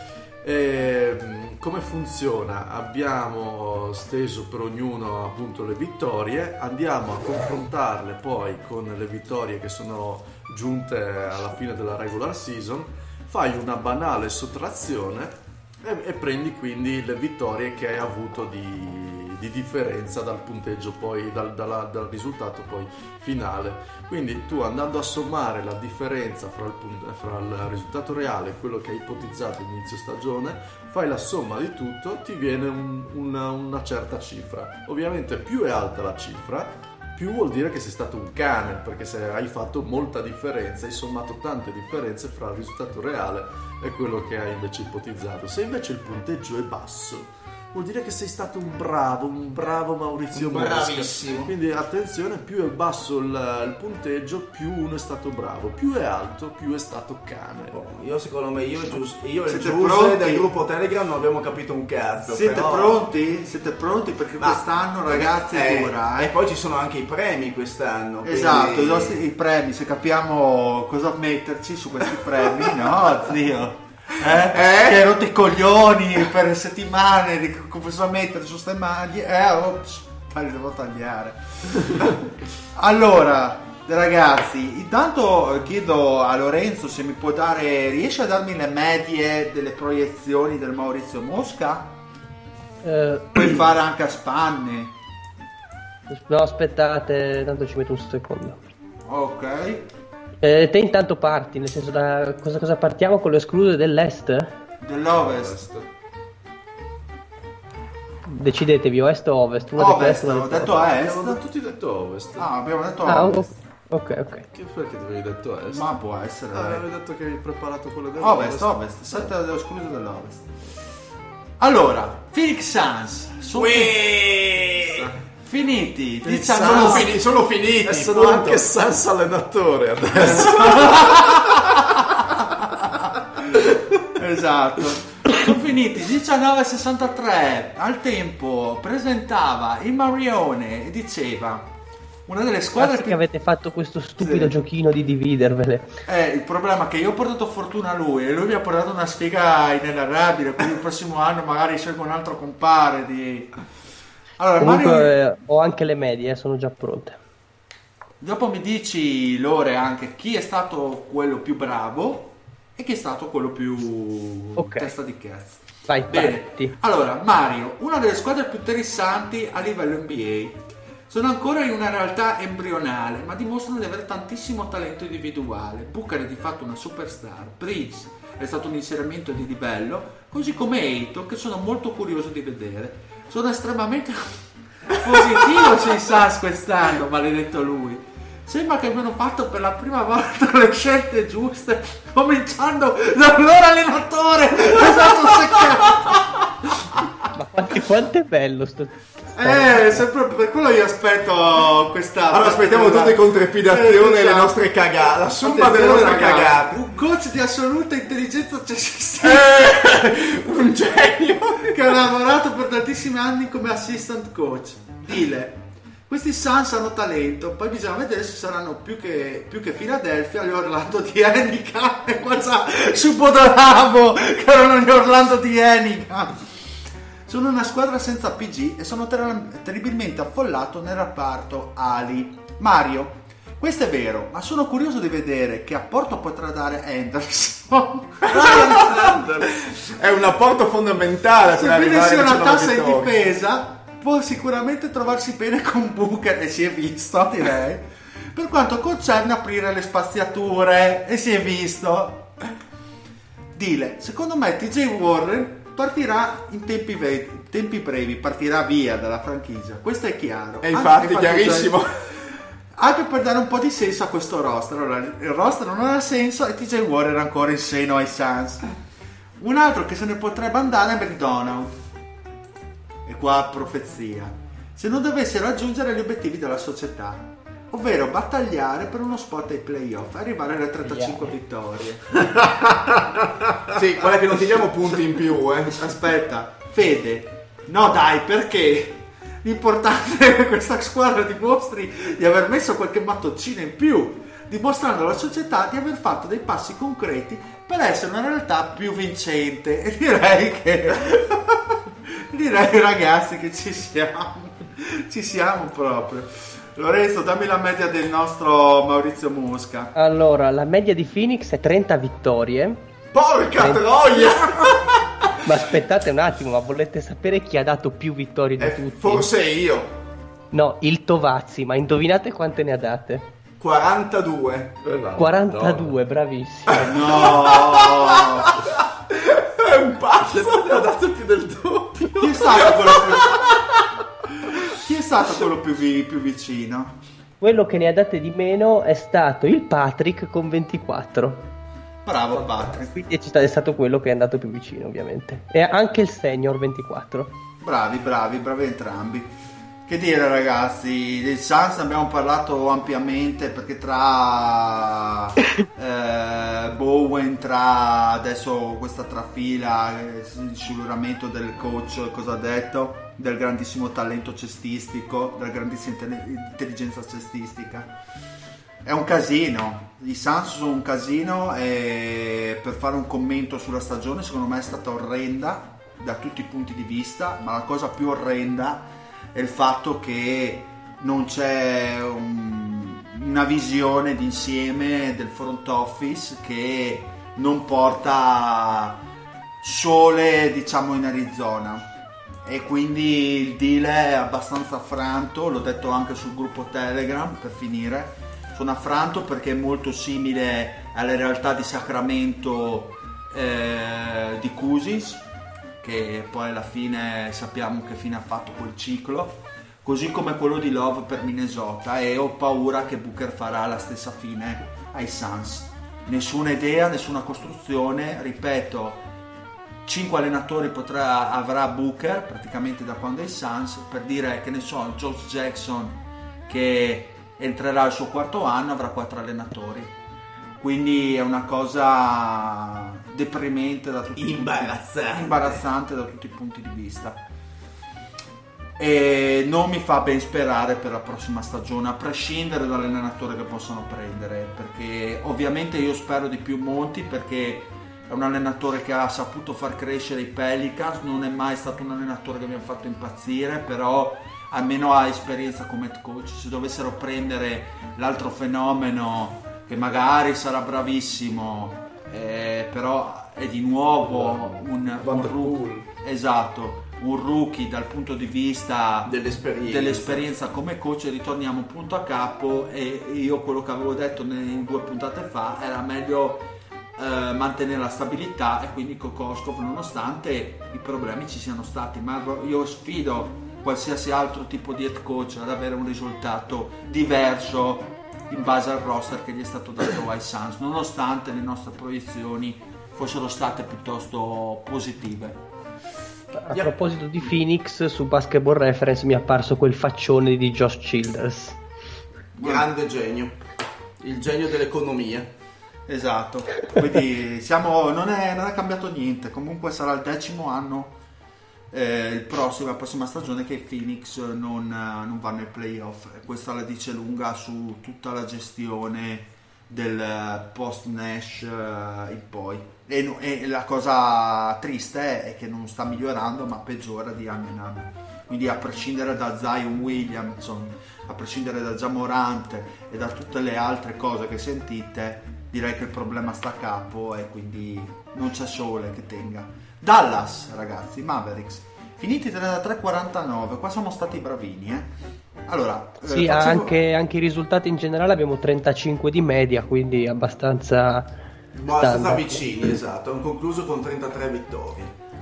E, mh, come funziona? Abbiamo steso per ognuno appunto le vittorie, andiamo a confrontarle poi con le vittorie che sono giunte alla fine della regular season, fai una banale sottrazione e, e prendi quindi le vittorie che hai avuto di, di differenza dal punteggio poi dal, dalla- dal risultato poi finale. Quindi tu, andando a sommare la differenza fra il, punt- fra il risultato reale e quello che hai ipotizzato inizio stagione, fai la somma di tutto, ti viene un- una, una certa cifra. Ovviamente più è alta la cifra, più vuol dire che sei stato un cane, perché se hai fatto molta differenza, hai sommato tante differenze fra il risultato reale e quello che hai invece ipotizzato. Se invece il punteggio è basso, vuol dire che sei stato un bravo, un bravo Maurizio Mosca. Bravissimo. Quindi attenzione, più è basso il, il punteggio, più uno è stato bravo, più è alto, più è stato cane. Io secondo me, io e Gius- io e Siete Giuse pronti? del gruppo Telegram non abbiamo capito un cazzo. Siete però- pronti? Siete pronti? Perché Ma- quest'anno, ragazzi, eh, dura. E Eh. poi ci sono anche i premi quest'anno. quindi- Esatto, i, nostri, i premi, se capiamo cosa metterci su questi premi, no, zio? Eh? Eh? Che hai rotto i coglioni per settimane di cosa mettere su ste maglie. Eh, ops, li devo tagliare. Allora, ragazzi, intanto chiedo a Lorenzo se mi può dare, riesce a darmi le medie delle proiezioni del Maurizio Mosca? Eh, Puoi fare anche a spanne. no, aspettate, tanto ci metto un secondo. Ok. Eh, te intanto parti, nel senso, da cosa, cosa partiamo con le escluse dell'est? Dell'Ovest. Decidetevi, o est o ovest? Una delle Ovest, due, una ho delle detto due. est. Abbiamo tutti detto ovest. Ah, abbiamo detto Ah, ovest. o- ok, ok. Che perché ti avevi detto est? Ma può essere. Ah, avevi detto che avevi preparato quello dell'ovest. Ovest, ovest, sette escluse dell'Ovest. Allora, Phoenix Suns sono Uè! finiti. Il diciamo- Sono, Sans. fini- sono finiti. E sono punto. anche Sans allenatore adesso. Esatto. Sono finiti diciannove a sessantatré. Al tempo presentava il Marione e diceva una delle squadre Grazie che più... avete fatto questo stupido Sì. giochino di dividervele. Eh, il problema è che io ho portato fortuna a lui e lui mi ha portato una sfiga inenarrabile, quindi il prossimo anno magari scelgo un altro compare di... Allora, Comunque Mario, eh, ho anche le medie, eh, sono già pronte. dopo mi dici, Lore, anche chi è stato quello più bravo e chi è stato quello più Ok. testa di cazzo. Vai, Bene, parti. allora Mario, una delle squadre più interessanti a livello N B A. Sono ancora in una realtà embrionale, ma dimostrano di avere tantissimo talento individuale. Booker è di fatto una superstar, Bridges è stato un inserimento di livello, così come Ayton, che sono molto curioso di vedere. Sono estremamente positivo sui Suns quest'anno, maledetto lui. Sembra che abbiano fatto per la prima volta le scelte giuste, cominciando dal loro allenatore. È stato seccato. Ma quanto, quanto è bello sto... Eh, sempre per quello io aspetto questa. Allora aspettiamo tutte con trepidazione le nostre cagate. La somma delle nostre cagate. Un coach di assoluta intelligenza cessissima Eh, un genio. che ha lavorato per tantissimi anni come assistant coach. Dile, questi Suns hanno talento, poi bisogna vedere se saranno più che, più che Philadelphia gli Orlando di Enica e qua c'ha Subodolavo che erano gli Orlando di Enica. Sono una squadra senza P G e sono ter- terribilmente affollato nel reparto ali. Mario, questo è vero, ma sono curioso di vedere che apporto potrà dare Anderson. È un apporto fondamentale per Se arrivare vede sia una vicino alla tassa in vittoria. difesa, può sicuramente trovarsi bene con Booker, e si è visto, direi, per quanto concerne aprire le spaziature, e si è visto. Dile, secondo me T J Warren partirà in tempi, ve- tempi brevi, partirà via dalla franchigia. Questo è chiaro. E infatti, Anche- chiarissimo. Anche per dare un po' di senso a questo roster. Allora, il roster non ha senso e T J Warren era ancora in seno ai Suns. Un altro che se ne potrebbe andare è McDonald. E qua profezia. Se non dovesse raggiungere gli obiettivi della società, ovvero battagliare per uno spot ai playoff e arrivare alle trentacinque Yeah. vittorie. Sì, quella che non ti diamo punti in più, eh. Aspetta, Fede, no dai, perché? L'importante è che questa squadra dimostri di aver messo qualche mattoncino in più, dimostrando alla società di aver fatto dei passi concreti per essere una realtà più vincente. E direi che direi ragazzi che ci siamo, ci siamo proprio. Lorenzo, dammi la media del nostro Maurizio Mosca. Allora, la media di Phoenix è trenta vittorie. Porca Trenta troia! Ma aspettate un attimo, ma volete sapere chi ha dato più vittorie di Eh, tutti? forse io. No, il Tovazzi, ma indovinate quante ne ha date? quarantadue. Eh, no, quarantadue, bravissimo. No! È un pazzo! no. Ne ha dato più del doppio. Chi è stato quello più, Chi è stato quello più, vi- più vicino? Quello che ne ha date di meno è stato il Patrick con ventiquattro. Bravo Patrick. Quindi è sta- è stato quello che è andato più vicino, ovviamente. E anche il Senior ventiquattro. Bravi, bravi, bravi entrambi. Che dire ragazzi, dei Suns ne abbiamo parlato ampiamente perché tra eh, Bowen, tra adesso questa trafila, eh, il giuramento del coach, cosa ha detto? Del grandissimo talento cestistico, della grandissima inte- intelligenza cestistica. È un casino, i Suns sono un casino e per fare un commento sulla stagione secondo me è stata orrenda da tutti i punti di vista, ma la cosa più orrenda è il fatto che non c'è un- una visione d'insieme del front office che non porta sole, diciamo, in Arizona, e quindi il deal è abbastanza affranto. L'ho detto anche sul gruppo Telegram per finire, sono affranto perché è molto simile alle realtà di Sacramento, eh, di Cousins, che poi alla fine sappiamo che fine ha fatto quel ciclo, così come quello di Love per Minnesota, e ho paura che Booker farà la stessa fine ai Suns. Nessuna idea, nessuna costruzione, ripeto, cinque allenatori potrà, avrà Booker praticamente da quando è ai Suns, per dire che ne so, Josh Jackson che entrerà al suo quarto anno avrà quattro allenatori, quindi è una cosa deprimente da tutti i Imbarazzante. punti, imbarazzante da tutti i punti di vista, e non mi fa ben sperare per la prossima stagione, a prescindere dall'allenatore che possono prendere, perché ovviamente io spero di più Monty, perché è un allenatore che ha saputo far crescere i Pelicans, non è mai stato un allenatore che mi ha fatto impazzire, però almeno ha esperienza come head coach. Se dovessero prendere l'altro fenomeno che magari sarà bravissimo, eh, però è di nuovo un, un rookie, esatto, un rookie dal punto di vista Dell'esperienza. dell'esperienza come coach, ritorniamo punto a capo. E io quello che avevo detto in due puntate fa era meglio eh, mantenere la stabilità, e quindi Kokoskov, nonostante i problemi ci siano stati, ma io sfido qualsiasi altro tipo di head coach ad avere un risultato diverso in base al roster che gli è stato dato ai Suns, nonostante le nostre proiezioni fossero state piuttosto positive. A proposito di Phoenix, su Basketball Reference mi è apparso quel faccione di Josh Childers. Grande genio. Il genio dell'economia. Esatto, quindi siamo, non, è, non è cambiato niente, comunque sarà il decimo anno, eh, il prossimo, la prossima stagione, che i Phoenix non, non vanno ai playoff, e questa la dice lunga su tutta la gestione del post Nash eh, in poi, e, no- e la cosa triste è che non sta migliorando ma peggiora di anno in anno, quindi a prescindere da Zion Williamson, a prescindere da Ja Morant e da tutte le altre cose che sentite, direi che il problema sta a capo e quindi non c'è sole che tenga. Dallas, ragazzi, Mavericks, finiti trentatré a quarantanove, qua siamo stati bravini, eh. Allora, eh, Sì, facevo- anche, anche i risultati in generale abbiamo trentacinque di media, quindi abbastanza Abbastanza standard. vicini, esatto. Hanno concluso con trentatré vittorie.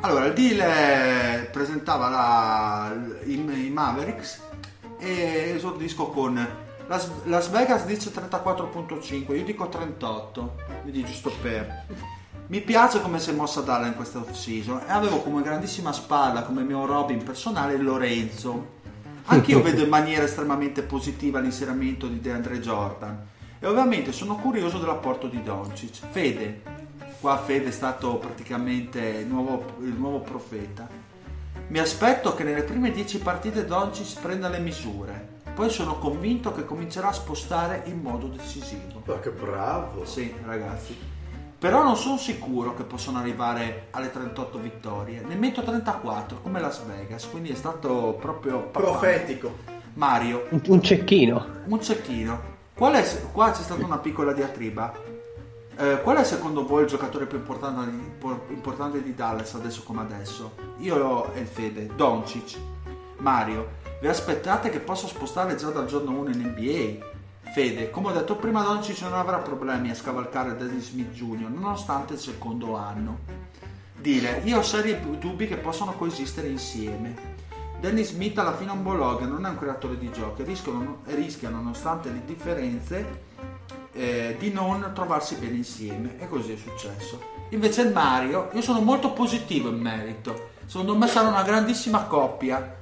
Allora, il deal è, presentava la, i, i Mavericks e esordisco con Las, Las Vegas dice trentaquattro virgola cinque, io dico trentotto, quindi giusto per... Mi piace come si è mossa Dallas in questa off-season e avevo come grandissima spalla, come mio Robin personale, Lorenzo. Anch'io vedo in maniera estremamente positiva l'inserimento di DeAndre Jordan e ovviamente sono curioso dell'apporto di Doncic. Fede, qua Fede è stato praticamente il nuovo, il nuovo profeta. Mi aspetto che nelle prime dieci partite Doncic prenda le misure, poi sono convinto che comincerà a spostare in modo decisivo. Ma che bravo! Sì, ragazzi. Però non sono sicuro che possano arrivare alle trentotto vittorie, ne metto trentaquattro come Las Vegas, quindi è stato proprio papà. Profetico. Mario, Un, un cecchino. un cecchino. Qual è, qua c'è stata una piccola diatriba. Eh, qual è secondo voi il giocatore più importante di, importante di Dallas adesso come adesso? Io e il Fede, Doncic. Mario, vi aspettate che possa spostare già dal giorno uno in N B A? Fede, come ho detto prima, Doncic non avrà problemi a scavalcare Dennis Smith Junior nonostante il secondo anno. Dire, io ho seri dubbi che possano coesistere insieme. Dennis Smith alla fine è un bologna, non è un creatore di giochi, rischiano, rischia nonostante le differenze eh, di non trovarsi bene insieme e così è successo. Invece il Mario, io sono molto positivo in merito, secondo me sarà una grandissima coppia.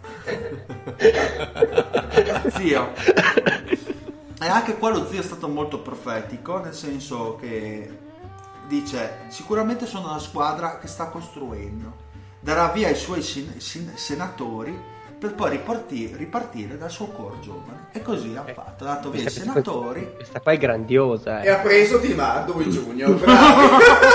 Zio. E anche qua lo zio è stato molto profetico, nel senso che dice sicuramente sono una squadra che sta costruendo, darà via i suoi sin- sin- senatori per poi ripartire, ripartire dal suo core giovane e così ha fatto, ha dato via i senatori. Questa qua è grandiosa eh. E ha preso Tim Hardaway Junior bravi.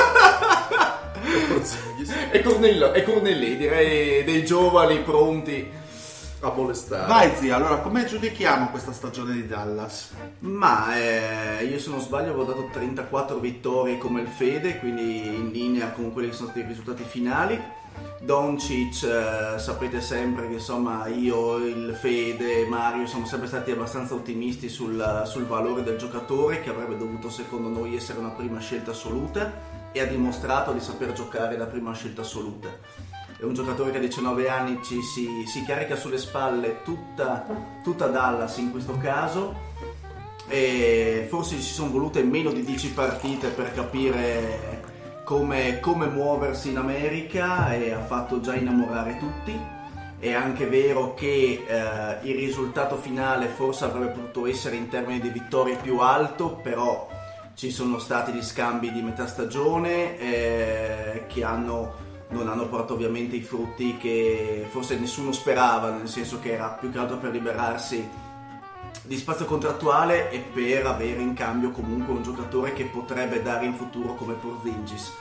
e, Cornello, e Cornelli, direi dei giovani pronti a molestare. Vai zia, allora come giudichiamo questa stagione di Dallas? Ma eh, io se non sbaglio avevo dato trentaquattro vittorie come il Fede, quindi in linea con quelli che sono stati i risultati finali. Doncic, eh, sapete sempre che insomma io, il Fede, Mario siamo sempre stati abbastanza ottimisti sul, sul valore del giocatore, che avrebbe dovuto secondo noi essere una prima scelta assoluta e ha dimostrato di saper giocare la prima scelta assoluta. È un giocatore che a diciannove anni ci si, si carica sulle spalle tutta, tutta Dallas in questo caso, e forse ci sono volute meno di dieci partite per capire come, come muoversi in America, e ha fatto già innamorare tutti. È anche vero che eh, il risultato finale forse avrebbe potuto essere in termini di vittorie più alto, però ci sono stati gli scambi di metà stagione eh, che hanno... non hanno portato ovviamente i frutti che forse nessuno sperava, nel senso che era più che altro per liberarsi di spazio contrattuale e per avere in cambio comunque un giocatore che potrebbe dare in futuro come Porzingis.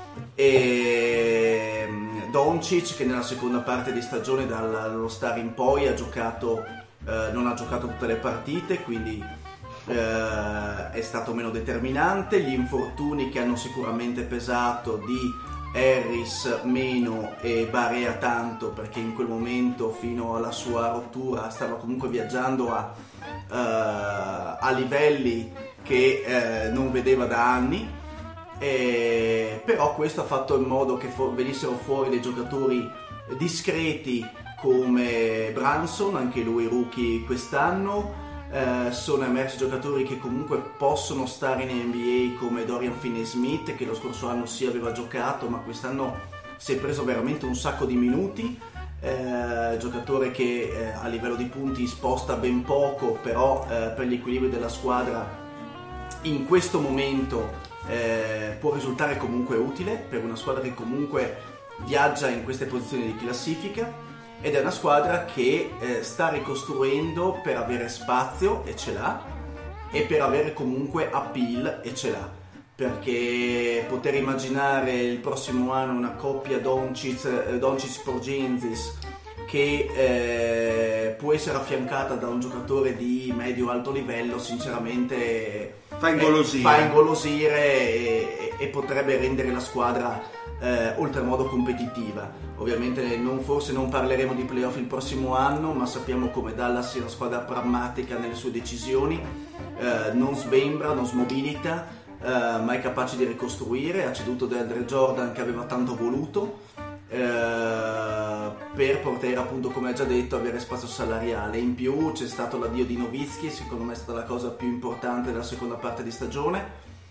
E Doncic, che nella seconda parte di stagione dallo Star in poi ha giocato eh, non ha giocato tutte le partite, quindi eh, è stato meno determinante. Gli infortuni che hanno sicuramente pesato di Harris meno e Barea tanto, perché in quel momento fino alla sua rottura stava comunque viaggiando a, uh, a livelli che uh, non vedeva da anni, e, però questo ha fatto in modo che fu- venissero fuori dei giocatori discreti come Brunson, anche lui rookie quest'anno. Uh, sono emersi giocatori che comunque possono stare in N B A come Dorian Finney-Smith, che lo scorso anno sì aveva giocato, ma quest'anno si è preso veramente un sacco di minuti. Uh, giocatore che uh, a livello di punti sposta ben poco, però uh, per l'equilibrio della squadra in questo momento uh, può risultare comunque utile per una squadra che comunque viaggia in queste posizioni di classifica. Ed è una squadra che eh, sta ricostruendo per avere spazio, e ce l'ha, e per avere comunque appeal, e ce l'ha, perché poter immaginare il prossimo anno una coppia Doncic, eh, Doncic-Porzingis che eh, può essere affiancata da un giocatore di medio-alto livello, sinceramente fa ingolosire, eh, fa ingolosire e, e potrebbe rendere la squadra Eh, oltremodo competitiva. Ovviamente non, forse non parleremo di playoff il prossimo anno, ma sappiamo come Dallas sia una squadra pragmatica nelle sue decisioni, eh, non sbembra, non smobilita, eh, ma è capace di ricostruire. Ha ceduto DeAndre Jordan, che aveva tanto voluto, eh, per poter appunto, come ha già detto, avere spazio salariale. In più c'è stato l'addio di Nowitzki, secondo me è stata la cosa più importante della seconda parte di stagione,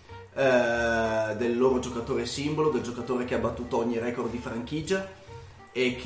eh, del loro giocatore simbolo, del giocatore che ha battuto ogni record di franchigia e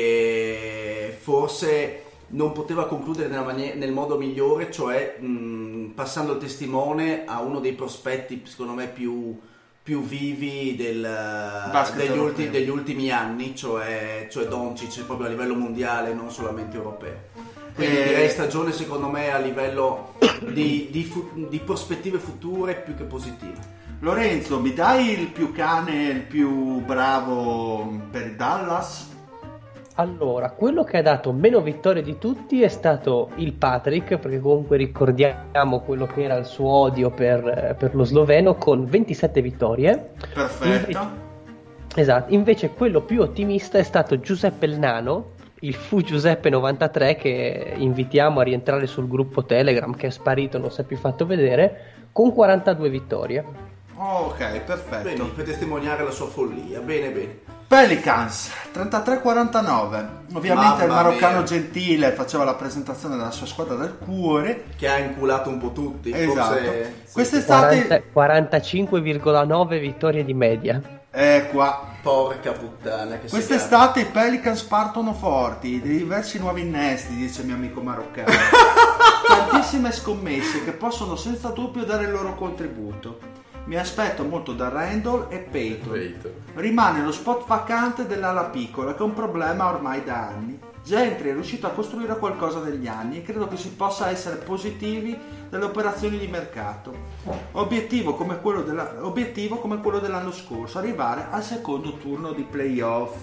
che forse non poteva concludere nella maniera, nel modo migliore, cioè mh, passando il testimone a uno dei prospetti secondo me più, più vivi del, degli, ulti, degli ultimi anni, cioè, cioè Doncic, proprio a livello mondiale, non solamente europeo. Quindi e... direi stagione secondo me a livello di, di, fu, di prospettive future più che positive. Lorenzo, mi dai il più cane, il più bravo per Dallas? Allora, quello che ha dato meno vittorie di tutti è stato il Patrick, perché comunque ricordiamo quello che era il suo odio per, per lo sloveno, con ventisette vittorie. Perfetto. Invece, esatto, invece quello più ottimista è stato Giuseppe il Nano, il Fu Giuseppe novantatré, che invitiamo a rientrare sul gruppo Telegram, che è sparito, non si è più fatto vedere, con quarantadue vittorie. Oh, ok, perfetto. Bene, per testimoniare la sua follia, bene bene. Pelicans trentatré quarantanove. Ovviamente Mamma il maroccano mia. Gentile faceva la presentazione della sua squadra del cuore, Che ha inculato un po' tutti. esatto. Forse... Quest'estate quarantacinque virgola nove vittorie di media. è qua. Porca puttana che Quest'estate i Pelicans partono forti, dei diversi nuovi innesti, dice il mio amico maroccano. Tantissime scommesse che possono senza dubbio dare il loro contributo. Mi aspetto molto da Randall e Peyton. Peyton. Rimane lo spot vacante dell'ala piccola, che è un problema ormai da anni. Gentry è riuscito a costruire qualcosa negli anni e credo che si possa essere positivi nelle operazioni di mercato. Obiettivo come quello, della, obiettivo come quello dell'anno scorso, arrivare al secondo turno di playoff.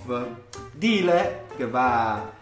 Dile che va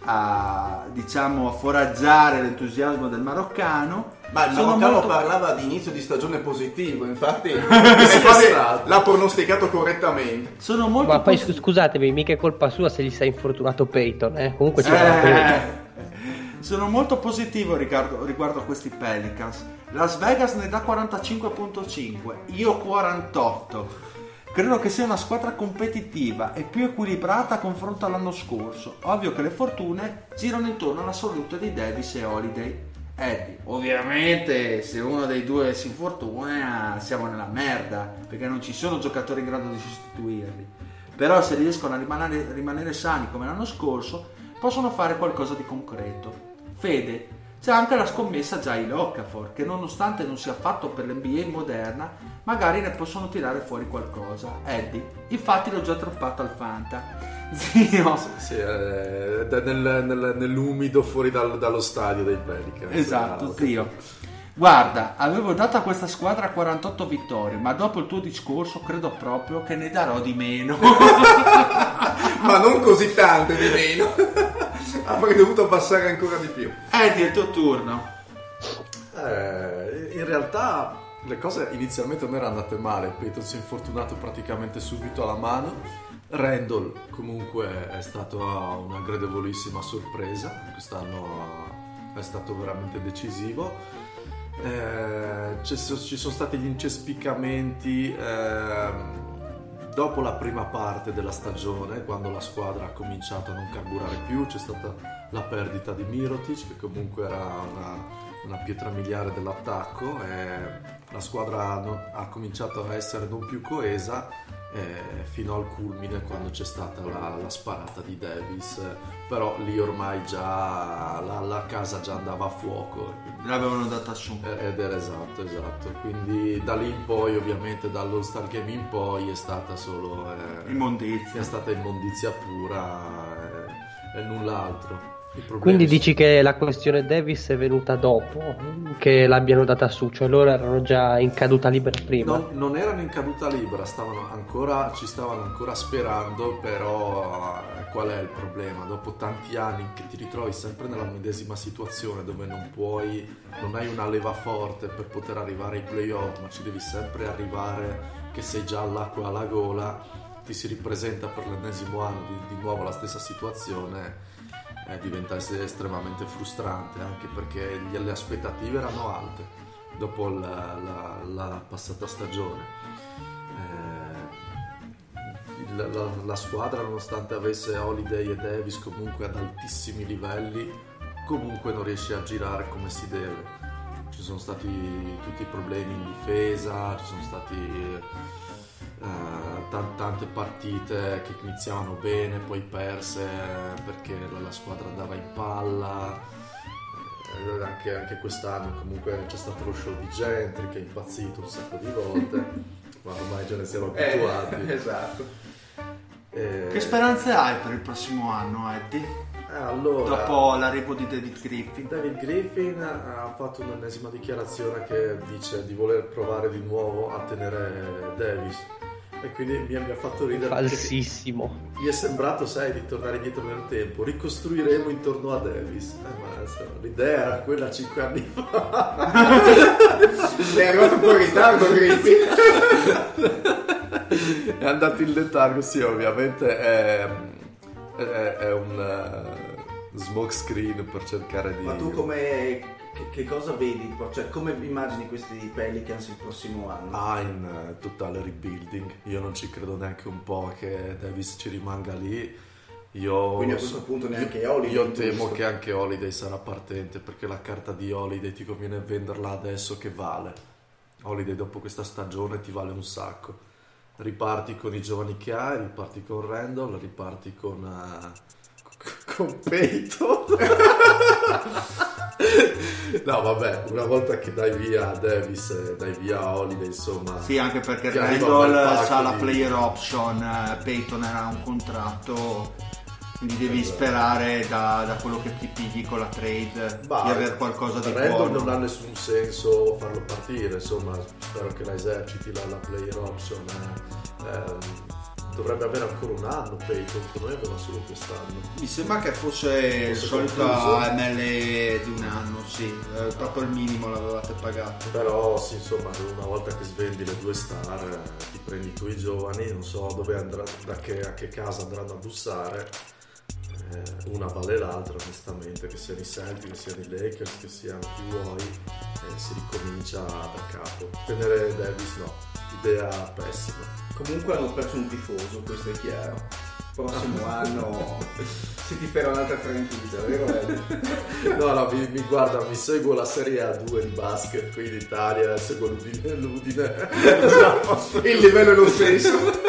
a, diciamo, a foraggiare l'entusiasmo del maroccano. Ma il Sono maroccano molto... parlava di inizio di stagione positivo, infatti, infatti l'ha pronosticato correttamente. Sono molto Ma poi posi- scusatevi, mica è colpa sua se gli sei infortunato Peyton, eh? Comunque ci Eh, va bene. sono molto positivo riguardo, riguardo a questi Pelicans. Las Vegas ne dà quarantacinque virgola cinque, io quarantotto. Credo che sia una squadra competitiva e più equilibrata a confronto all'anno scorso. Ovvio che le fortune girano intorno alla salute di Davis e Holiday. Eddie, ovviamente se uno dei due si infortuna siamo nella merda, perché non ci sono giocatori in grado di sostituirli. Però se riescono a rimanere, rimanere sani come l'anno scorso, possono fare qualcosa di concreto. Fede, c'è anche la scommessa Jai Okafor, che nonostante non sia fatto per l'N B A moderna, magari ne possono tirare fuori qualcosa. Eddie, infatti l'ho già troppato al Fanta. Zio. Sì, eh, nel, nel, nell'umido fuori dal, dallo stadio dei Pelicans. Esatto, Ah, zio. Guarda, avevo dato a questa squadra quarantotto vittorie, ma dopo il tuo discorso credo proprio che ne darò di meno. Ma non così tante di meno. Avrei dovuto passare ancora di più. Eddie, il tuo turno. Eh, in realtà le cose inizialmente non erano andate male. Peyton si è infortunato praticamente subito alla mano. Randall comunque è stato una gradevolissima sorpresa, quest'anno è stato veramente decisivo. Eh, ci sono stati gli incespicamenti eh, dopo la prima parte della stagione, quando la squadra ha cominciato a non carburare più. C'è stata la perdita di Mirotic, che comunque era una, una pietra miliare dell'attacco, e la squadra ha cominciato a essere non più coesa, eh, fino al culmine quando c'è stata la, la sparata di Davis. Però lì ormai già la, la casa già andava a fuoco, L'avevano data su. ed era esatto, esatto. Quindi da lì in poi, ovviamente dall'All Star Game in poi, è stata solo eh, Immondizia. è stata immondizia pura e, e null'altro. I problemi Quindi sono- dici che la questione Davis è venuta dopo che l'abbiano data su, cioè loro erano già in caduta libera prima. Non, non erano in caduta libera, stavano ancora, ci stavano ancora sperando, però eh, qual è il problema? Dopo tanti anni che ti ritrovi sempre nella medesima situazione, dove non puoi, non hai una leva forte per poter arrivare ai playoff, ma ci devi sempre arrivare che sei già all'acqua alla gola, ti si ripresenta per l'ennesimo anno di, di nuovo la stessa situazione. Eh, diventa estremamente frustrante, anche perché gli- le aspettative erano alte dopo la, la- la passata stagione. Eh, la, la, la squadra, nonostante avesse Holiday e Davis comunque ad altissimi livelli, comunque non riesce a girare come si deve. Ci sono stati tutti i problemi in difesa, ci sono stati uh, t- tante partite che iniziavano bene, poi perse perché la, la squadra andava in palla. Eh, anche, anche quest'anno comunque c'è stato lo show di Gentry che è impazzito un sacco di volte, ma ormai ce ne siamo abituati. Eh, esatto. Eh, Che speranze hai per il prossimo anno, Eddie? eh, allora, Dopo l'arrivo di David Griffin. David Griffin ha fatto un'ennesima dichiarazione che dice di voler provare di nuovo a tenere Davis, e quindi mi ha, mi ha fatto ridere. Falsissimo. Mi è sembrato, sai, di tornare indietro nel tempo. Ricostruiremo intorno a Davis. Eh, ma insomma, l'idea era quella cinque anni fa. Sei arrivato un po' in ritardo, Griffin. È andato in letargo, sì, ovviamente è, è, è un uh, smoke screen per cercare di... Ma tu come... Che, che cosa vedi? Cioè, come immagini questi Pelicans il prossimo anno? Ah, in uh, totale rebuilding. Io non ci credo neanche un po' che Davis ci rimanga lì. Io, Quindi a questo punto neanche Holiday. Io temo che anche Holiday sarà partente, perché la carta di Holiday ti conviene venderla adesso che vale. Holiday dopo questa stagione ti vale un sacco. Riparti con i giovani che hai, riparti con Randall, riparti con uh, con Peyton. No, vabbè, una volta che dai via Davis e dai via Holiday, insomma. Sì, anche perché ti arriva un bel Randall pacco ha la di- player option, eh, Peyton era un contratto, quindi devi Esatto. sperare da, da quello che ti pigli con la trade Bah, di avere qualcosa di Randall buono. non ha nessun senso farlo partire, insomma, spero che la eserciti la, la player option. eh. Ehm, dovrebbe avere ancora un anno Peyton, per noi aveva solo quest'anno. Mi sembra che fosse il Fosse solito concluso. M L E di un anno, sì, eh, proprio il minimo l'avevate pagato. Però sì, insomma, una volta che svendi le due star, eh, ti prendi i tuoi giovani, non so dove andrà, da che, a che casa andranno a bussare. Eh, una vale l'altra, onestamente, che siano i Celtics, che siano i Lakers, che siano chi vuoi, eh, si ricomincia da capo. Tenere Davis no, idea pessima. Comunque hanno perso un tifoso, questo è chiaro. Prossimo anno si tiferà un'altra franchigia, vero? Ed? No, no, mi, mi guarda, mi seguo la Serie A due di basket qui in Italia, seguo l'Udine, l'Udine. Il livello è lo stesso.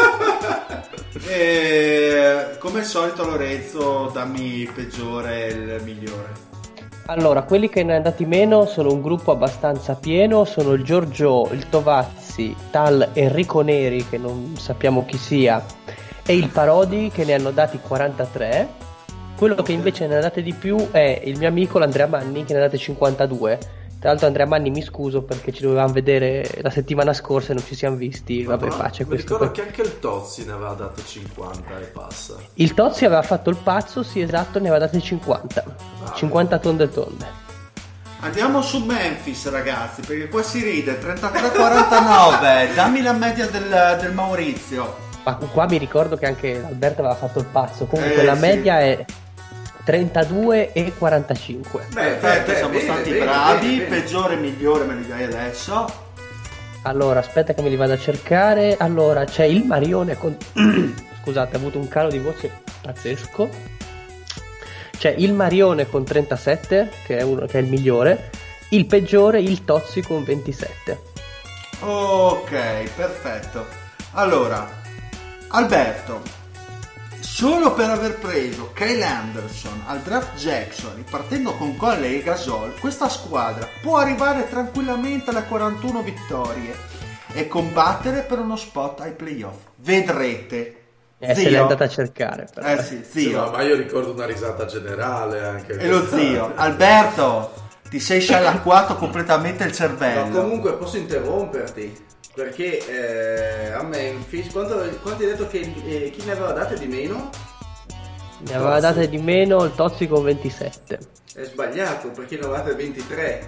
E come al solito, Lorenzo, dammi il peggiore e il migliore. Allora, quelli che ne è andati meno sono un gruppo abbastanza pieno, sono il Giorgio, il Tovazzi, tal Enrico Neri, che non sappiamo chi sia, e il Parodi, che ne hanno dati quarantatré. Quello che invece ne ha date di più è il mio amico l'Andrea Manni, che ne ha date cinquantadue. Tra l'altro Andrea Manni, mi scuso perché ci dovevamo vedere la settimana scorsa e non ci siamo visti. Vabbè, No, pace mi questo. ricordo che anche il Tozzi ne aveva dato cinquanta e passa. Il Tozzi aveva fatto il pazzo, sì esatto, ne aveva date cinquanta. Vale. cinquanta tonde tonde. Andiamo su Memphis, ragazzi, perché qua si ride. Trentatré quarantanove. Dammi la media del, del Maurizio. Ma qua mi ricordo che anche Alberto aveva fatto il pazzo. Comunque Eh, la sì. media è trentadue e quarantacinque. Beh, Perfetto, beh, siamo bene, stati bene, bravi. bene, bene. Peggiore e migliore me li dai adesso. Allora, aspetta che me li vado a cercare. Allora, c'è il Marione con... Scusate, ho avuto un calo di voce pazzesco. C'è il Marione con trentasette, che è, uno, che è il migliore. Il peggiore, il Tozzi con ventisette. Ok, perfetto. Allora, Alberto, solo per aver preso Kyle Anderson al draft Jackson, ripartendo con Conley e Gasol, questa squadra può arrivare tranquillamente alle quarantuno vittorie e combattere per uno spot ai playoff. Vedrete. Eh, se l'è andata a cercare. Però. Eh sì, Sì, zio. no, ma io ricordo una risata generale anche. E lo zio. Alberto, ti sei scialacquato completamente il cervello. No, comunque posso interromperti perché eh, a Memphis quanto, quanto hai detto che eh, chi ne aveva date di meno? Ne aveva date di meno il Tozzi con ventisette. È sbagliato perché ne avevate ventitré.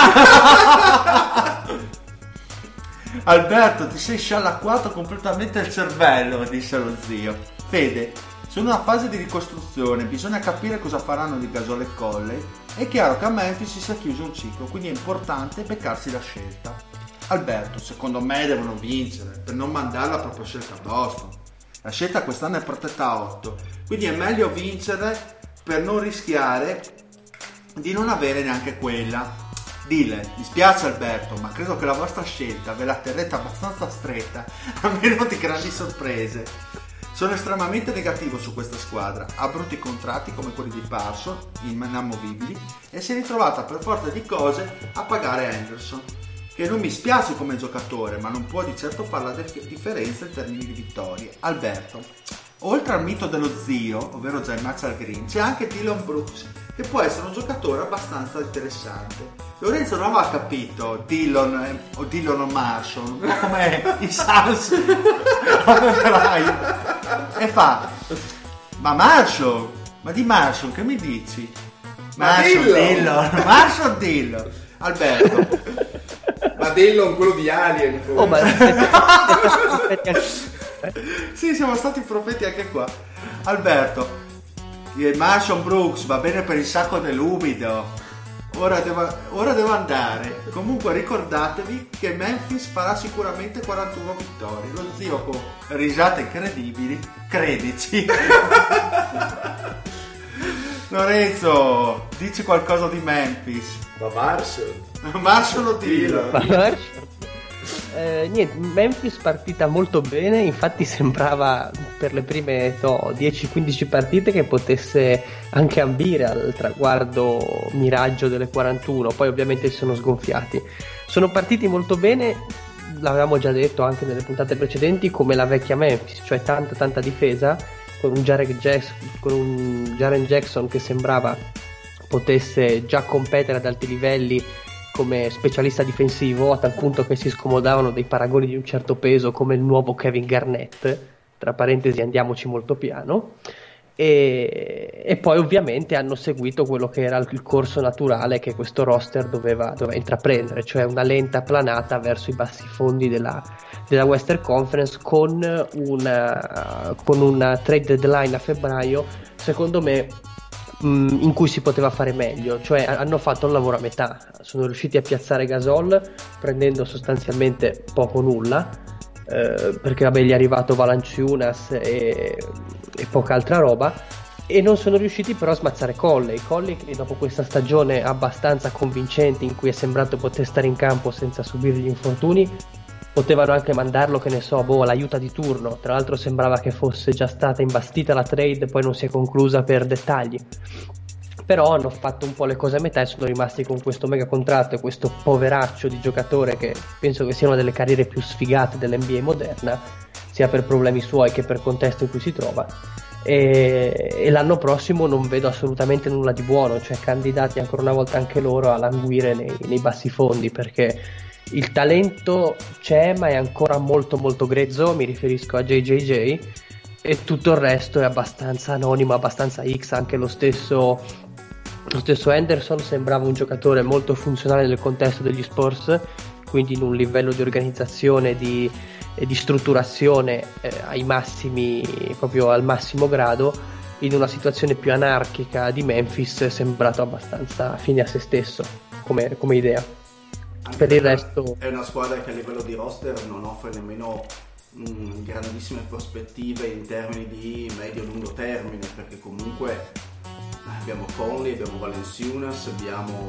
Alberto, ti sei scialacquato completamente il cervello, disse lo zio. Fede, sono in una fase di ricostruzione, bisogna capire cosa faranno di Gasol e Conley. È chiaro che a Memphis si sia chiuso un ciclo, quindi è importante beccarsi la scelta. Alberto, secondo me devono vincere per non mandarla proprio scelta a Boston. La scelta quest'anno è protetta a otto, quindi è meglio vincere per non rischiare di non avere neanche quella. Dile, mi spiace Alberto, ma credo che la vostra scelta ve la terrete abbastanza stretta, a meno di grandi sorprese. Sono estremamente negativo su questa squadra, ha brutti contratti come quelli di Parson, inamovibili, e si è ritrovata per forza di cose a pagare Henderson, che non mi spiace come giocatore, ma non può di certo fare la dif- differenza in termini di vittorie. Alberto, oltre al mito dello zio, ovvero Jay Marshall Green, c'è anche Dillon Brooks, che può essere un giocatore abbastanza interessante. Lorenzo non aveva capito Dillon eh, o Dillon o Marshall, un po' come i Suns e fa, ma Marshall, ma di Marshall che mi dici? Marshall Dillon, Marshall Dillon. Alberto, ma Dillon quello di Alien. Oh, ma... sì, siamo stati profeti anche qua. Alberto, Marshall Brooks va bene per il sacco dell'umido. Ora devo, ora devo andare. Comunque ricordatevi che Memphis farà sicuramente quarantuno vittorie. Lo zio con risate incredibili, credici. Lorenzo, dici qualcosa di Memphis. Ma Marshall Marshall o Dillon? Eh, niente, Memphis partita molto bene, infatti sembrava per le prime no, dieci quindici partite che potesse anche ambire al traguardo miraggio delle quarantuno, poi ovviamente si sono sgonfiati. Sono partiti molto bene, l'avevamo già detto anche nelle puntate precedenti, come la vecchia Memphis, cioè tanta tanta difesa, con un Jaren Jackson, con un Jaren Jackson che sembrava potesse già competere ad alti livelli come specialista difensivo, a tal punto che si scomodavano dei paragoni di un certo peso come il nuovo Kevin Garnett, tra parentesi andiamoci molto piano, e, e poi ovviamente hanno seguito quello che era il corso naturale che questo roster doveva, doveva intraprendere, cioè una lenta planata verso i bassi fondi della, della Western Conference, con una, con una trade deadline a febbraio secondo me in cui si poteva fare meglio, cioè hanno fatto un lavoro a metà, sono riusciti a piazzare Gasol prendendo sostanzialmente poco o nulla, eh, perché vabbè gli è arrivato Valanciunas e, e poca altra roba, e non sono riusciti però a smazzare Conley Conley che dopo questa stagione abbastanza convincente in cui è sembrato poter stare in campo senza subire gli infortuni, potevano anche mandarlo, che ne so, boh, l'aiuta di turno. Tra l'altro sembrava che fosse già stata imbastita la trade, poi non si è conclusa per dettagli. Però hanno fatto un po' le cose a metà e sono rimasti con questo mega contratto e questo poveraccio di giocatore che penso che sia una delle carriere più sfigate dell'N B A moderna, sia per problemi suoi che per contesto in cui si trova. E, e l'anno prossimo non vedo assolutamente nulla di buono, cioè candidati ancora una volta anche loro a languire nei, nei bassi fondi, perché il talento c'è ma è ancora molto molto grezzo, mi riferisco a J J J, e tutto il resto è abbastanza anonimo, abbastanza X. Anche lo stesso lo stesso Henderson sembrava un giocatore molto funzionale nel contesto degli Spurs, quindi in un livello di organizzazione di, e di strutturazione eh, ai massimi, proprio al massimo grado. In una situazione più anarchica di Memphis è sembrato abbastanza fine a se stesso come, come idea. Anche per il resto è una squadra che a livello di roster non offre nemmeno mh, grandissime prospettive in termini di medio-lungo termine, perché comunque abbiamo Conley, abbiamo Valanciunas, abbiamo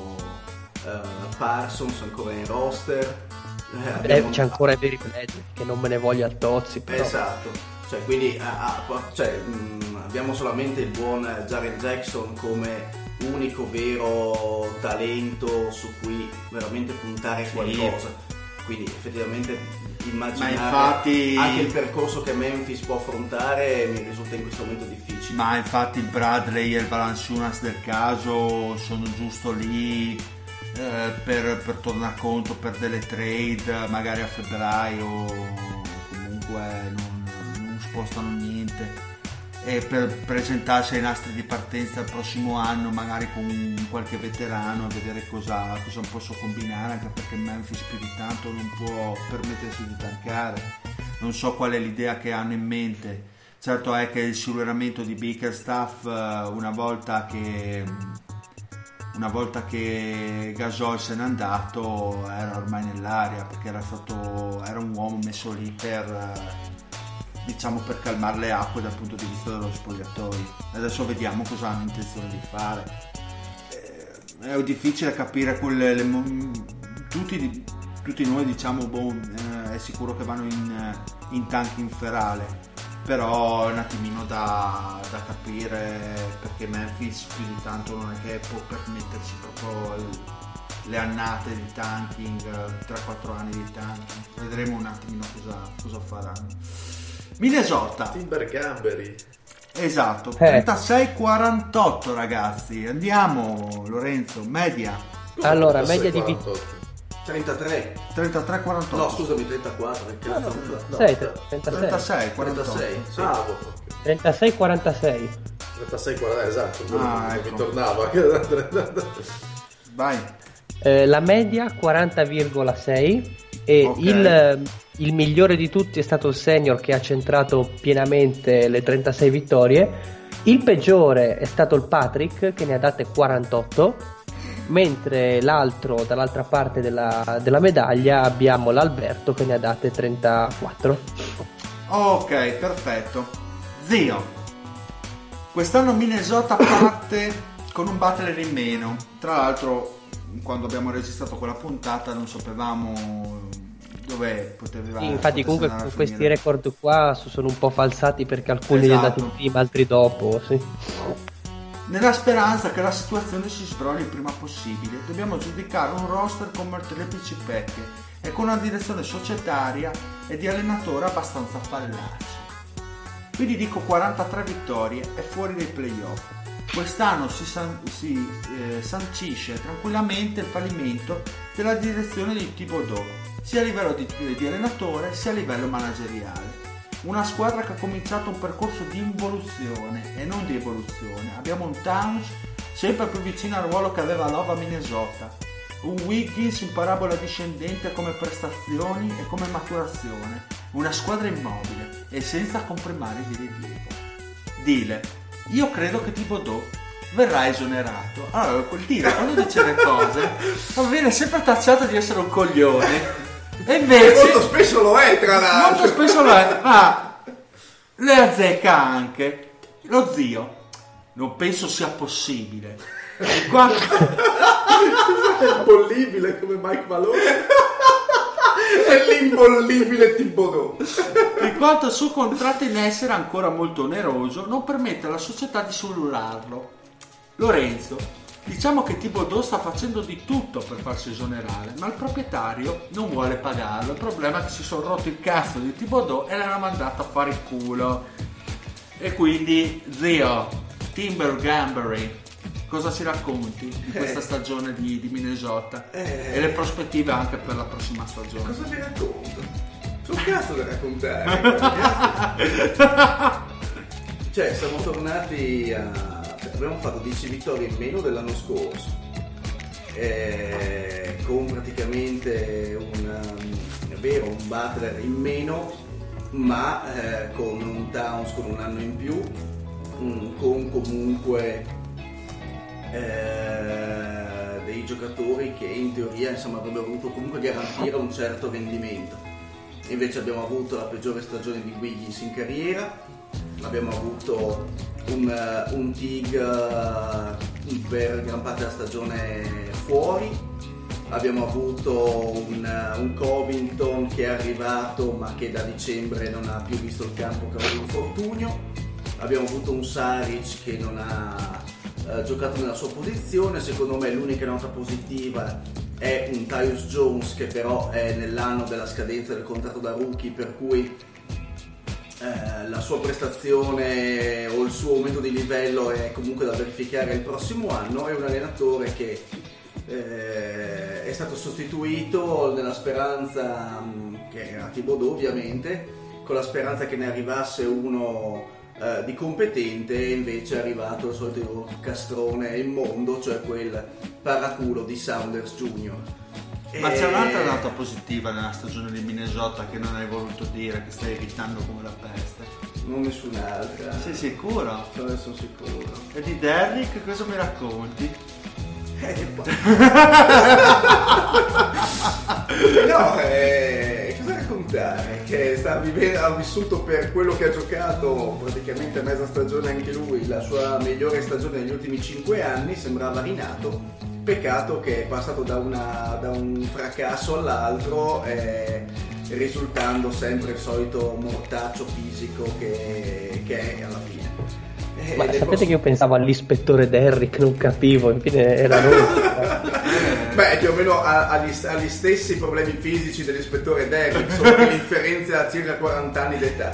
uh, Parsons ancora in roster, eh, abbiamo... c'è ancora Avery Bradley, che non me ne voglio al Tozzi, però. Esatto, cioè quindi uh, uh, cioè, mh, abbiamo solamente il buon Jaren Jackson come unico vero talento su cui veramente puntare sì. qualcosa, quindi effettivamente immaginare ma infatti... anche il percorso che Memphis può affrontare mi risulta in questo momento difficile. Ma infatti il Bradley e il Valanciunas del caso sono giusto lì eh, per, per tornaconto, per delle trade magari a febbraio, comunque non, non spostano niente, e per presentarsi ai nastri di partenza il prossimo anno magari con qualche veterano a vedere cosa, cosa posso combinare, anche perché Memphis più di tanto non può permettersi di tankare. Non so qual è l'idea che hanno in mente. Certo è che il silveramento di Bickerstaff una volta che una volta che Gasol se n'è andato era ormai nell'aria, perché era stato era un uomo messo lì per diciamo per calmare le acque dal punto di vista dello spogliatoio. Adesso vediamo cosa hanno intenzione di fare. Eh, è difficile capire quelle le, tutti, tutti noi diciamo boh, eh, è sicuro che vanno in, in tank in ferale, però è un attimino da, da capire, perché Memphis più di tanto non è che può permettersi proprio il, le annate di tanking, tre quattro anni di tanking. Vedremo un attimino cosa, cosa faranno. Minnesota Timber Gamberi, esatto, Eh. trentasei quarantotto ragazzi. Andiamo Lorenzo, media Allora, media di quarantotto. trentatré. trentatré quarantotto. No, scusami, trentaquattro. Che cazzo? No, sei, no, trentasei. trentasei quarantotto. trentasei. Sì. Ah, ok. trentasei quarantasei. trentasei quaranta, esatto, Ah, non ecco. mi tornava. Vai. Eh, la media quaranta virgola sei e Ok. il, il migliore di tutti è stato il senior, che ha centrato pienamente le trentasei vittorie. Il peggiore è stato il Patrick, che ne ha date quarantotto, mentre l'altro, dall'altra parte della, della medaglia, abbiamo l'Alberto, che ne ha date trentaquattro. Ok, perfetto. Zio, quest'anno Minnesota parte con un battler in meno. Tra l'altro, quando abbiamo registrato quella puntata non sapevamo dove poteva Sì, infatti potesse comunque andare a questi finire. record qua sono un po' falsati, perché alcuni Esatto. li andati in prima, altri dopo, sì. Nella speranza che la situazione si sbrogli il prima possibile, dobbiamo giudicare un roster con molteplici pecche e con una direzione societaria e di allenatore abbastanza fallace. Quindi dico quarantatré vittorie e fuori dai playoff. Quest'anno si, san- si eh, sancisce tranquillamente il fallimento della direzione di Thibodeau, sia a livello di, di allenatore sia a livello manageriale. Una squadra che ha cominciato un percorso di involuzione e non di evoluzione. Abbiamo un Towns sempre più vicino al ruolo che aveva Love a Minnesota, un Wiggins in parabola discendente come prestazioni e come maturazione, una squadra immobile e senza comprimari di rilievo. Dile, io credo che Thibodeau verrà esonerato. Allora, quel dire, quando dice le cose viene sempre tacciato di essere un coglione, e invece Molto spesso lo è, tra l'altro. molto spesso lo è, ma le azzecca anche. Lo zio, non penso sia possibile. In quanto, Imbollibile come Mike Malone. È l'imbollibile Thibodeau. in quanto il suo contratto in essere ancora molto oneroso non permette alla società di solurarlo. Lorenzo, diciamo che Thibodeau sta facendo di tutto per farsi esonerare, ma il proprietario non vuole pagarlo. Il problema è che si sono rotto il cazzo di Thibodeau e l'hanno mandato a fare il culo. E quindi, zio, Timber Gamberi, cosa ci racconti di questa Eh. stagione di, di Minnesota? Eh. E le prospettive anche per la prossima stagione? Cosa vi racconto? Sul cazzo da raccontare. ragazzi. Cioè, siamo tornati a... Cioè, abbiamo fatto dieci vittorie in meno dell'anno scorso. Eh, con praticamente un... um, è vero, un Butler in meno, ma eh, con un Towns con un anno in più, mm, con comunque eh, dei giocatori che in teoria insomma avrebbero voluto comunque garantire un certo rendimento. Invece abbiamo avuto la peggiore stagione di Wiggins in carriera, abbiamo avuto un, uh, un Tig uh, per gran parte della stagione fuori, abbiamo avuto un, uh, un Covington che è arrivato ma che da dicembre non ha più visto il campo per un infortunio, abbiamo avuto un Saric che non ha uh, giocato nella sua posizione. Secondo me l'unica nota positiva è un Tyus Jones che però è nell'anno della scadenza del contratto da rookie, per cui eh, la sua prestazione o il suo aumento di livello è comunque da verificare il prossimo anno. È un allenatore che eh, è stato sostituito nella speranza, mh, che era Thibodeau ovviamente, con la speranza che ne arrivasse uno eh, di competente, e invece è arrivato il solito castrone immondo, cioè quel paraculo di Saunders Junior Ma E- c'è un'altra nota positiva nella stagione di Minnesota che non hai voluto dire, che stai evitando come la peste. Non nessun'altra. Sei sicuro? Ne sono sicuro. E di Derrick cosa mi racconti? Eh, poi- no, eh, cosa raccontare? buttare, che sta vivendo, ha vissuto per quello che ha giocato praticamente mezza stagione anche lui, la sua migliore stagione negli ultimi cinque anni, sembrava rinato. Peccato che è passato da, una, da un fracasso all'altro, eh, risultando sempre il solito mortaccio fisico che, che è alla fine. Eh, Ma sapete posso... che io pensavo all'ispettore Derrick, non capivo, infine era lui. Beh, più o meno ha, ha, gli, ha gli stessi problemi fisici dell'ispettore Derrick, solo che li differenzia a circa quaranta anni d'età.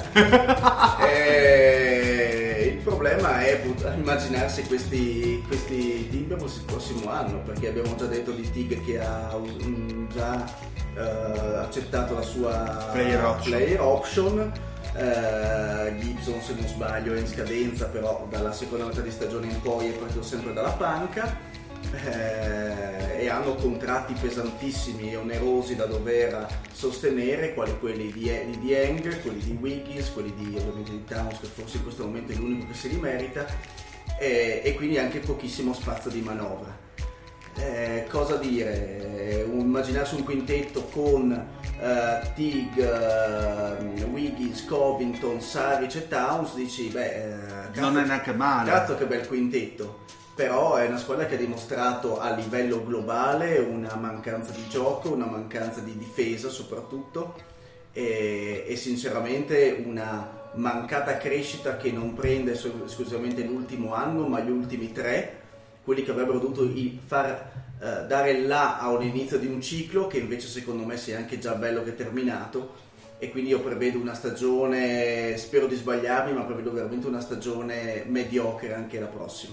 Eh, il problema è immaginarsi questi, questi team per il prossimo anno, perché abbiamo già detto di Tig che ha um, già uh, accettato la sua player option, player option. Uh, Gibson, se non sbaglio, è in scadenza, però dalla seconda metà di stagione in poi è partito sempre dalla panca, uh, e hanno contratti pesantissimi e onerosi da dover sostenere, quali quelli di, di Dieng, quelli di Wiggins, quelli di, ovviamente di Towns, che forse in questo momento è l'unico che si rimerita, e, e quindi anche pochissimo spazio di manovra. Eh, cosa dire? Un, immaginarsi un quintetto con uh, Tig, uh, Wiggins, Covington, Saric e Towns, dici beh, uh, cazzo, non è neanche male, cazzo che bel quintetto, però è una squadra che ha dimostrato a livello globale una mancanza di gioco, una mancanza di difesa soprattutto, e, e sinceramente una mancata crescita che non prende esclusivamente l'ultimo anno ma gli ultimi tre, quelli che avrebbero dovuto far uh, dare là a un inizio di un ciclo che invece secondo me sia anche già bello che è terminato, e quindi io prevedo una stagione, spero di sbagliarmi, ma prevedo veramente una stagione mediocre anche la prossima.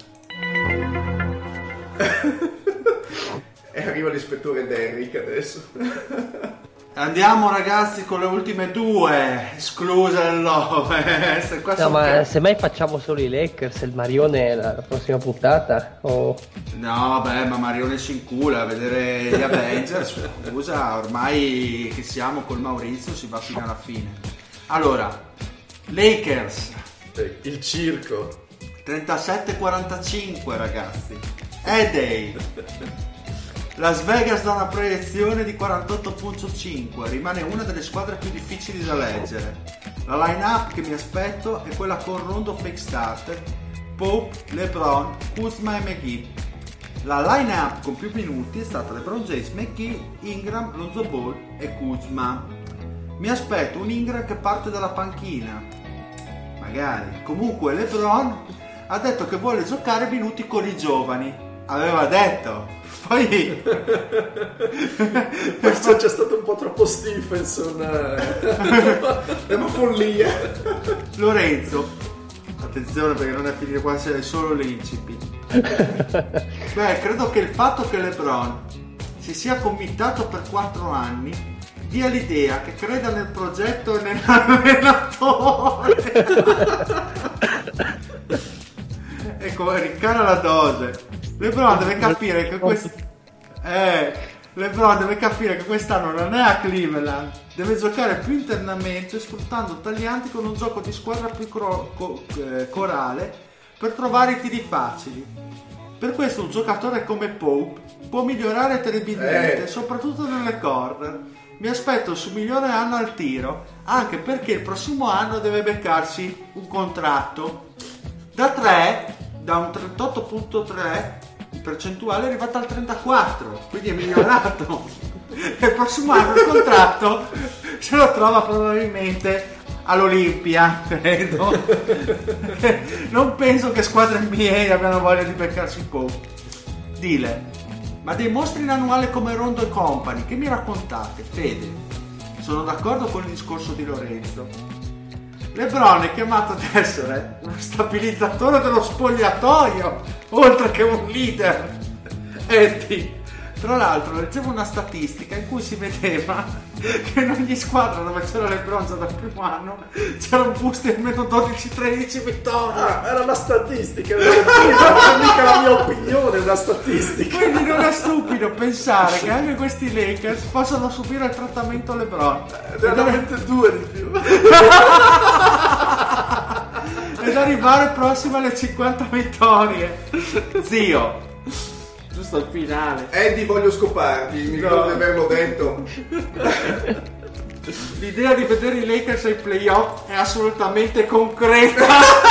E arriva l'ispettore Derrick adesso. Andiamo ragazzi con le ultime due, escluse il nove. Se no, ma ca- semmai facciamo solo i Lakers e il Marione la, la prossima puntata? O... No, beh, ma Marione si incula a vedere gli Avengers. Scusa, ormai che siamo col Maurizio si va fino alla fine. Allora, Lakers. Il circo. trentasette quarantacinque ragazzi. E-Day. Las Vegas dà una proiezione di quarantotto virgola cinque, rimane una delle squadre più difficili da leggere. La line-up che mi aspetto è quella con Rondo fake starter, Pope, LeBron, Kuzma e McGee. La line-up con più minuti è stata LeBron James, McGee, Ingram, Lonzo Ball e Kuzma. Mi aspetto un Ingram che parte dalla panchina, magari. Comunque LeBron ha detto che vuole giocare minuti con i giovani, aveva detto. Poi Questo c'è stato un po' troppo Stephenson. È una follia. Lorenzo, attenzione perché non è finito qua, c'è solo l'incipit. Beh, credo che il fatto che LeBron si sia committato per quattro anni dia l'idea che creda nel progetto e nell'allenatore. Ecco, ricana la dose. LeBron deve capire che quest... eh, LeBron deve capire che quest'anno non è a Cleveland, deve giocare più internamente sfruttando taglianti con un gioco di squadra più cro... co... eh, corale per trovare i tiri facili. Per questo un giocatore come Pope può migliorare terribilmente, eh. soprattutto nelle corner. Mi aspetto il suo migliore anno al tiro, anche perché il prossimo anno deve beccarsi un contratto da tre, da un trentotto virgola tre percentuale è arrivata al trentaquattro, quindi è migliorato. E il prossimo anno il contratto se lo trova probabilmente all'Olimpia, credo. Non penso che squadre N B A abbiano voglia di beccarsi un po'. Dile, ma dei mostri in annuale come Rondo e Company, che mi raccontate? Fede, sono d'accordo con il discorso di Lorenzo. LeBron è chiamato ad essere uno stabilizzatore dello spogliatoio, oltre che un leader. Eddie, tra l'altro leggevo una statistica in cui si vedeva che in ogni squadra dove c'era LeBron già dal primo anno c'era un boost di almeno dodici tredici vittorie. Ah, era una statistica, non è mica la mia opinione, è una statistica. Quindi non è stupido pensare che anche questi Lakers possano subire il trattamento LeBron. Eh, veramente due di più. Ed arrivare prossimo alle cinquanta vittorie. Zio, giusto al finale. Eddie, voglio scoparti, mi ricordo di averlo detto. L'idea di vedere i Lakers ai playoff è assolutamente concreta.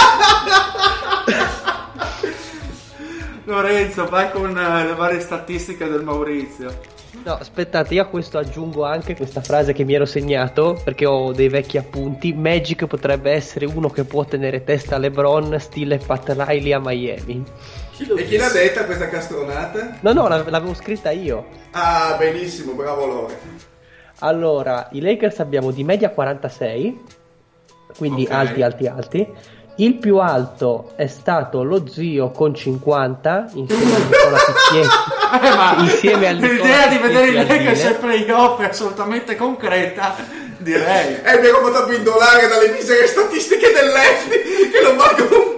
Lorenzo, vai con le varie statistiche del Maurizio. No, aspettate, io a questo aggiungo anche questa frase che mi ero segnato perché ho dei vecchi appunti. Magic potrebbe essere uno che può tenere testa a LeBron, stile Pat Riley a Miami. Chi e chi l'ha detta questa castronata? No, no, l'avevo scritta io. Ah, benissimo, bravo Lore. Allora, i Lakers abbiamo di media quarantasei, quindi okay. alti, alti, alti. Il più alto è stato lo zio con cinquanta insieme a Nicola Picchietti. Eh, ma insieme al l'idea di vedere i Lakers ai playoff è assolutamente concreta, direi. E mi ero fatto abbindolare dalle misere statistiche dell'Efti che non valgono un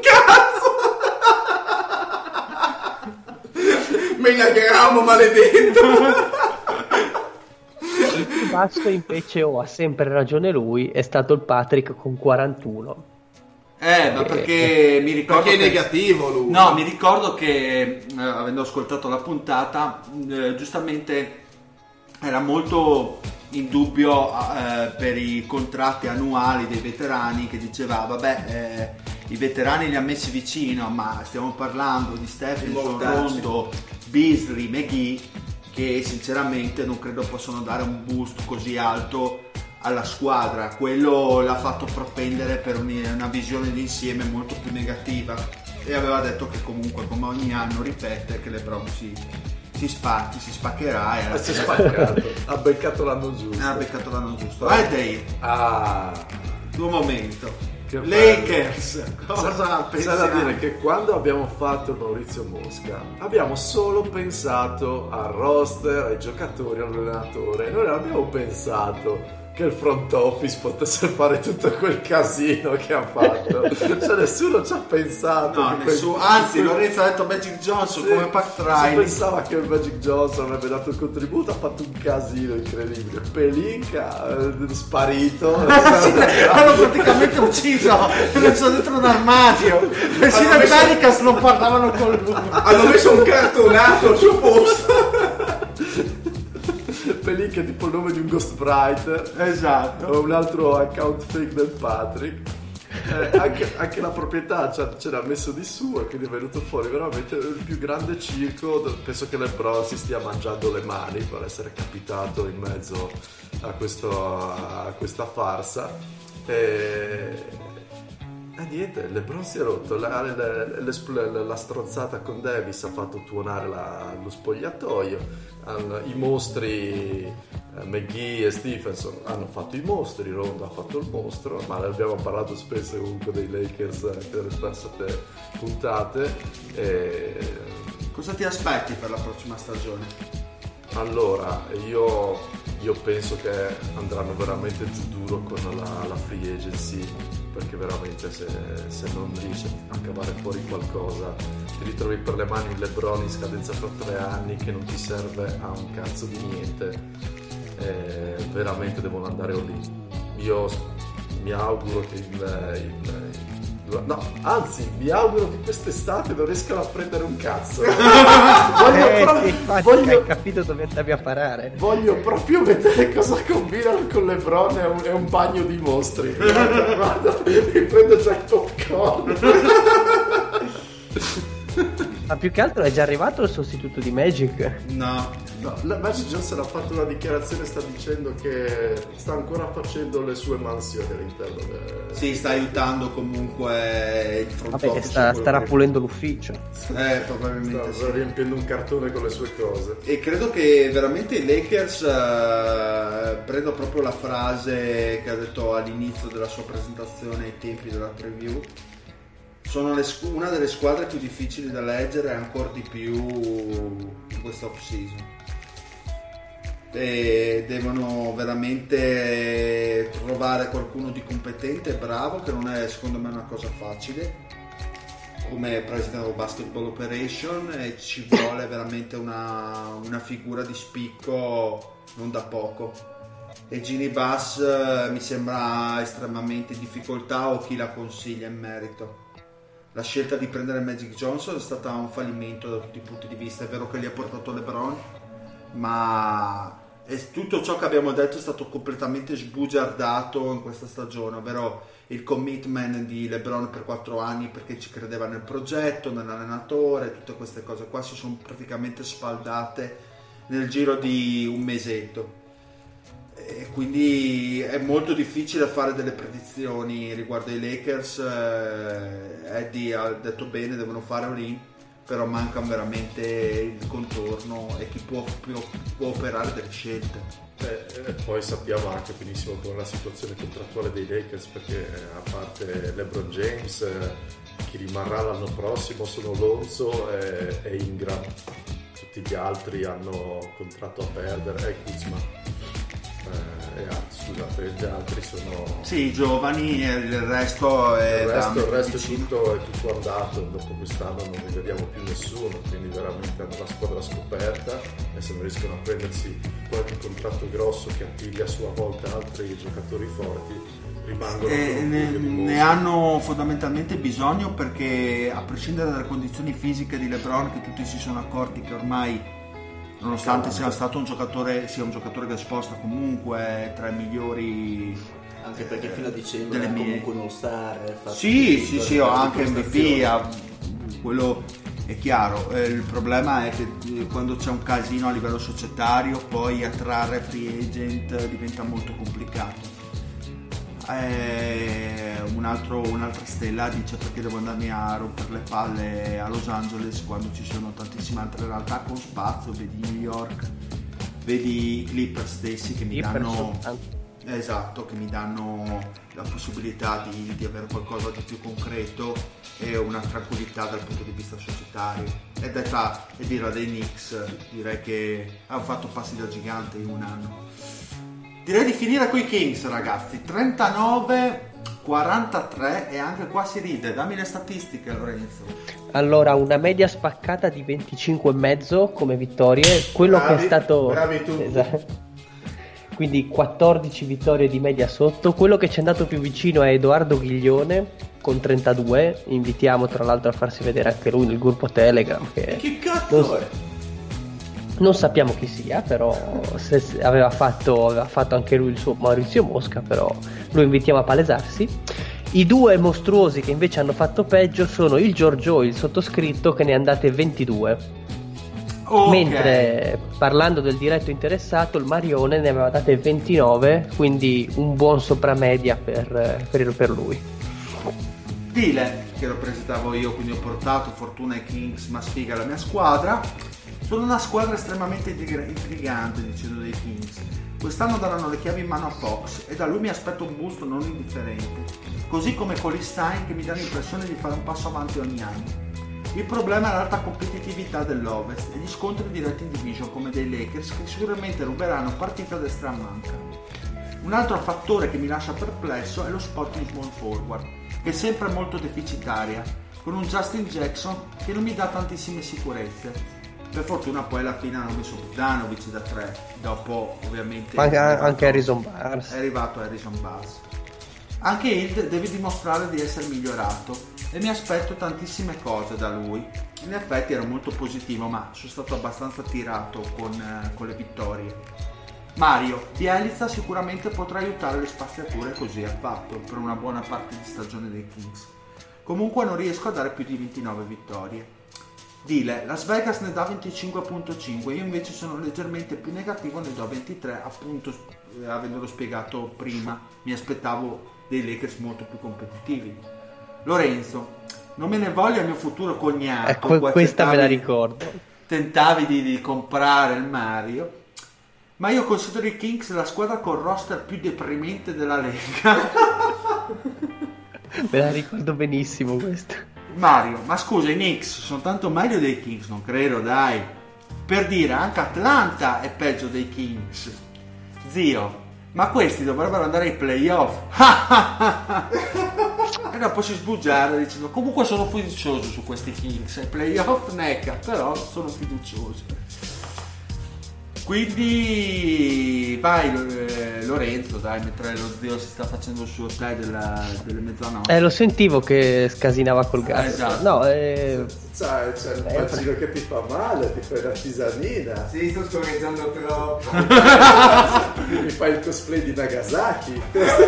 cazzo. Menagramo maledetto. Il più basso invece, oh, ha sempre ragione lui, è stato il Patrick con quarantuno. Eh, ma perché mi ricordo perché è che... negativo lui. No, mi ricordo che eh, avendo ascoltato la puntata, eh, giustamente era molto in dubbio eh, per i contratti annuali dei veterani, che diceva vabbè, eh, i veterani li ha messi vicino, ma stiamo parlando di Stephenson, Rondo, Beasley, McGee, che sinceramente non credo possano dare un boost così alto alla squadra. Quello l'ha fatto propendere per una visione d'insieme molto più negativa, e aveva detto che comunque, come ogni anno ripete, che LeBron si, si spacchi, si spaccherà, e alla si è fine... spaccato. Ha beccato l'anno giusto. Ha beccato l'anno giusto. Vai Dave, ah, tuo momento. che Lakers, bello. cosa pensi? C'è da dire che quando abbiamo fatto il Maurizio Mosca abbiamo solo pensato al roster, ai giocatori, all'allenatore. Noi non abbiamo pensato che il front office potesse fare tutto quel casino che ha fatto. Cioè nessuno ci ha pensato. No, nessuno. Quel... Anzi, Lorenzo ha detto Magic Johnson, sì, come Pat Riley. Si pensava che il Magic Johnson avrebbe dato il contributo, ha fatto un casino incredibile. Pelinka eh, sparito. Sì, hanno praticamente ucciso, l'ho messo dentro un armadio. Persino i messo... Pelicans non parlavano con lui. Hanno messo un cartonato al suo posto. Pelinka è tipo il nome di un ghostwriter, esatto, o un altro account fake del Patrick. Eh, anche, anche la proprietà ce l'ha messo di suo, e quindi è venuto fuori veramente il più grande circo. Penso che LeBron si stia mangiando le mani per essere capitato in mezzo a, questo, a questa farsa. E... E eh, niente, LeBron si è rotto, la, la, la, la strozzata con Davis ha fatto tuonare la, lo spogliatoio, um, i mostri uh, McGee e Stephenson hanno fatto i mostri, Rondo ha fatto il mostro, ma ne abbiamo parlato spesso comunque dei Lakers anche nelle passate puntate. E... Cosa ti aspetti per la prossima stagione? Allora, io, io penso che andranno veramente giù duro con la, la free agency, perché veramente se, se non riesci a cavare fuori qualcosa ti ritrovi per le mani un LeBron in scadenza fra tre anni che non ti serve a un cazzo di niente, e veramente devono andare lì. Io mi auguro che il, il no, anzi, mi auguro che quest'estate non riescano a prendere un cazzo. voglio eh, proprio, sì, infatti, voglio, hai capito dove andavi a parare. Voglio proprio vedere cosa combinano con LeBron e un, e un bagno di mostri. Guarda, guarda, mi prendo già il popcorn. Ma più che altro è già arrivato il sostituto di Magic? No. No, la Magic Johnson ha fatto una dichiarazione, sta dicendo che sta ancora facendo le sue mansioni all'interno del... Sì, sta aiutando comunque il front Vabbè, office. sta, starà che... pulendo l'ufficio. Eh, probabilmente sta sì. riempiendo un cartone con le sue cose. E credo che veramente i Lakers, uh, prendo proprio la frase che ha detto all'inizio della sua presentazione ai tempi della preview, sono le, una delle squadre più difficili da leggere, ancora di più in questa off season. E devono veramente trovare qualcuno di competente e bravo, che non è secondo me una cosa facile, come president of basketball operation, e ci vuole veramente una, una figura di spicco non da poco. E Ginny Bass mi sembra estremamente in difficoltà, o chi la consiglia in merito. La scelta di prendere Magic Johnson è stata un fallimento da tutti i punti di vista. È vero che gli ha portato LeBron, ma e tutto ciò che abbiamo detto è stato completamente sbugiardato in questa stagione, ovvero il commitment di LeBron per quattro anni perché ci credeva nel progetto, nell'allenatore, tutte queste cose qua si sono praticamente sfaldate nel giro di un mesetto. E quindi è molto difficile fare delle predizioni riguardo ai Lakers. eh, Eddie ha detto bene, devono fare all-in, però mancano veramente il contorno e chi può, può, può operare delle scelte. Eh, e poi sappiamo anche benissimo con la situazione contrattuale dei Lakers, perché eh, a parte LeBron James eh, chi rimarrà l'anno prossimo sono Lonzo e, e Ingram, tutti gli altri hanno contratto a perdere, e Kuzma. Eh, e altri, scusate, gli altri sono sì, giovani, e il resto è il resto, il resto è, vicino. tutto, è tutto andato. Dopo quest'anno non ne vediamo più nessuno, quindi veramente hanno la squadra scoperta, e se non riescono a prendersi qualche contratto grosso che appiglia a sua volta altri giocatori forti, rimangono e ne, ne hanno fondamentalmente bisogno, perché a prescindere dalle condizioni fisiche di LeBron, che tutti si sono accorti che ormai, nonostante sia stato un giocatore, sia un giocatore che sposta comunque tra i migliori, anche perché fino a dicembre delle è mie... comunque un all-star. Sì, sì, sì, ho anche M V P, ha... quello è chiaro. Eh, il problema è che quando c'è un casino a livello societario, poi attrarre free agent diventa molto complicato. Eh, un altro, un'altra stella dice: perché devo andarmi a rompere le palle a Los Angeles quando ci sono tantissime altre realtà con spazio, vedi New York, vedi i Clippers stessi che mi danno, esatto, che mi danno la possibilità di, di avere qualcosa di più concreto e una tranquillità dal punto di vista societario. E detta e dirla dei Knicks, direi che hanno fatto passi da gigante in un anno. Direi di finire coi Kings, ragazzi. trentanove quarantatré, e anche qua si ride. Dammi le statistiche, Lorenzo. Allora, una media spaccata di venticinque e mezzo come vittorie. Quello bravi, che è stato bravi tutti. Esatto. Quindi quattordici vittorie di media sotto. Quello che ci è andato più vicino è Edoardo Ghiglione con trentadue. Invitiamo tra l'altro a farsi vedere anche lui nel gruppo Telegram, che, che cazzo non, è? non sappiamo chi sia, però se aveva fatto, aveva fatto anche lui il suo Maurizio Mosca, però lo invitiamo a palesarsi. I due mostruosi che invece hanno fatto peggio sono il Giorgio e il sottoscritto, che ne è andate ventidue. Okay. Mentre parlando del diretto interessato, il Marione ne aveva date ventinove, quindi un buon sopramedia per, per, per lui. Dile, che lo presentavo io, quindi ho portato fortuna ai Kings, ma sfiga la mia squadra. Sono una squadra estremamente intrigante, dicendo dei Kings. Quest'anno daranno le chiavi in mano a Fox e da lui mi aspetto un boost non indifferente, così come Colin Stein, che mi dà l'impressione di fare un passo avanti ogni anno. Il problema è l'alta competitività dell'Ovest e gli scontri diretti in division come dei Lakers, che sicuramente ruberanno partita a destra a manca. Un altro fattore che mi lascia perplesso è lo spot in small forward, che è sempre molto deficitaria, con un Justin Jackson che non mi dà tantissime sicurezze. Per fortuna poi alla fine hanno messo Bogdanovic da tre, dopo ovviamente anche, arrivato, anche Harrison Barnes. È arrivato Harrison Barnes. Anche Hild deve dimostrare di essere migliorato e mi aspetto tantissime cose da lui. In effetti ero molto positivo, ma sono stato abbastanza tirato con, eh, con le vittorie. Mario, Bielitsa sicuramente potrà aiutare le spaziature, così ha fatto per una buona parte di stagione dei Kings. Comunque non riesco a dare più di ventinove vittorie. Dile, Las Vegas ne dà venticinque virgola cinque, io invece sono leggermente più negativo, ne do ventitré, appunto eh, avendolo spiegato prima, mi aspettavo dei Lakers molto più competitivi. Lorenzo, non me ne voglia il mio futuro cognato. Ecco, questa me la ricordo. Tentavi di, di comprare il Mario, ma io considero i Kings la squadra con roster più deprimente della Lega. Me la ricordo benissimo questa. Mario, ma scusa, i Knicks sono tanto meglio dei Kings? Non credo, dai. Per dire, anche Atlanta è peggio dei Kings. Zio, ma questi dovrebbero andare ai playoff. E dopo si sbugiarda dicendo: comunque sono fiducioso su questi Kings. Ai playoff necca, però sono fiducioso. Quindi vai eh, Lorenzo, dai, mentre lo zio si sta facendo il suo tè della, delle mezzanotte. Eh, lo sentivo che scasinava col gas. Eh, esatto. No, eh... C'è, c'è il bacino che ti fa male, ti fai l'artisanina. Sì, sto scorreggiando troppo. Mi fai il cosplay di Nagasaki.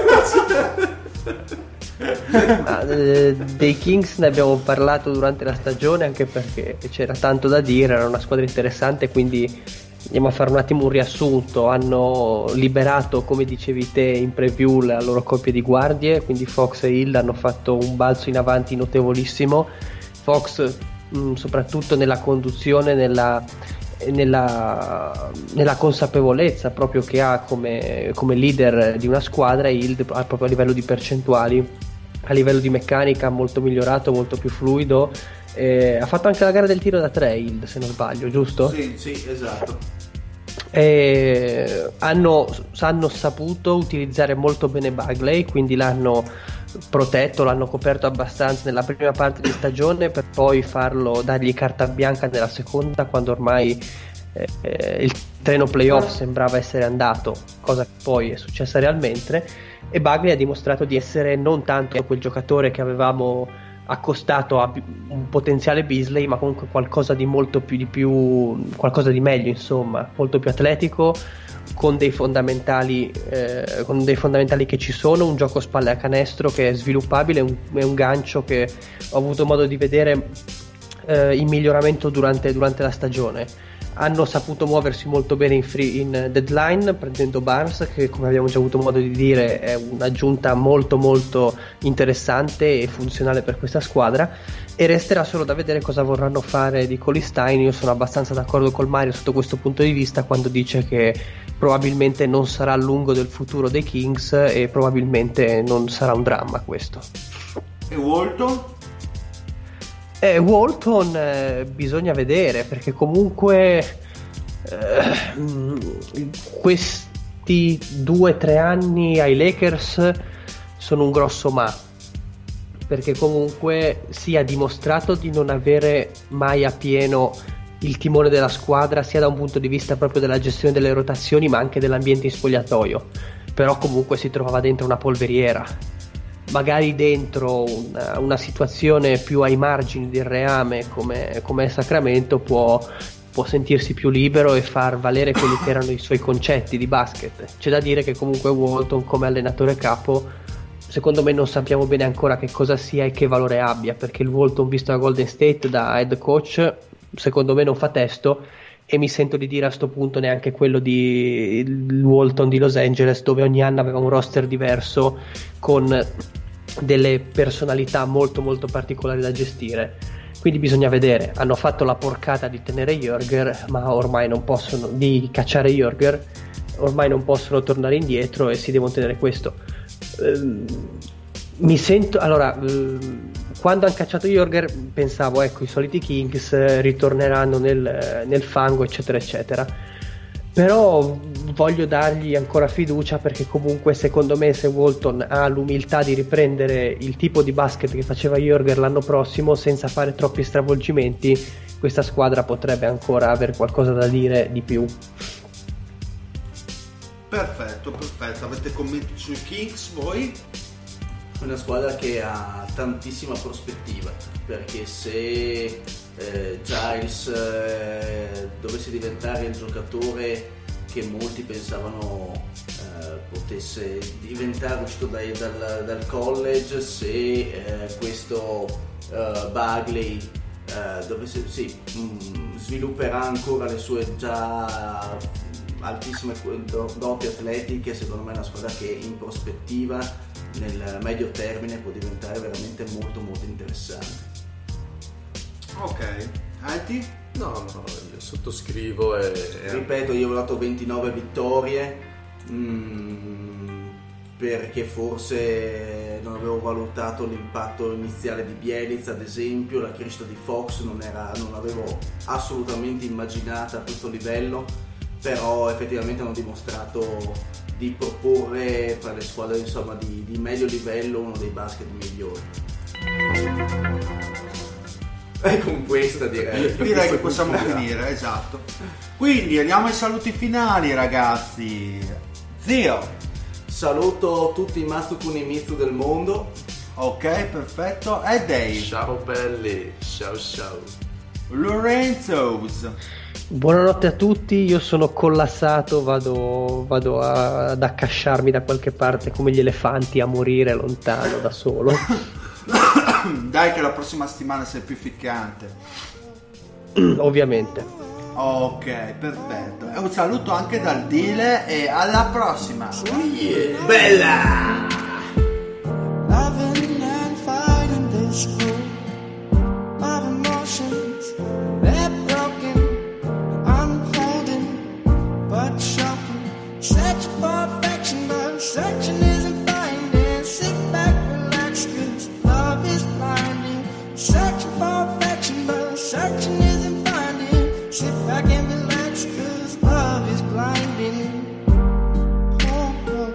Ah, eh, dei Kings ne abbiamo parlato durante la stagione, anche perché c'era tanto da dire, era una squadra interessante, quindi andiamo a fare un attimo un riassunto. Hanno liberato, come dicevi te in preview, la loro coppia di guardie, quindi Fox e Hill hanno fatto un balzo in avanti notevolissimo. Fox mh, soprattutto nella conduzione, nella, nella, nella consapevolezza proprio che ha come, come leader di una squadra, e Hill proprio a livello di percentuali, a livello di meccanica molto migliorato, molto più fluido. Eh, ha fatto anche la gara del tiro da tre Hill, se non sbaglio, giusto? Sì, sì, esatto. Eh, hanno, hanno saputo utilizzare molto bene Bagley, quindi l'hanno protetto, l'hanno coperto abbastanza nella prima parte di stagione, per poi farlo, dargli carta bianca nella seconda, quando ormai eh, il treno playoff sembrava essere andato, cosa che poi è successa realmente. E Bagley ha dimostrato di essere non tanto quel giocatore che avevamo accostato a un potenziale Beasley, ma comunque qualcosa di molto più di più, qualcosa di meglio, insomma, molto più atletico, con dei fondamentali eh, con dei fondamentali che ci sono, un gioco spalle a canestro che è sviluppabile, un, è un gancio che ho avuto modo di vedere eh, in miglioramento durante, durante la stagione. Hanno saputo muoversi molto bene in, free, in deadline, prendendo Barnes, che come abbiamo già avuto modo di dire è un'aggiunta molto molto interessante e funzionale per questa squadra, e resterà solo da vedere cosa vorranno fare di Colistein. Io sono abbastanza d'accordo col Mario sotto questo punto di vista, quando dice che probabilmente non sarà a lungo del futuro dei Kings e probabilmente non sarà un dramma questo. E Walton? Eh, Walton eh, bisogna vedere, perché comunque eh, questi due o tre anni ai Lakers sono un grosso ma, perché comunque si è dimostrato di non avere mai a pieno il timone della squadra, sia da un punto di vista proprio della gestione delle rotazioni, ma anche dell'ambiente in spogliatoio. Però comunque si trovava dentro una polveriera. Magari dentro una, una situazione più ai margini del reame come, come Sacramento può, può sentirsi più libero e far valere quelli che erano i suoi concetti di basket. C'è da dire che comunque Walton, come allenatore capo, secondo me non sappiamo bene ancora che cosa sia e che valore abbia, perché il Walton visto da Golden State da head coach secondo me non fa testo, e mi sento di dire a sto punto neanche quello di il Walton di Los Angeles, dove ogni anno aveva un roster diverso con delle personalità molto molto particolari da gestire. Quindi bisogna vedere. Hanno fatto la porcata di tenere Jörger, ma ormai non possono, di cacciare Jörger, ormai non possono tornare indietro e si devono tenere questo. Ehm, mi sento allora ehm, quando hanno cacciato Jörger pensavo, ecco, i soliti Kings eh, ritorneranno nel, nel fango, eccetera eccetera, però voglio dargli ancora fiducia, perché comunque secondo me se Walton ha l'umiltà di riprendere il tipo di basket che faceva Jörger l'anno prossimo senza fare troppi stravolgimenti, questa squadra potrebbe ancora avere qualcosa da dire di più. Perfetto, perfetto. Avete commenti sui Kings voi? Una squadra che ha tantissima prospettiva, perché se eh, Giles eh, dovesse diventare il giocatore che molti pensavano eh, potesse diventare uscito dai, dal, dal college, se eh, questo eh, Bagley eh, dovesse, sì, mh, svilupperà ancora le sue già altissime doti atletiche, secondo me è una squadra che in prospettiva nel medio termine può diventare veramente molto molto interessante. Ok, Alti? No, no, io sottoscrivo e... Ripeto, io ho dato ventinove vittorie mh, perché forse non avevo valutato l'impatto iniziale di Bielitz, ad esempio. La crescita di Fox non, era, non l'avevo assolutamente immaginata a questo livello, però effettivamente hanno dimostrato di proporre fra le squadre, insomma, di, di medio livello uno dei basket migliori. E con questa direi direi che possiamo finire, esatto. Quindi andiamo ai saluti finali, ragazzi. Zio. Saluto tutti i Mastu Kunimitsu del mondo. Ok, perfetto. E Dave. Ciao belli, ciao ciao. Lorenzo. Buonanotte a tutti, io sono collassato, vado, vado a, ad accasciarmi da qualche parte come gli elefanti a morire lontano da solo. Dai che la prossima settimana sei più ficcante. Ovviamente. Ok, perfetto. E un saluto anche dal Dile e alla prossima. Oh yeah. Bella! Loving and fighting this cold of emotions, they're broken, unholding, but shocking. Searching for affection, but searching isn't finding. Sit back, relax, cause love is blinding. Searching for affection, but searching isn't finding. Sit back and relax, cause love is blinding. Oh, oh.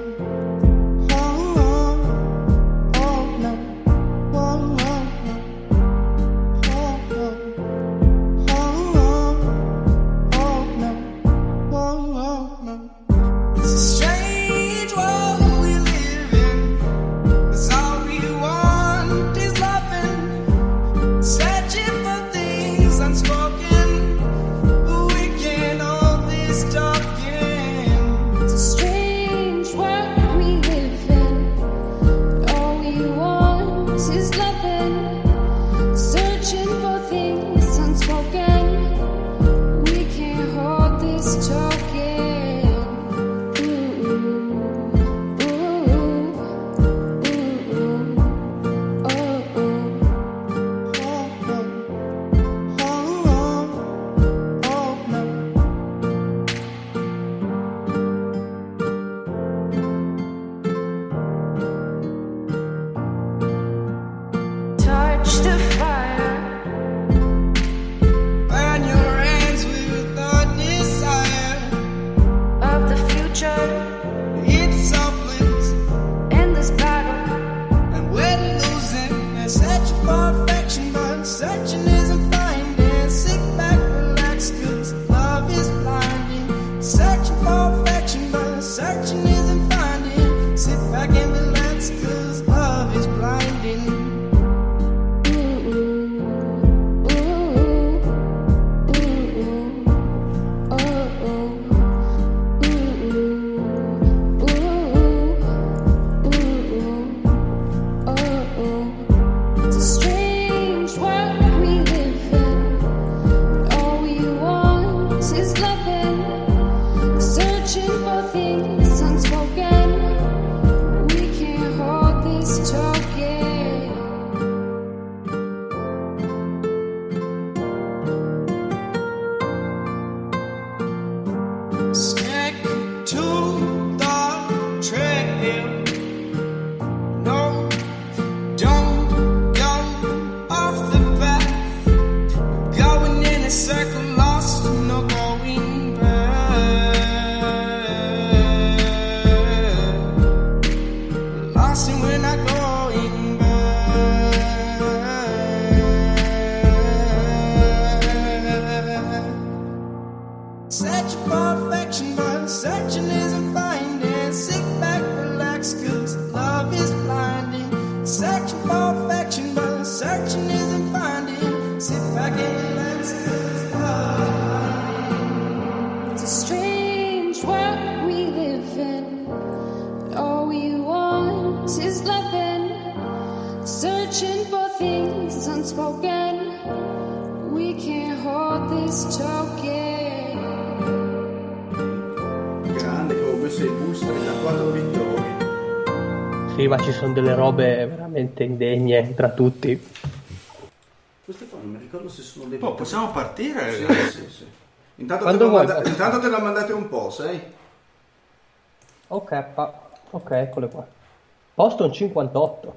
Sì, ma ci sono delle robe veramente indegne tra tutti. Queste qua non mi ricordo se sono dei... Oh, possiamo partire? Sì, sì, sì. Intanto, Quando te vuoi, manda... Intanto te la mandate un po', sai? Ok, pa... ok, eccole qua. Boston cinquantotto.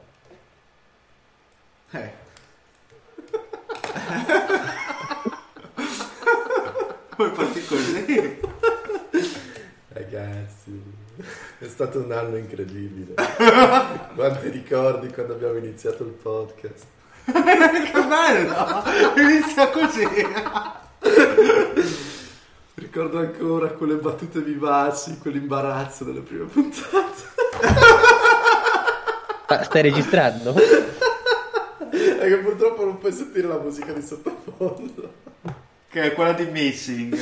Eh. Puoi partire così? Ragazzi, è stato un anno incredibile. Quanti ricordi quando abbiamo iniziato il podcast. Che bello! Inizia così. ricordo ancora quelle battute vivaci, quell'imbarazzo delle prime puntate. Ma stai registrando? È che purtroppo non puoi sentire la musica di sottofondo. Che è quella di Missing.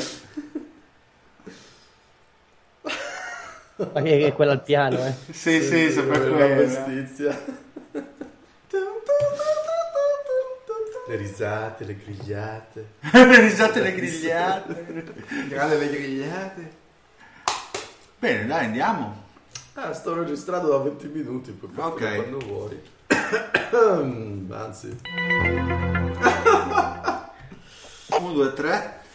Ma che è quella al piano, eh? Sì, sì, sempre la quella. bestizia. Le risate, le grigliate. Le risate le grigliate. Grande le grigliate. Bene, dai, andiamo. Ah, sto registrando da venti minuti, puoi Ok. farlo quando vuoi. Anzi. uno, due, tre.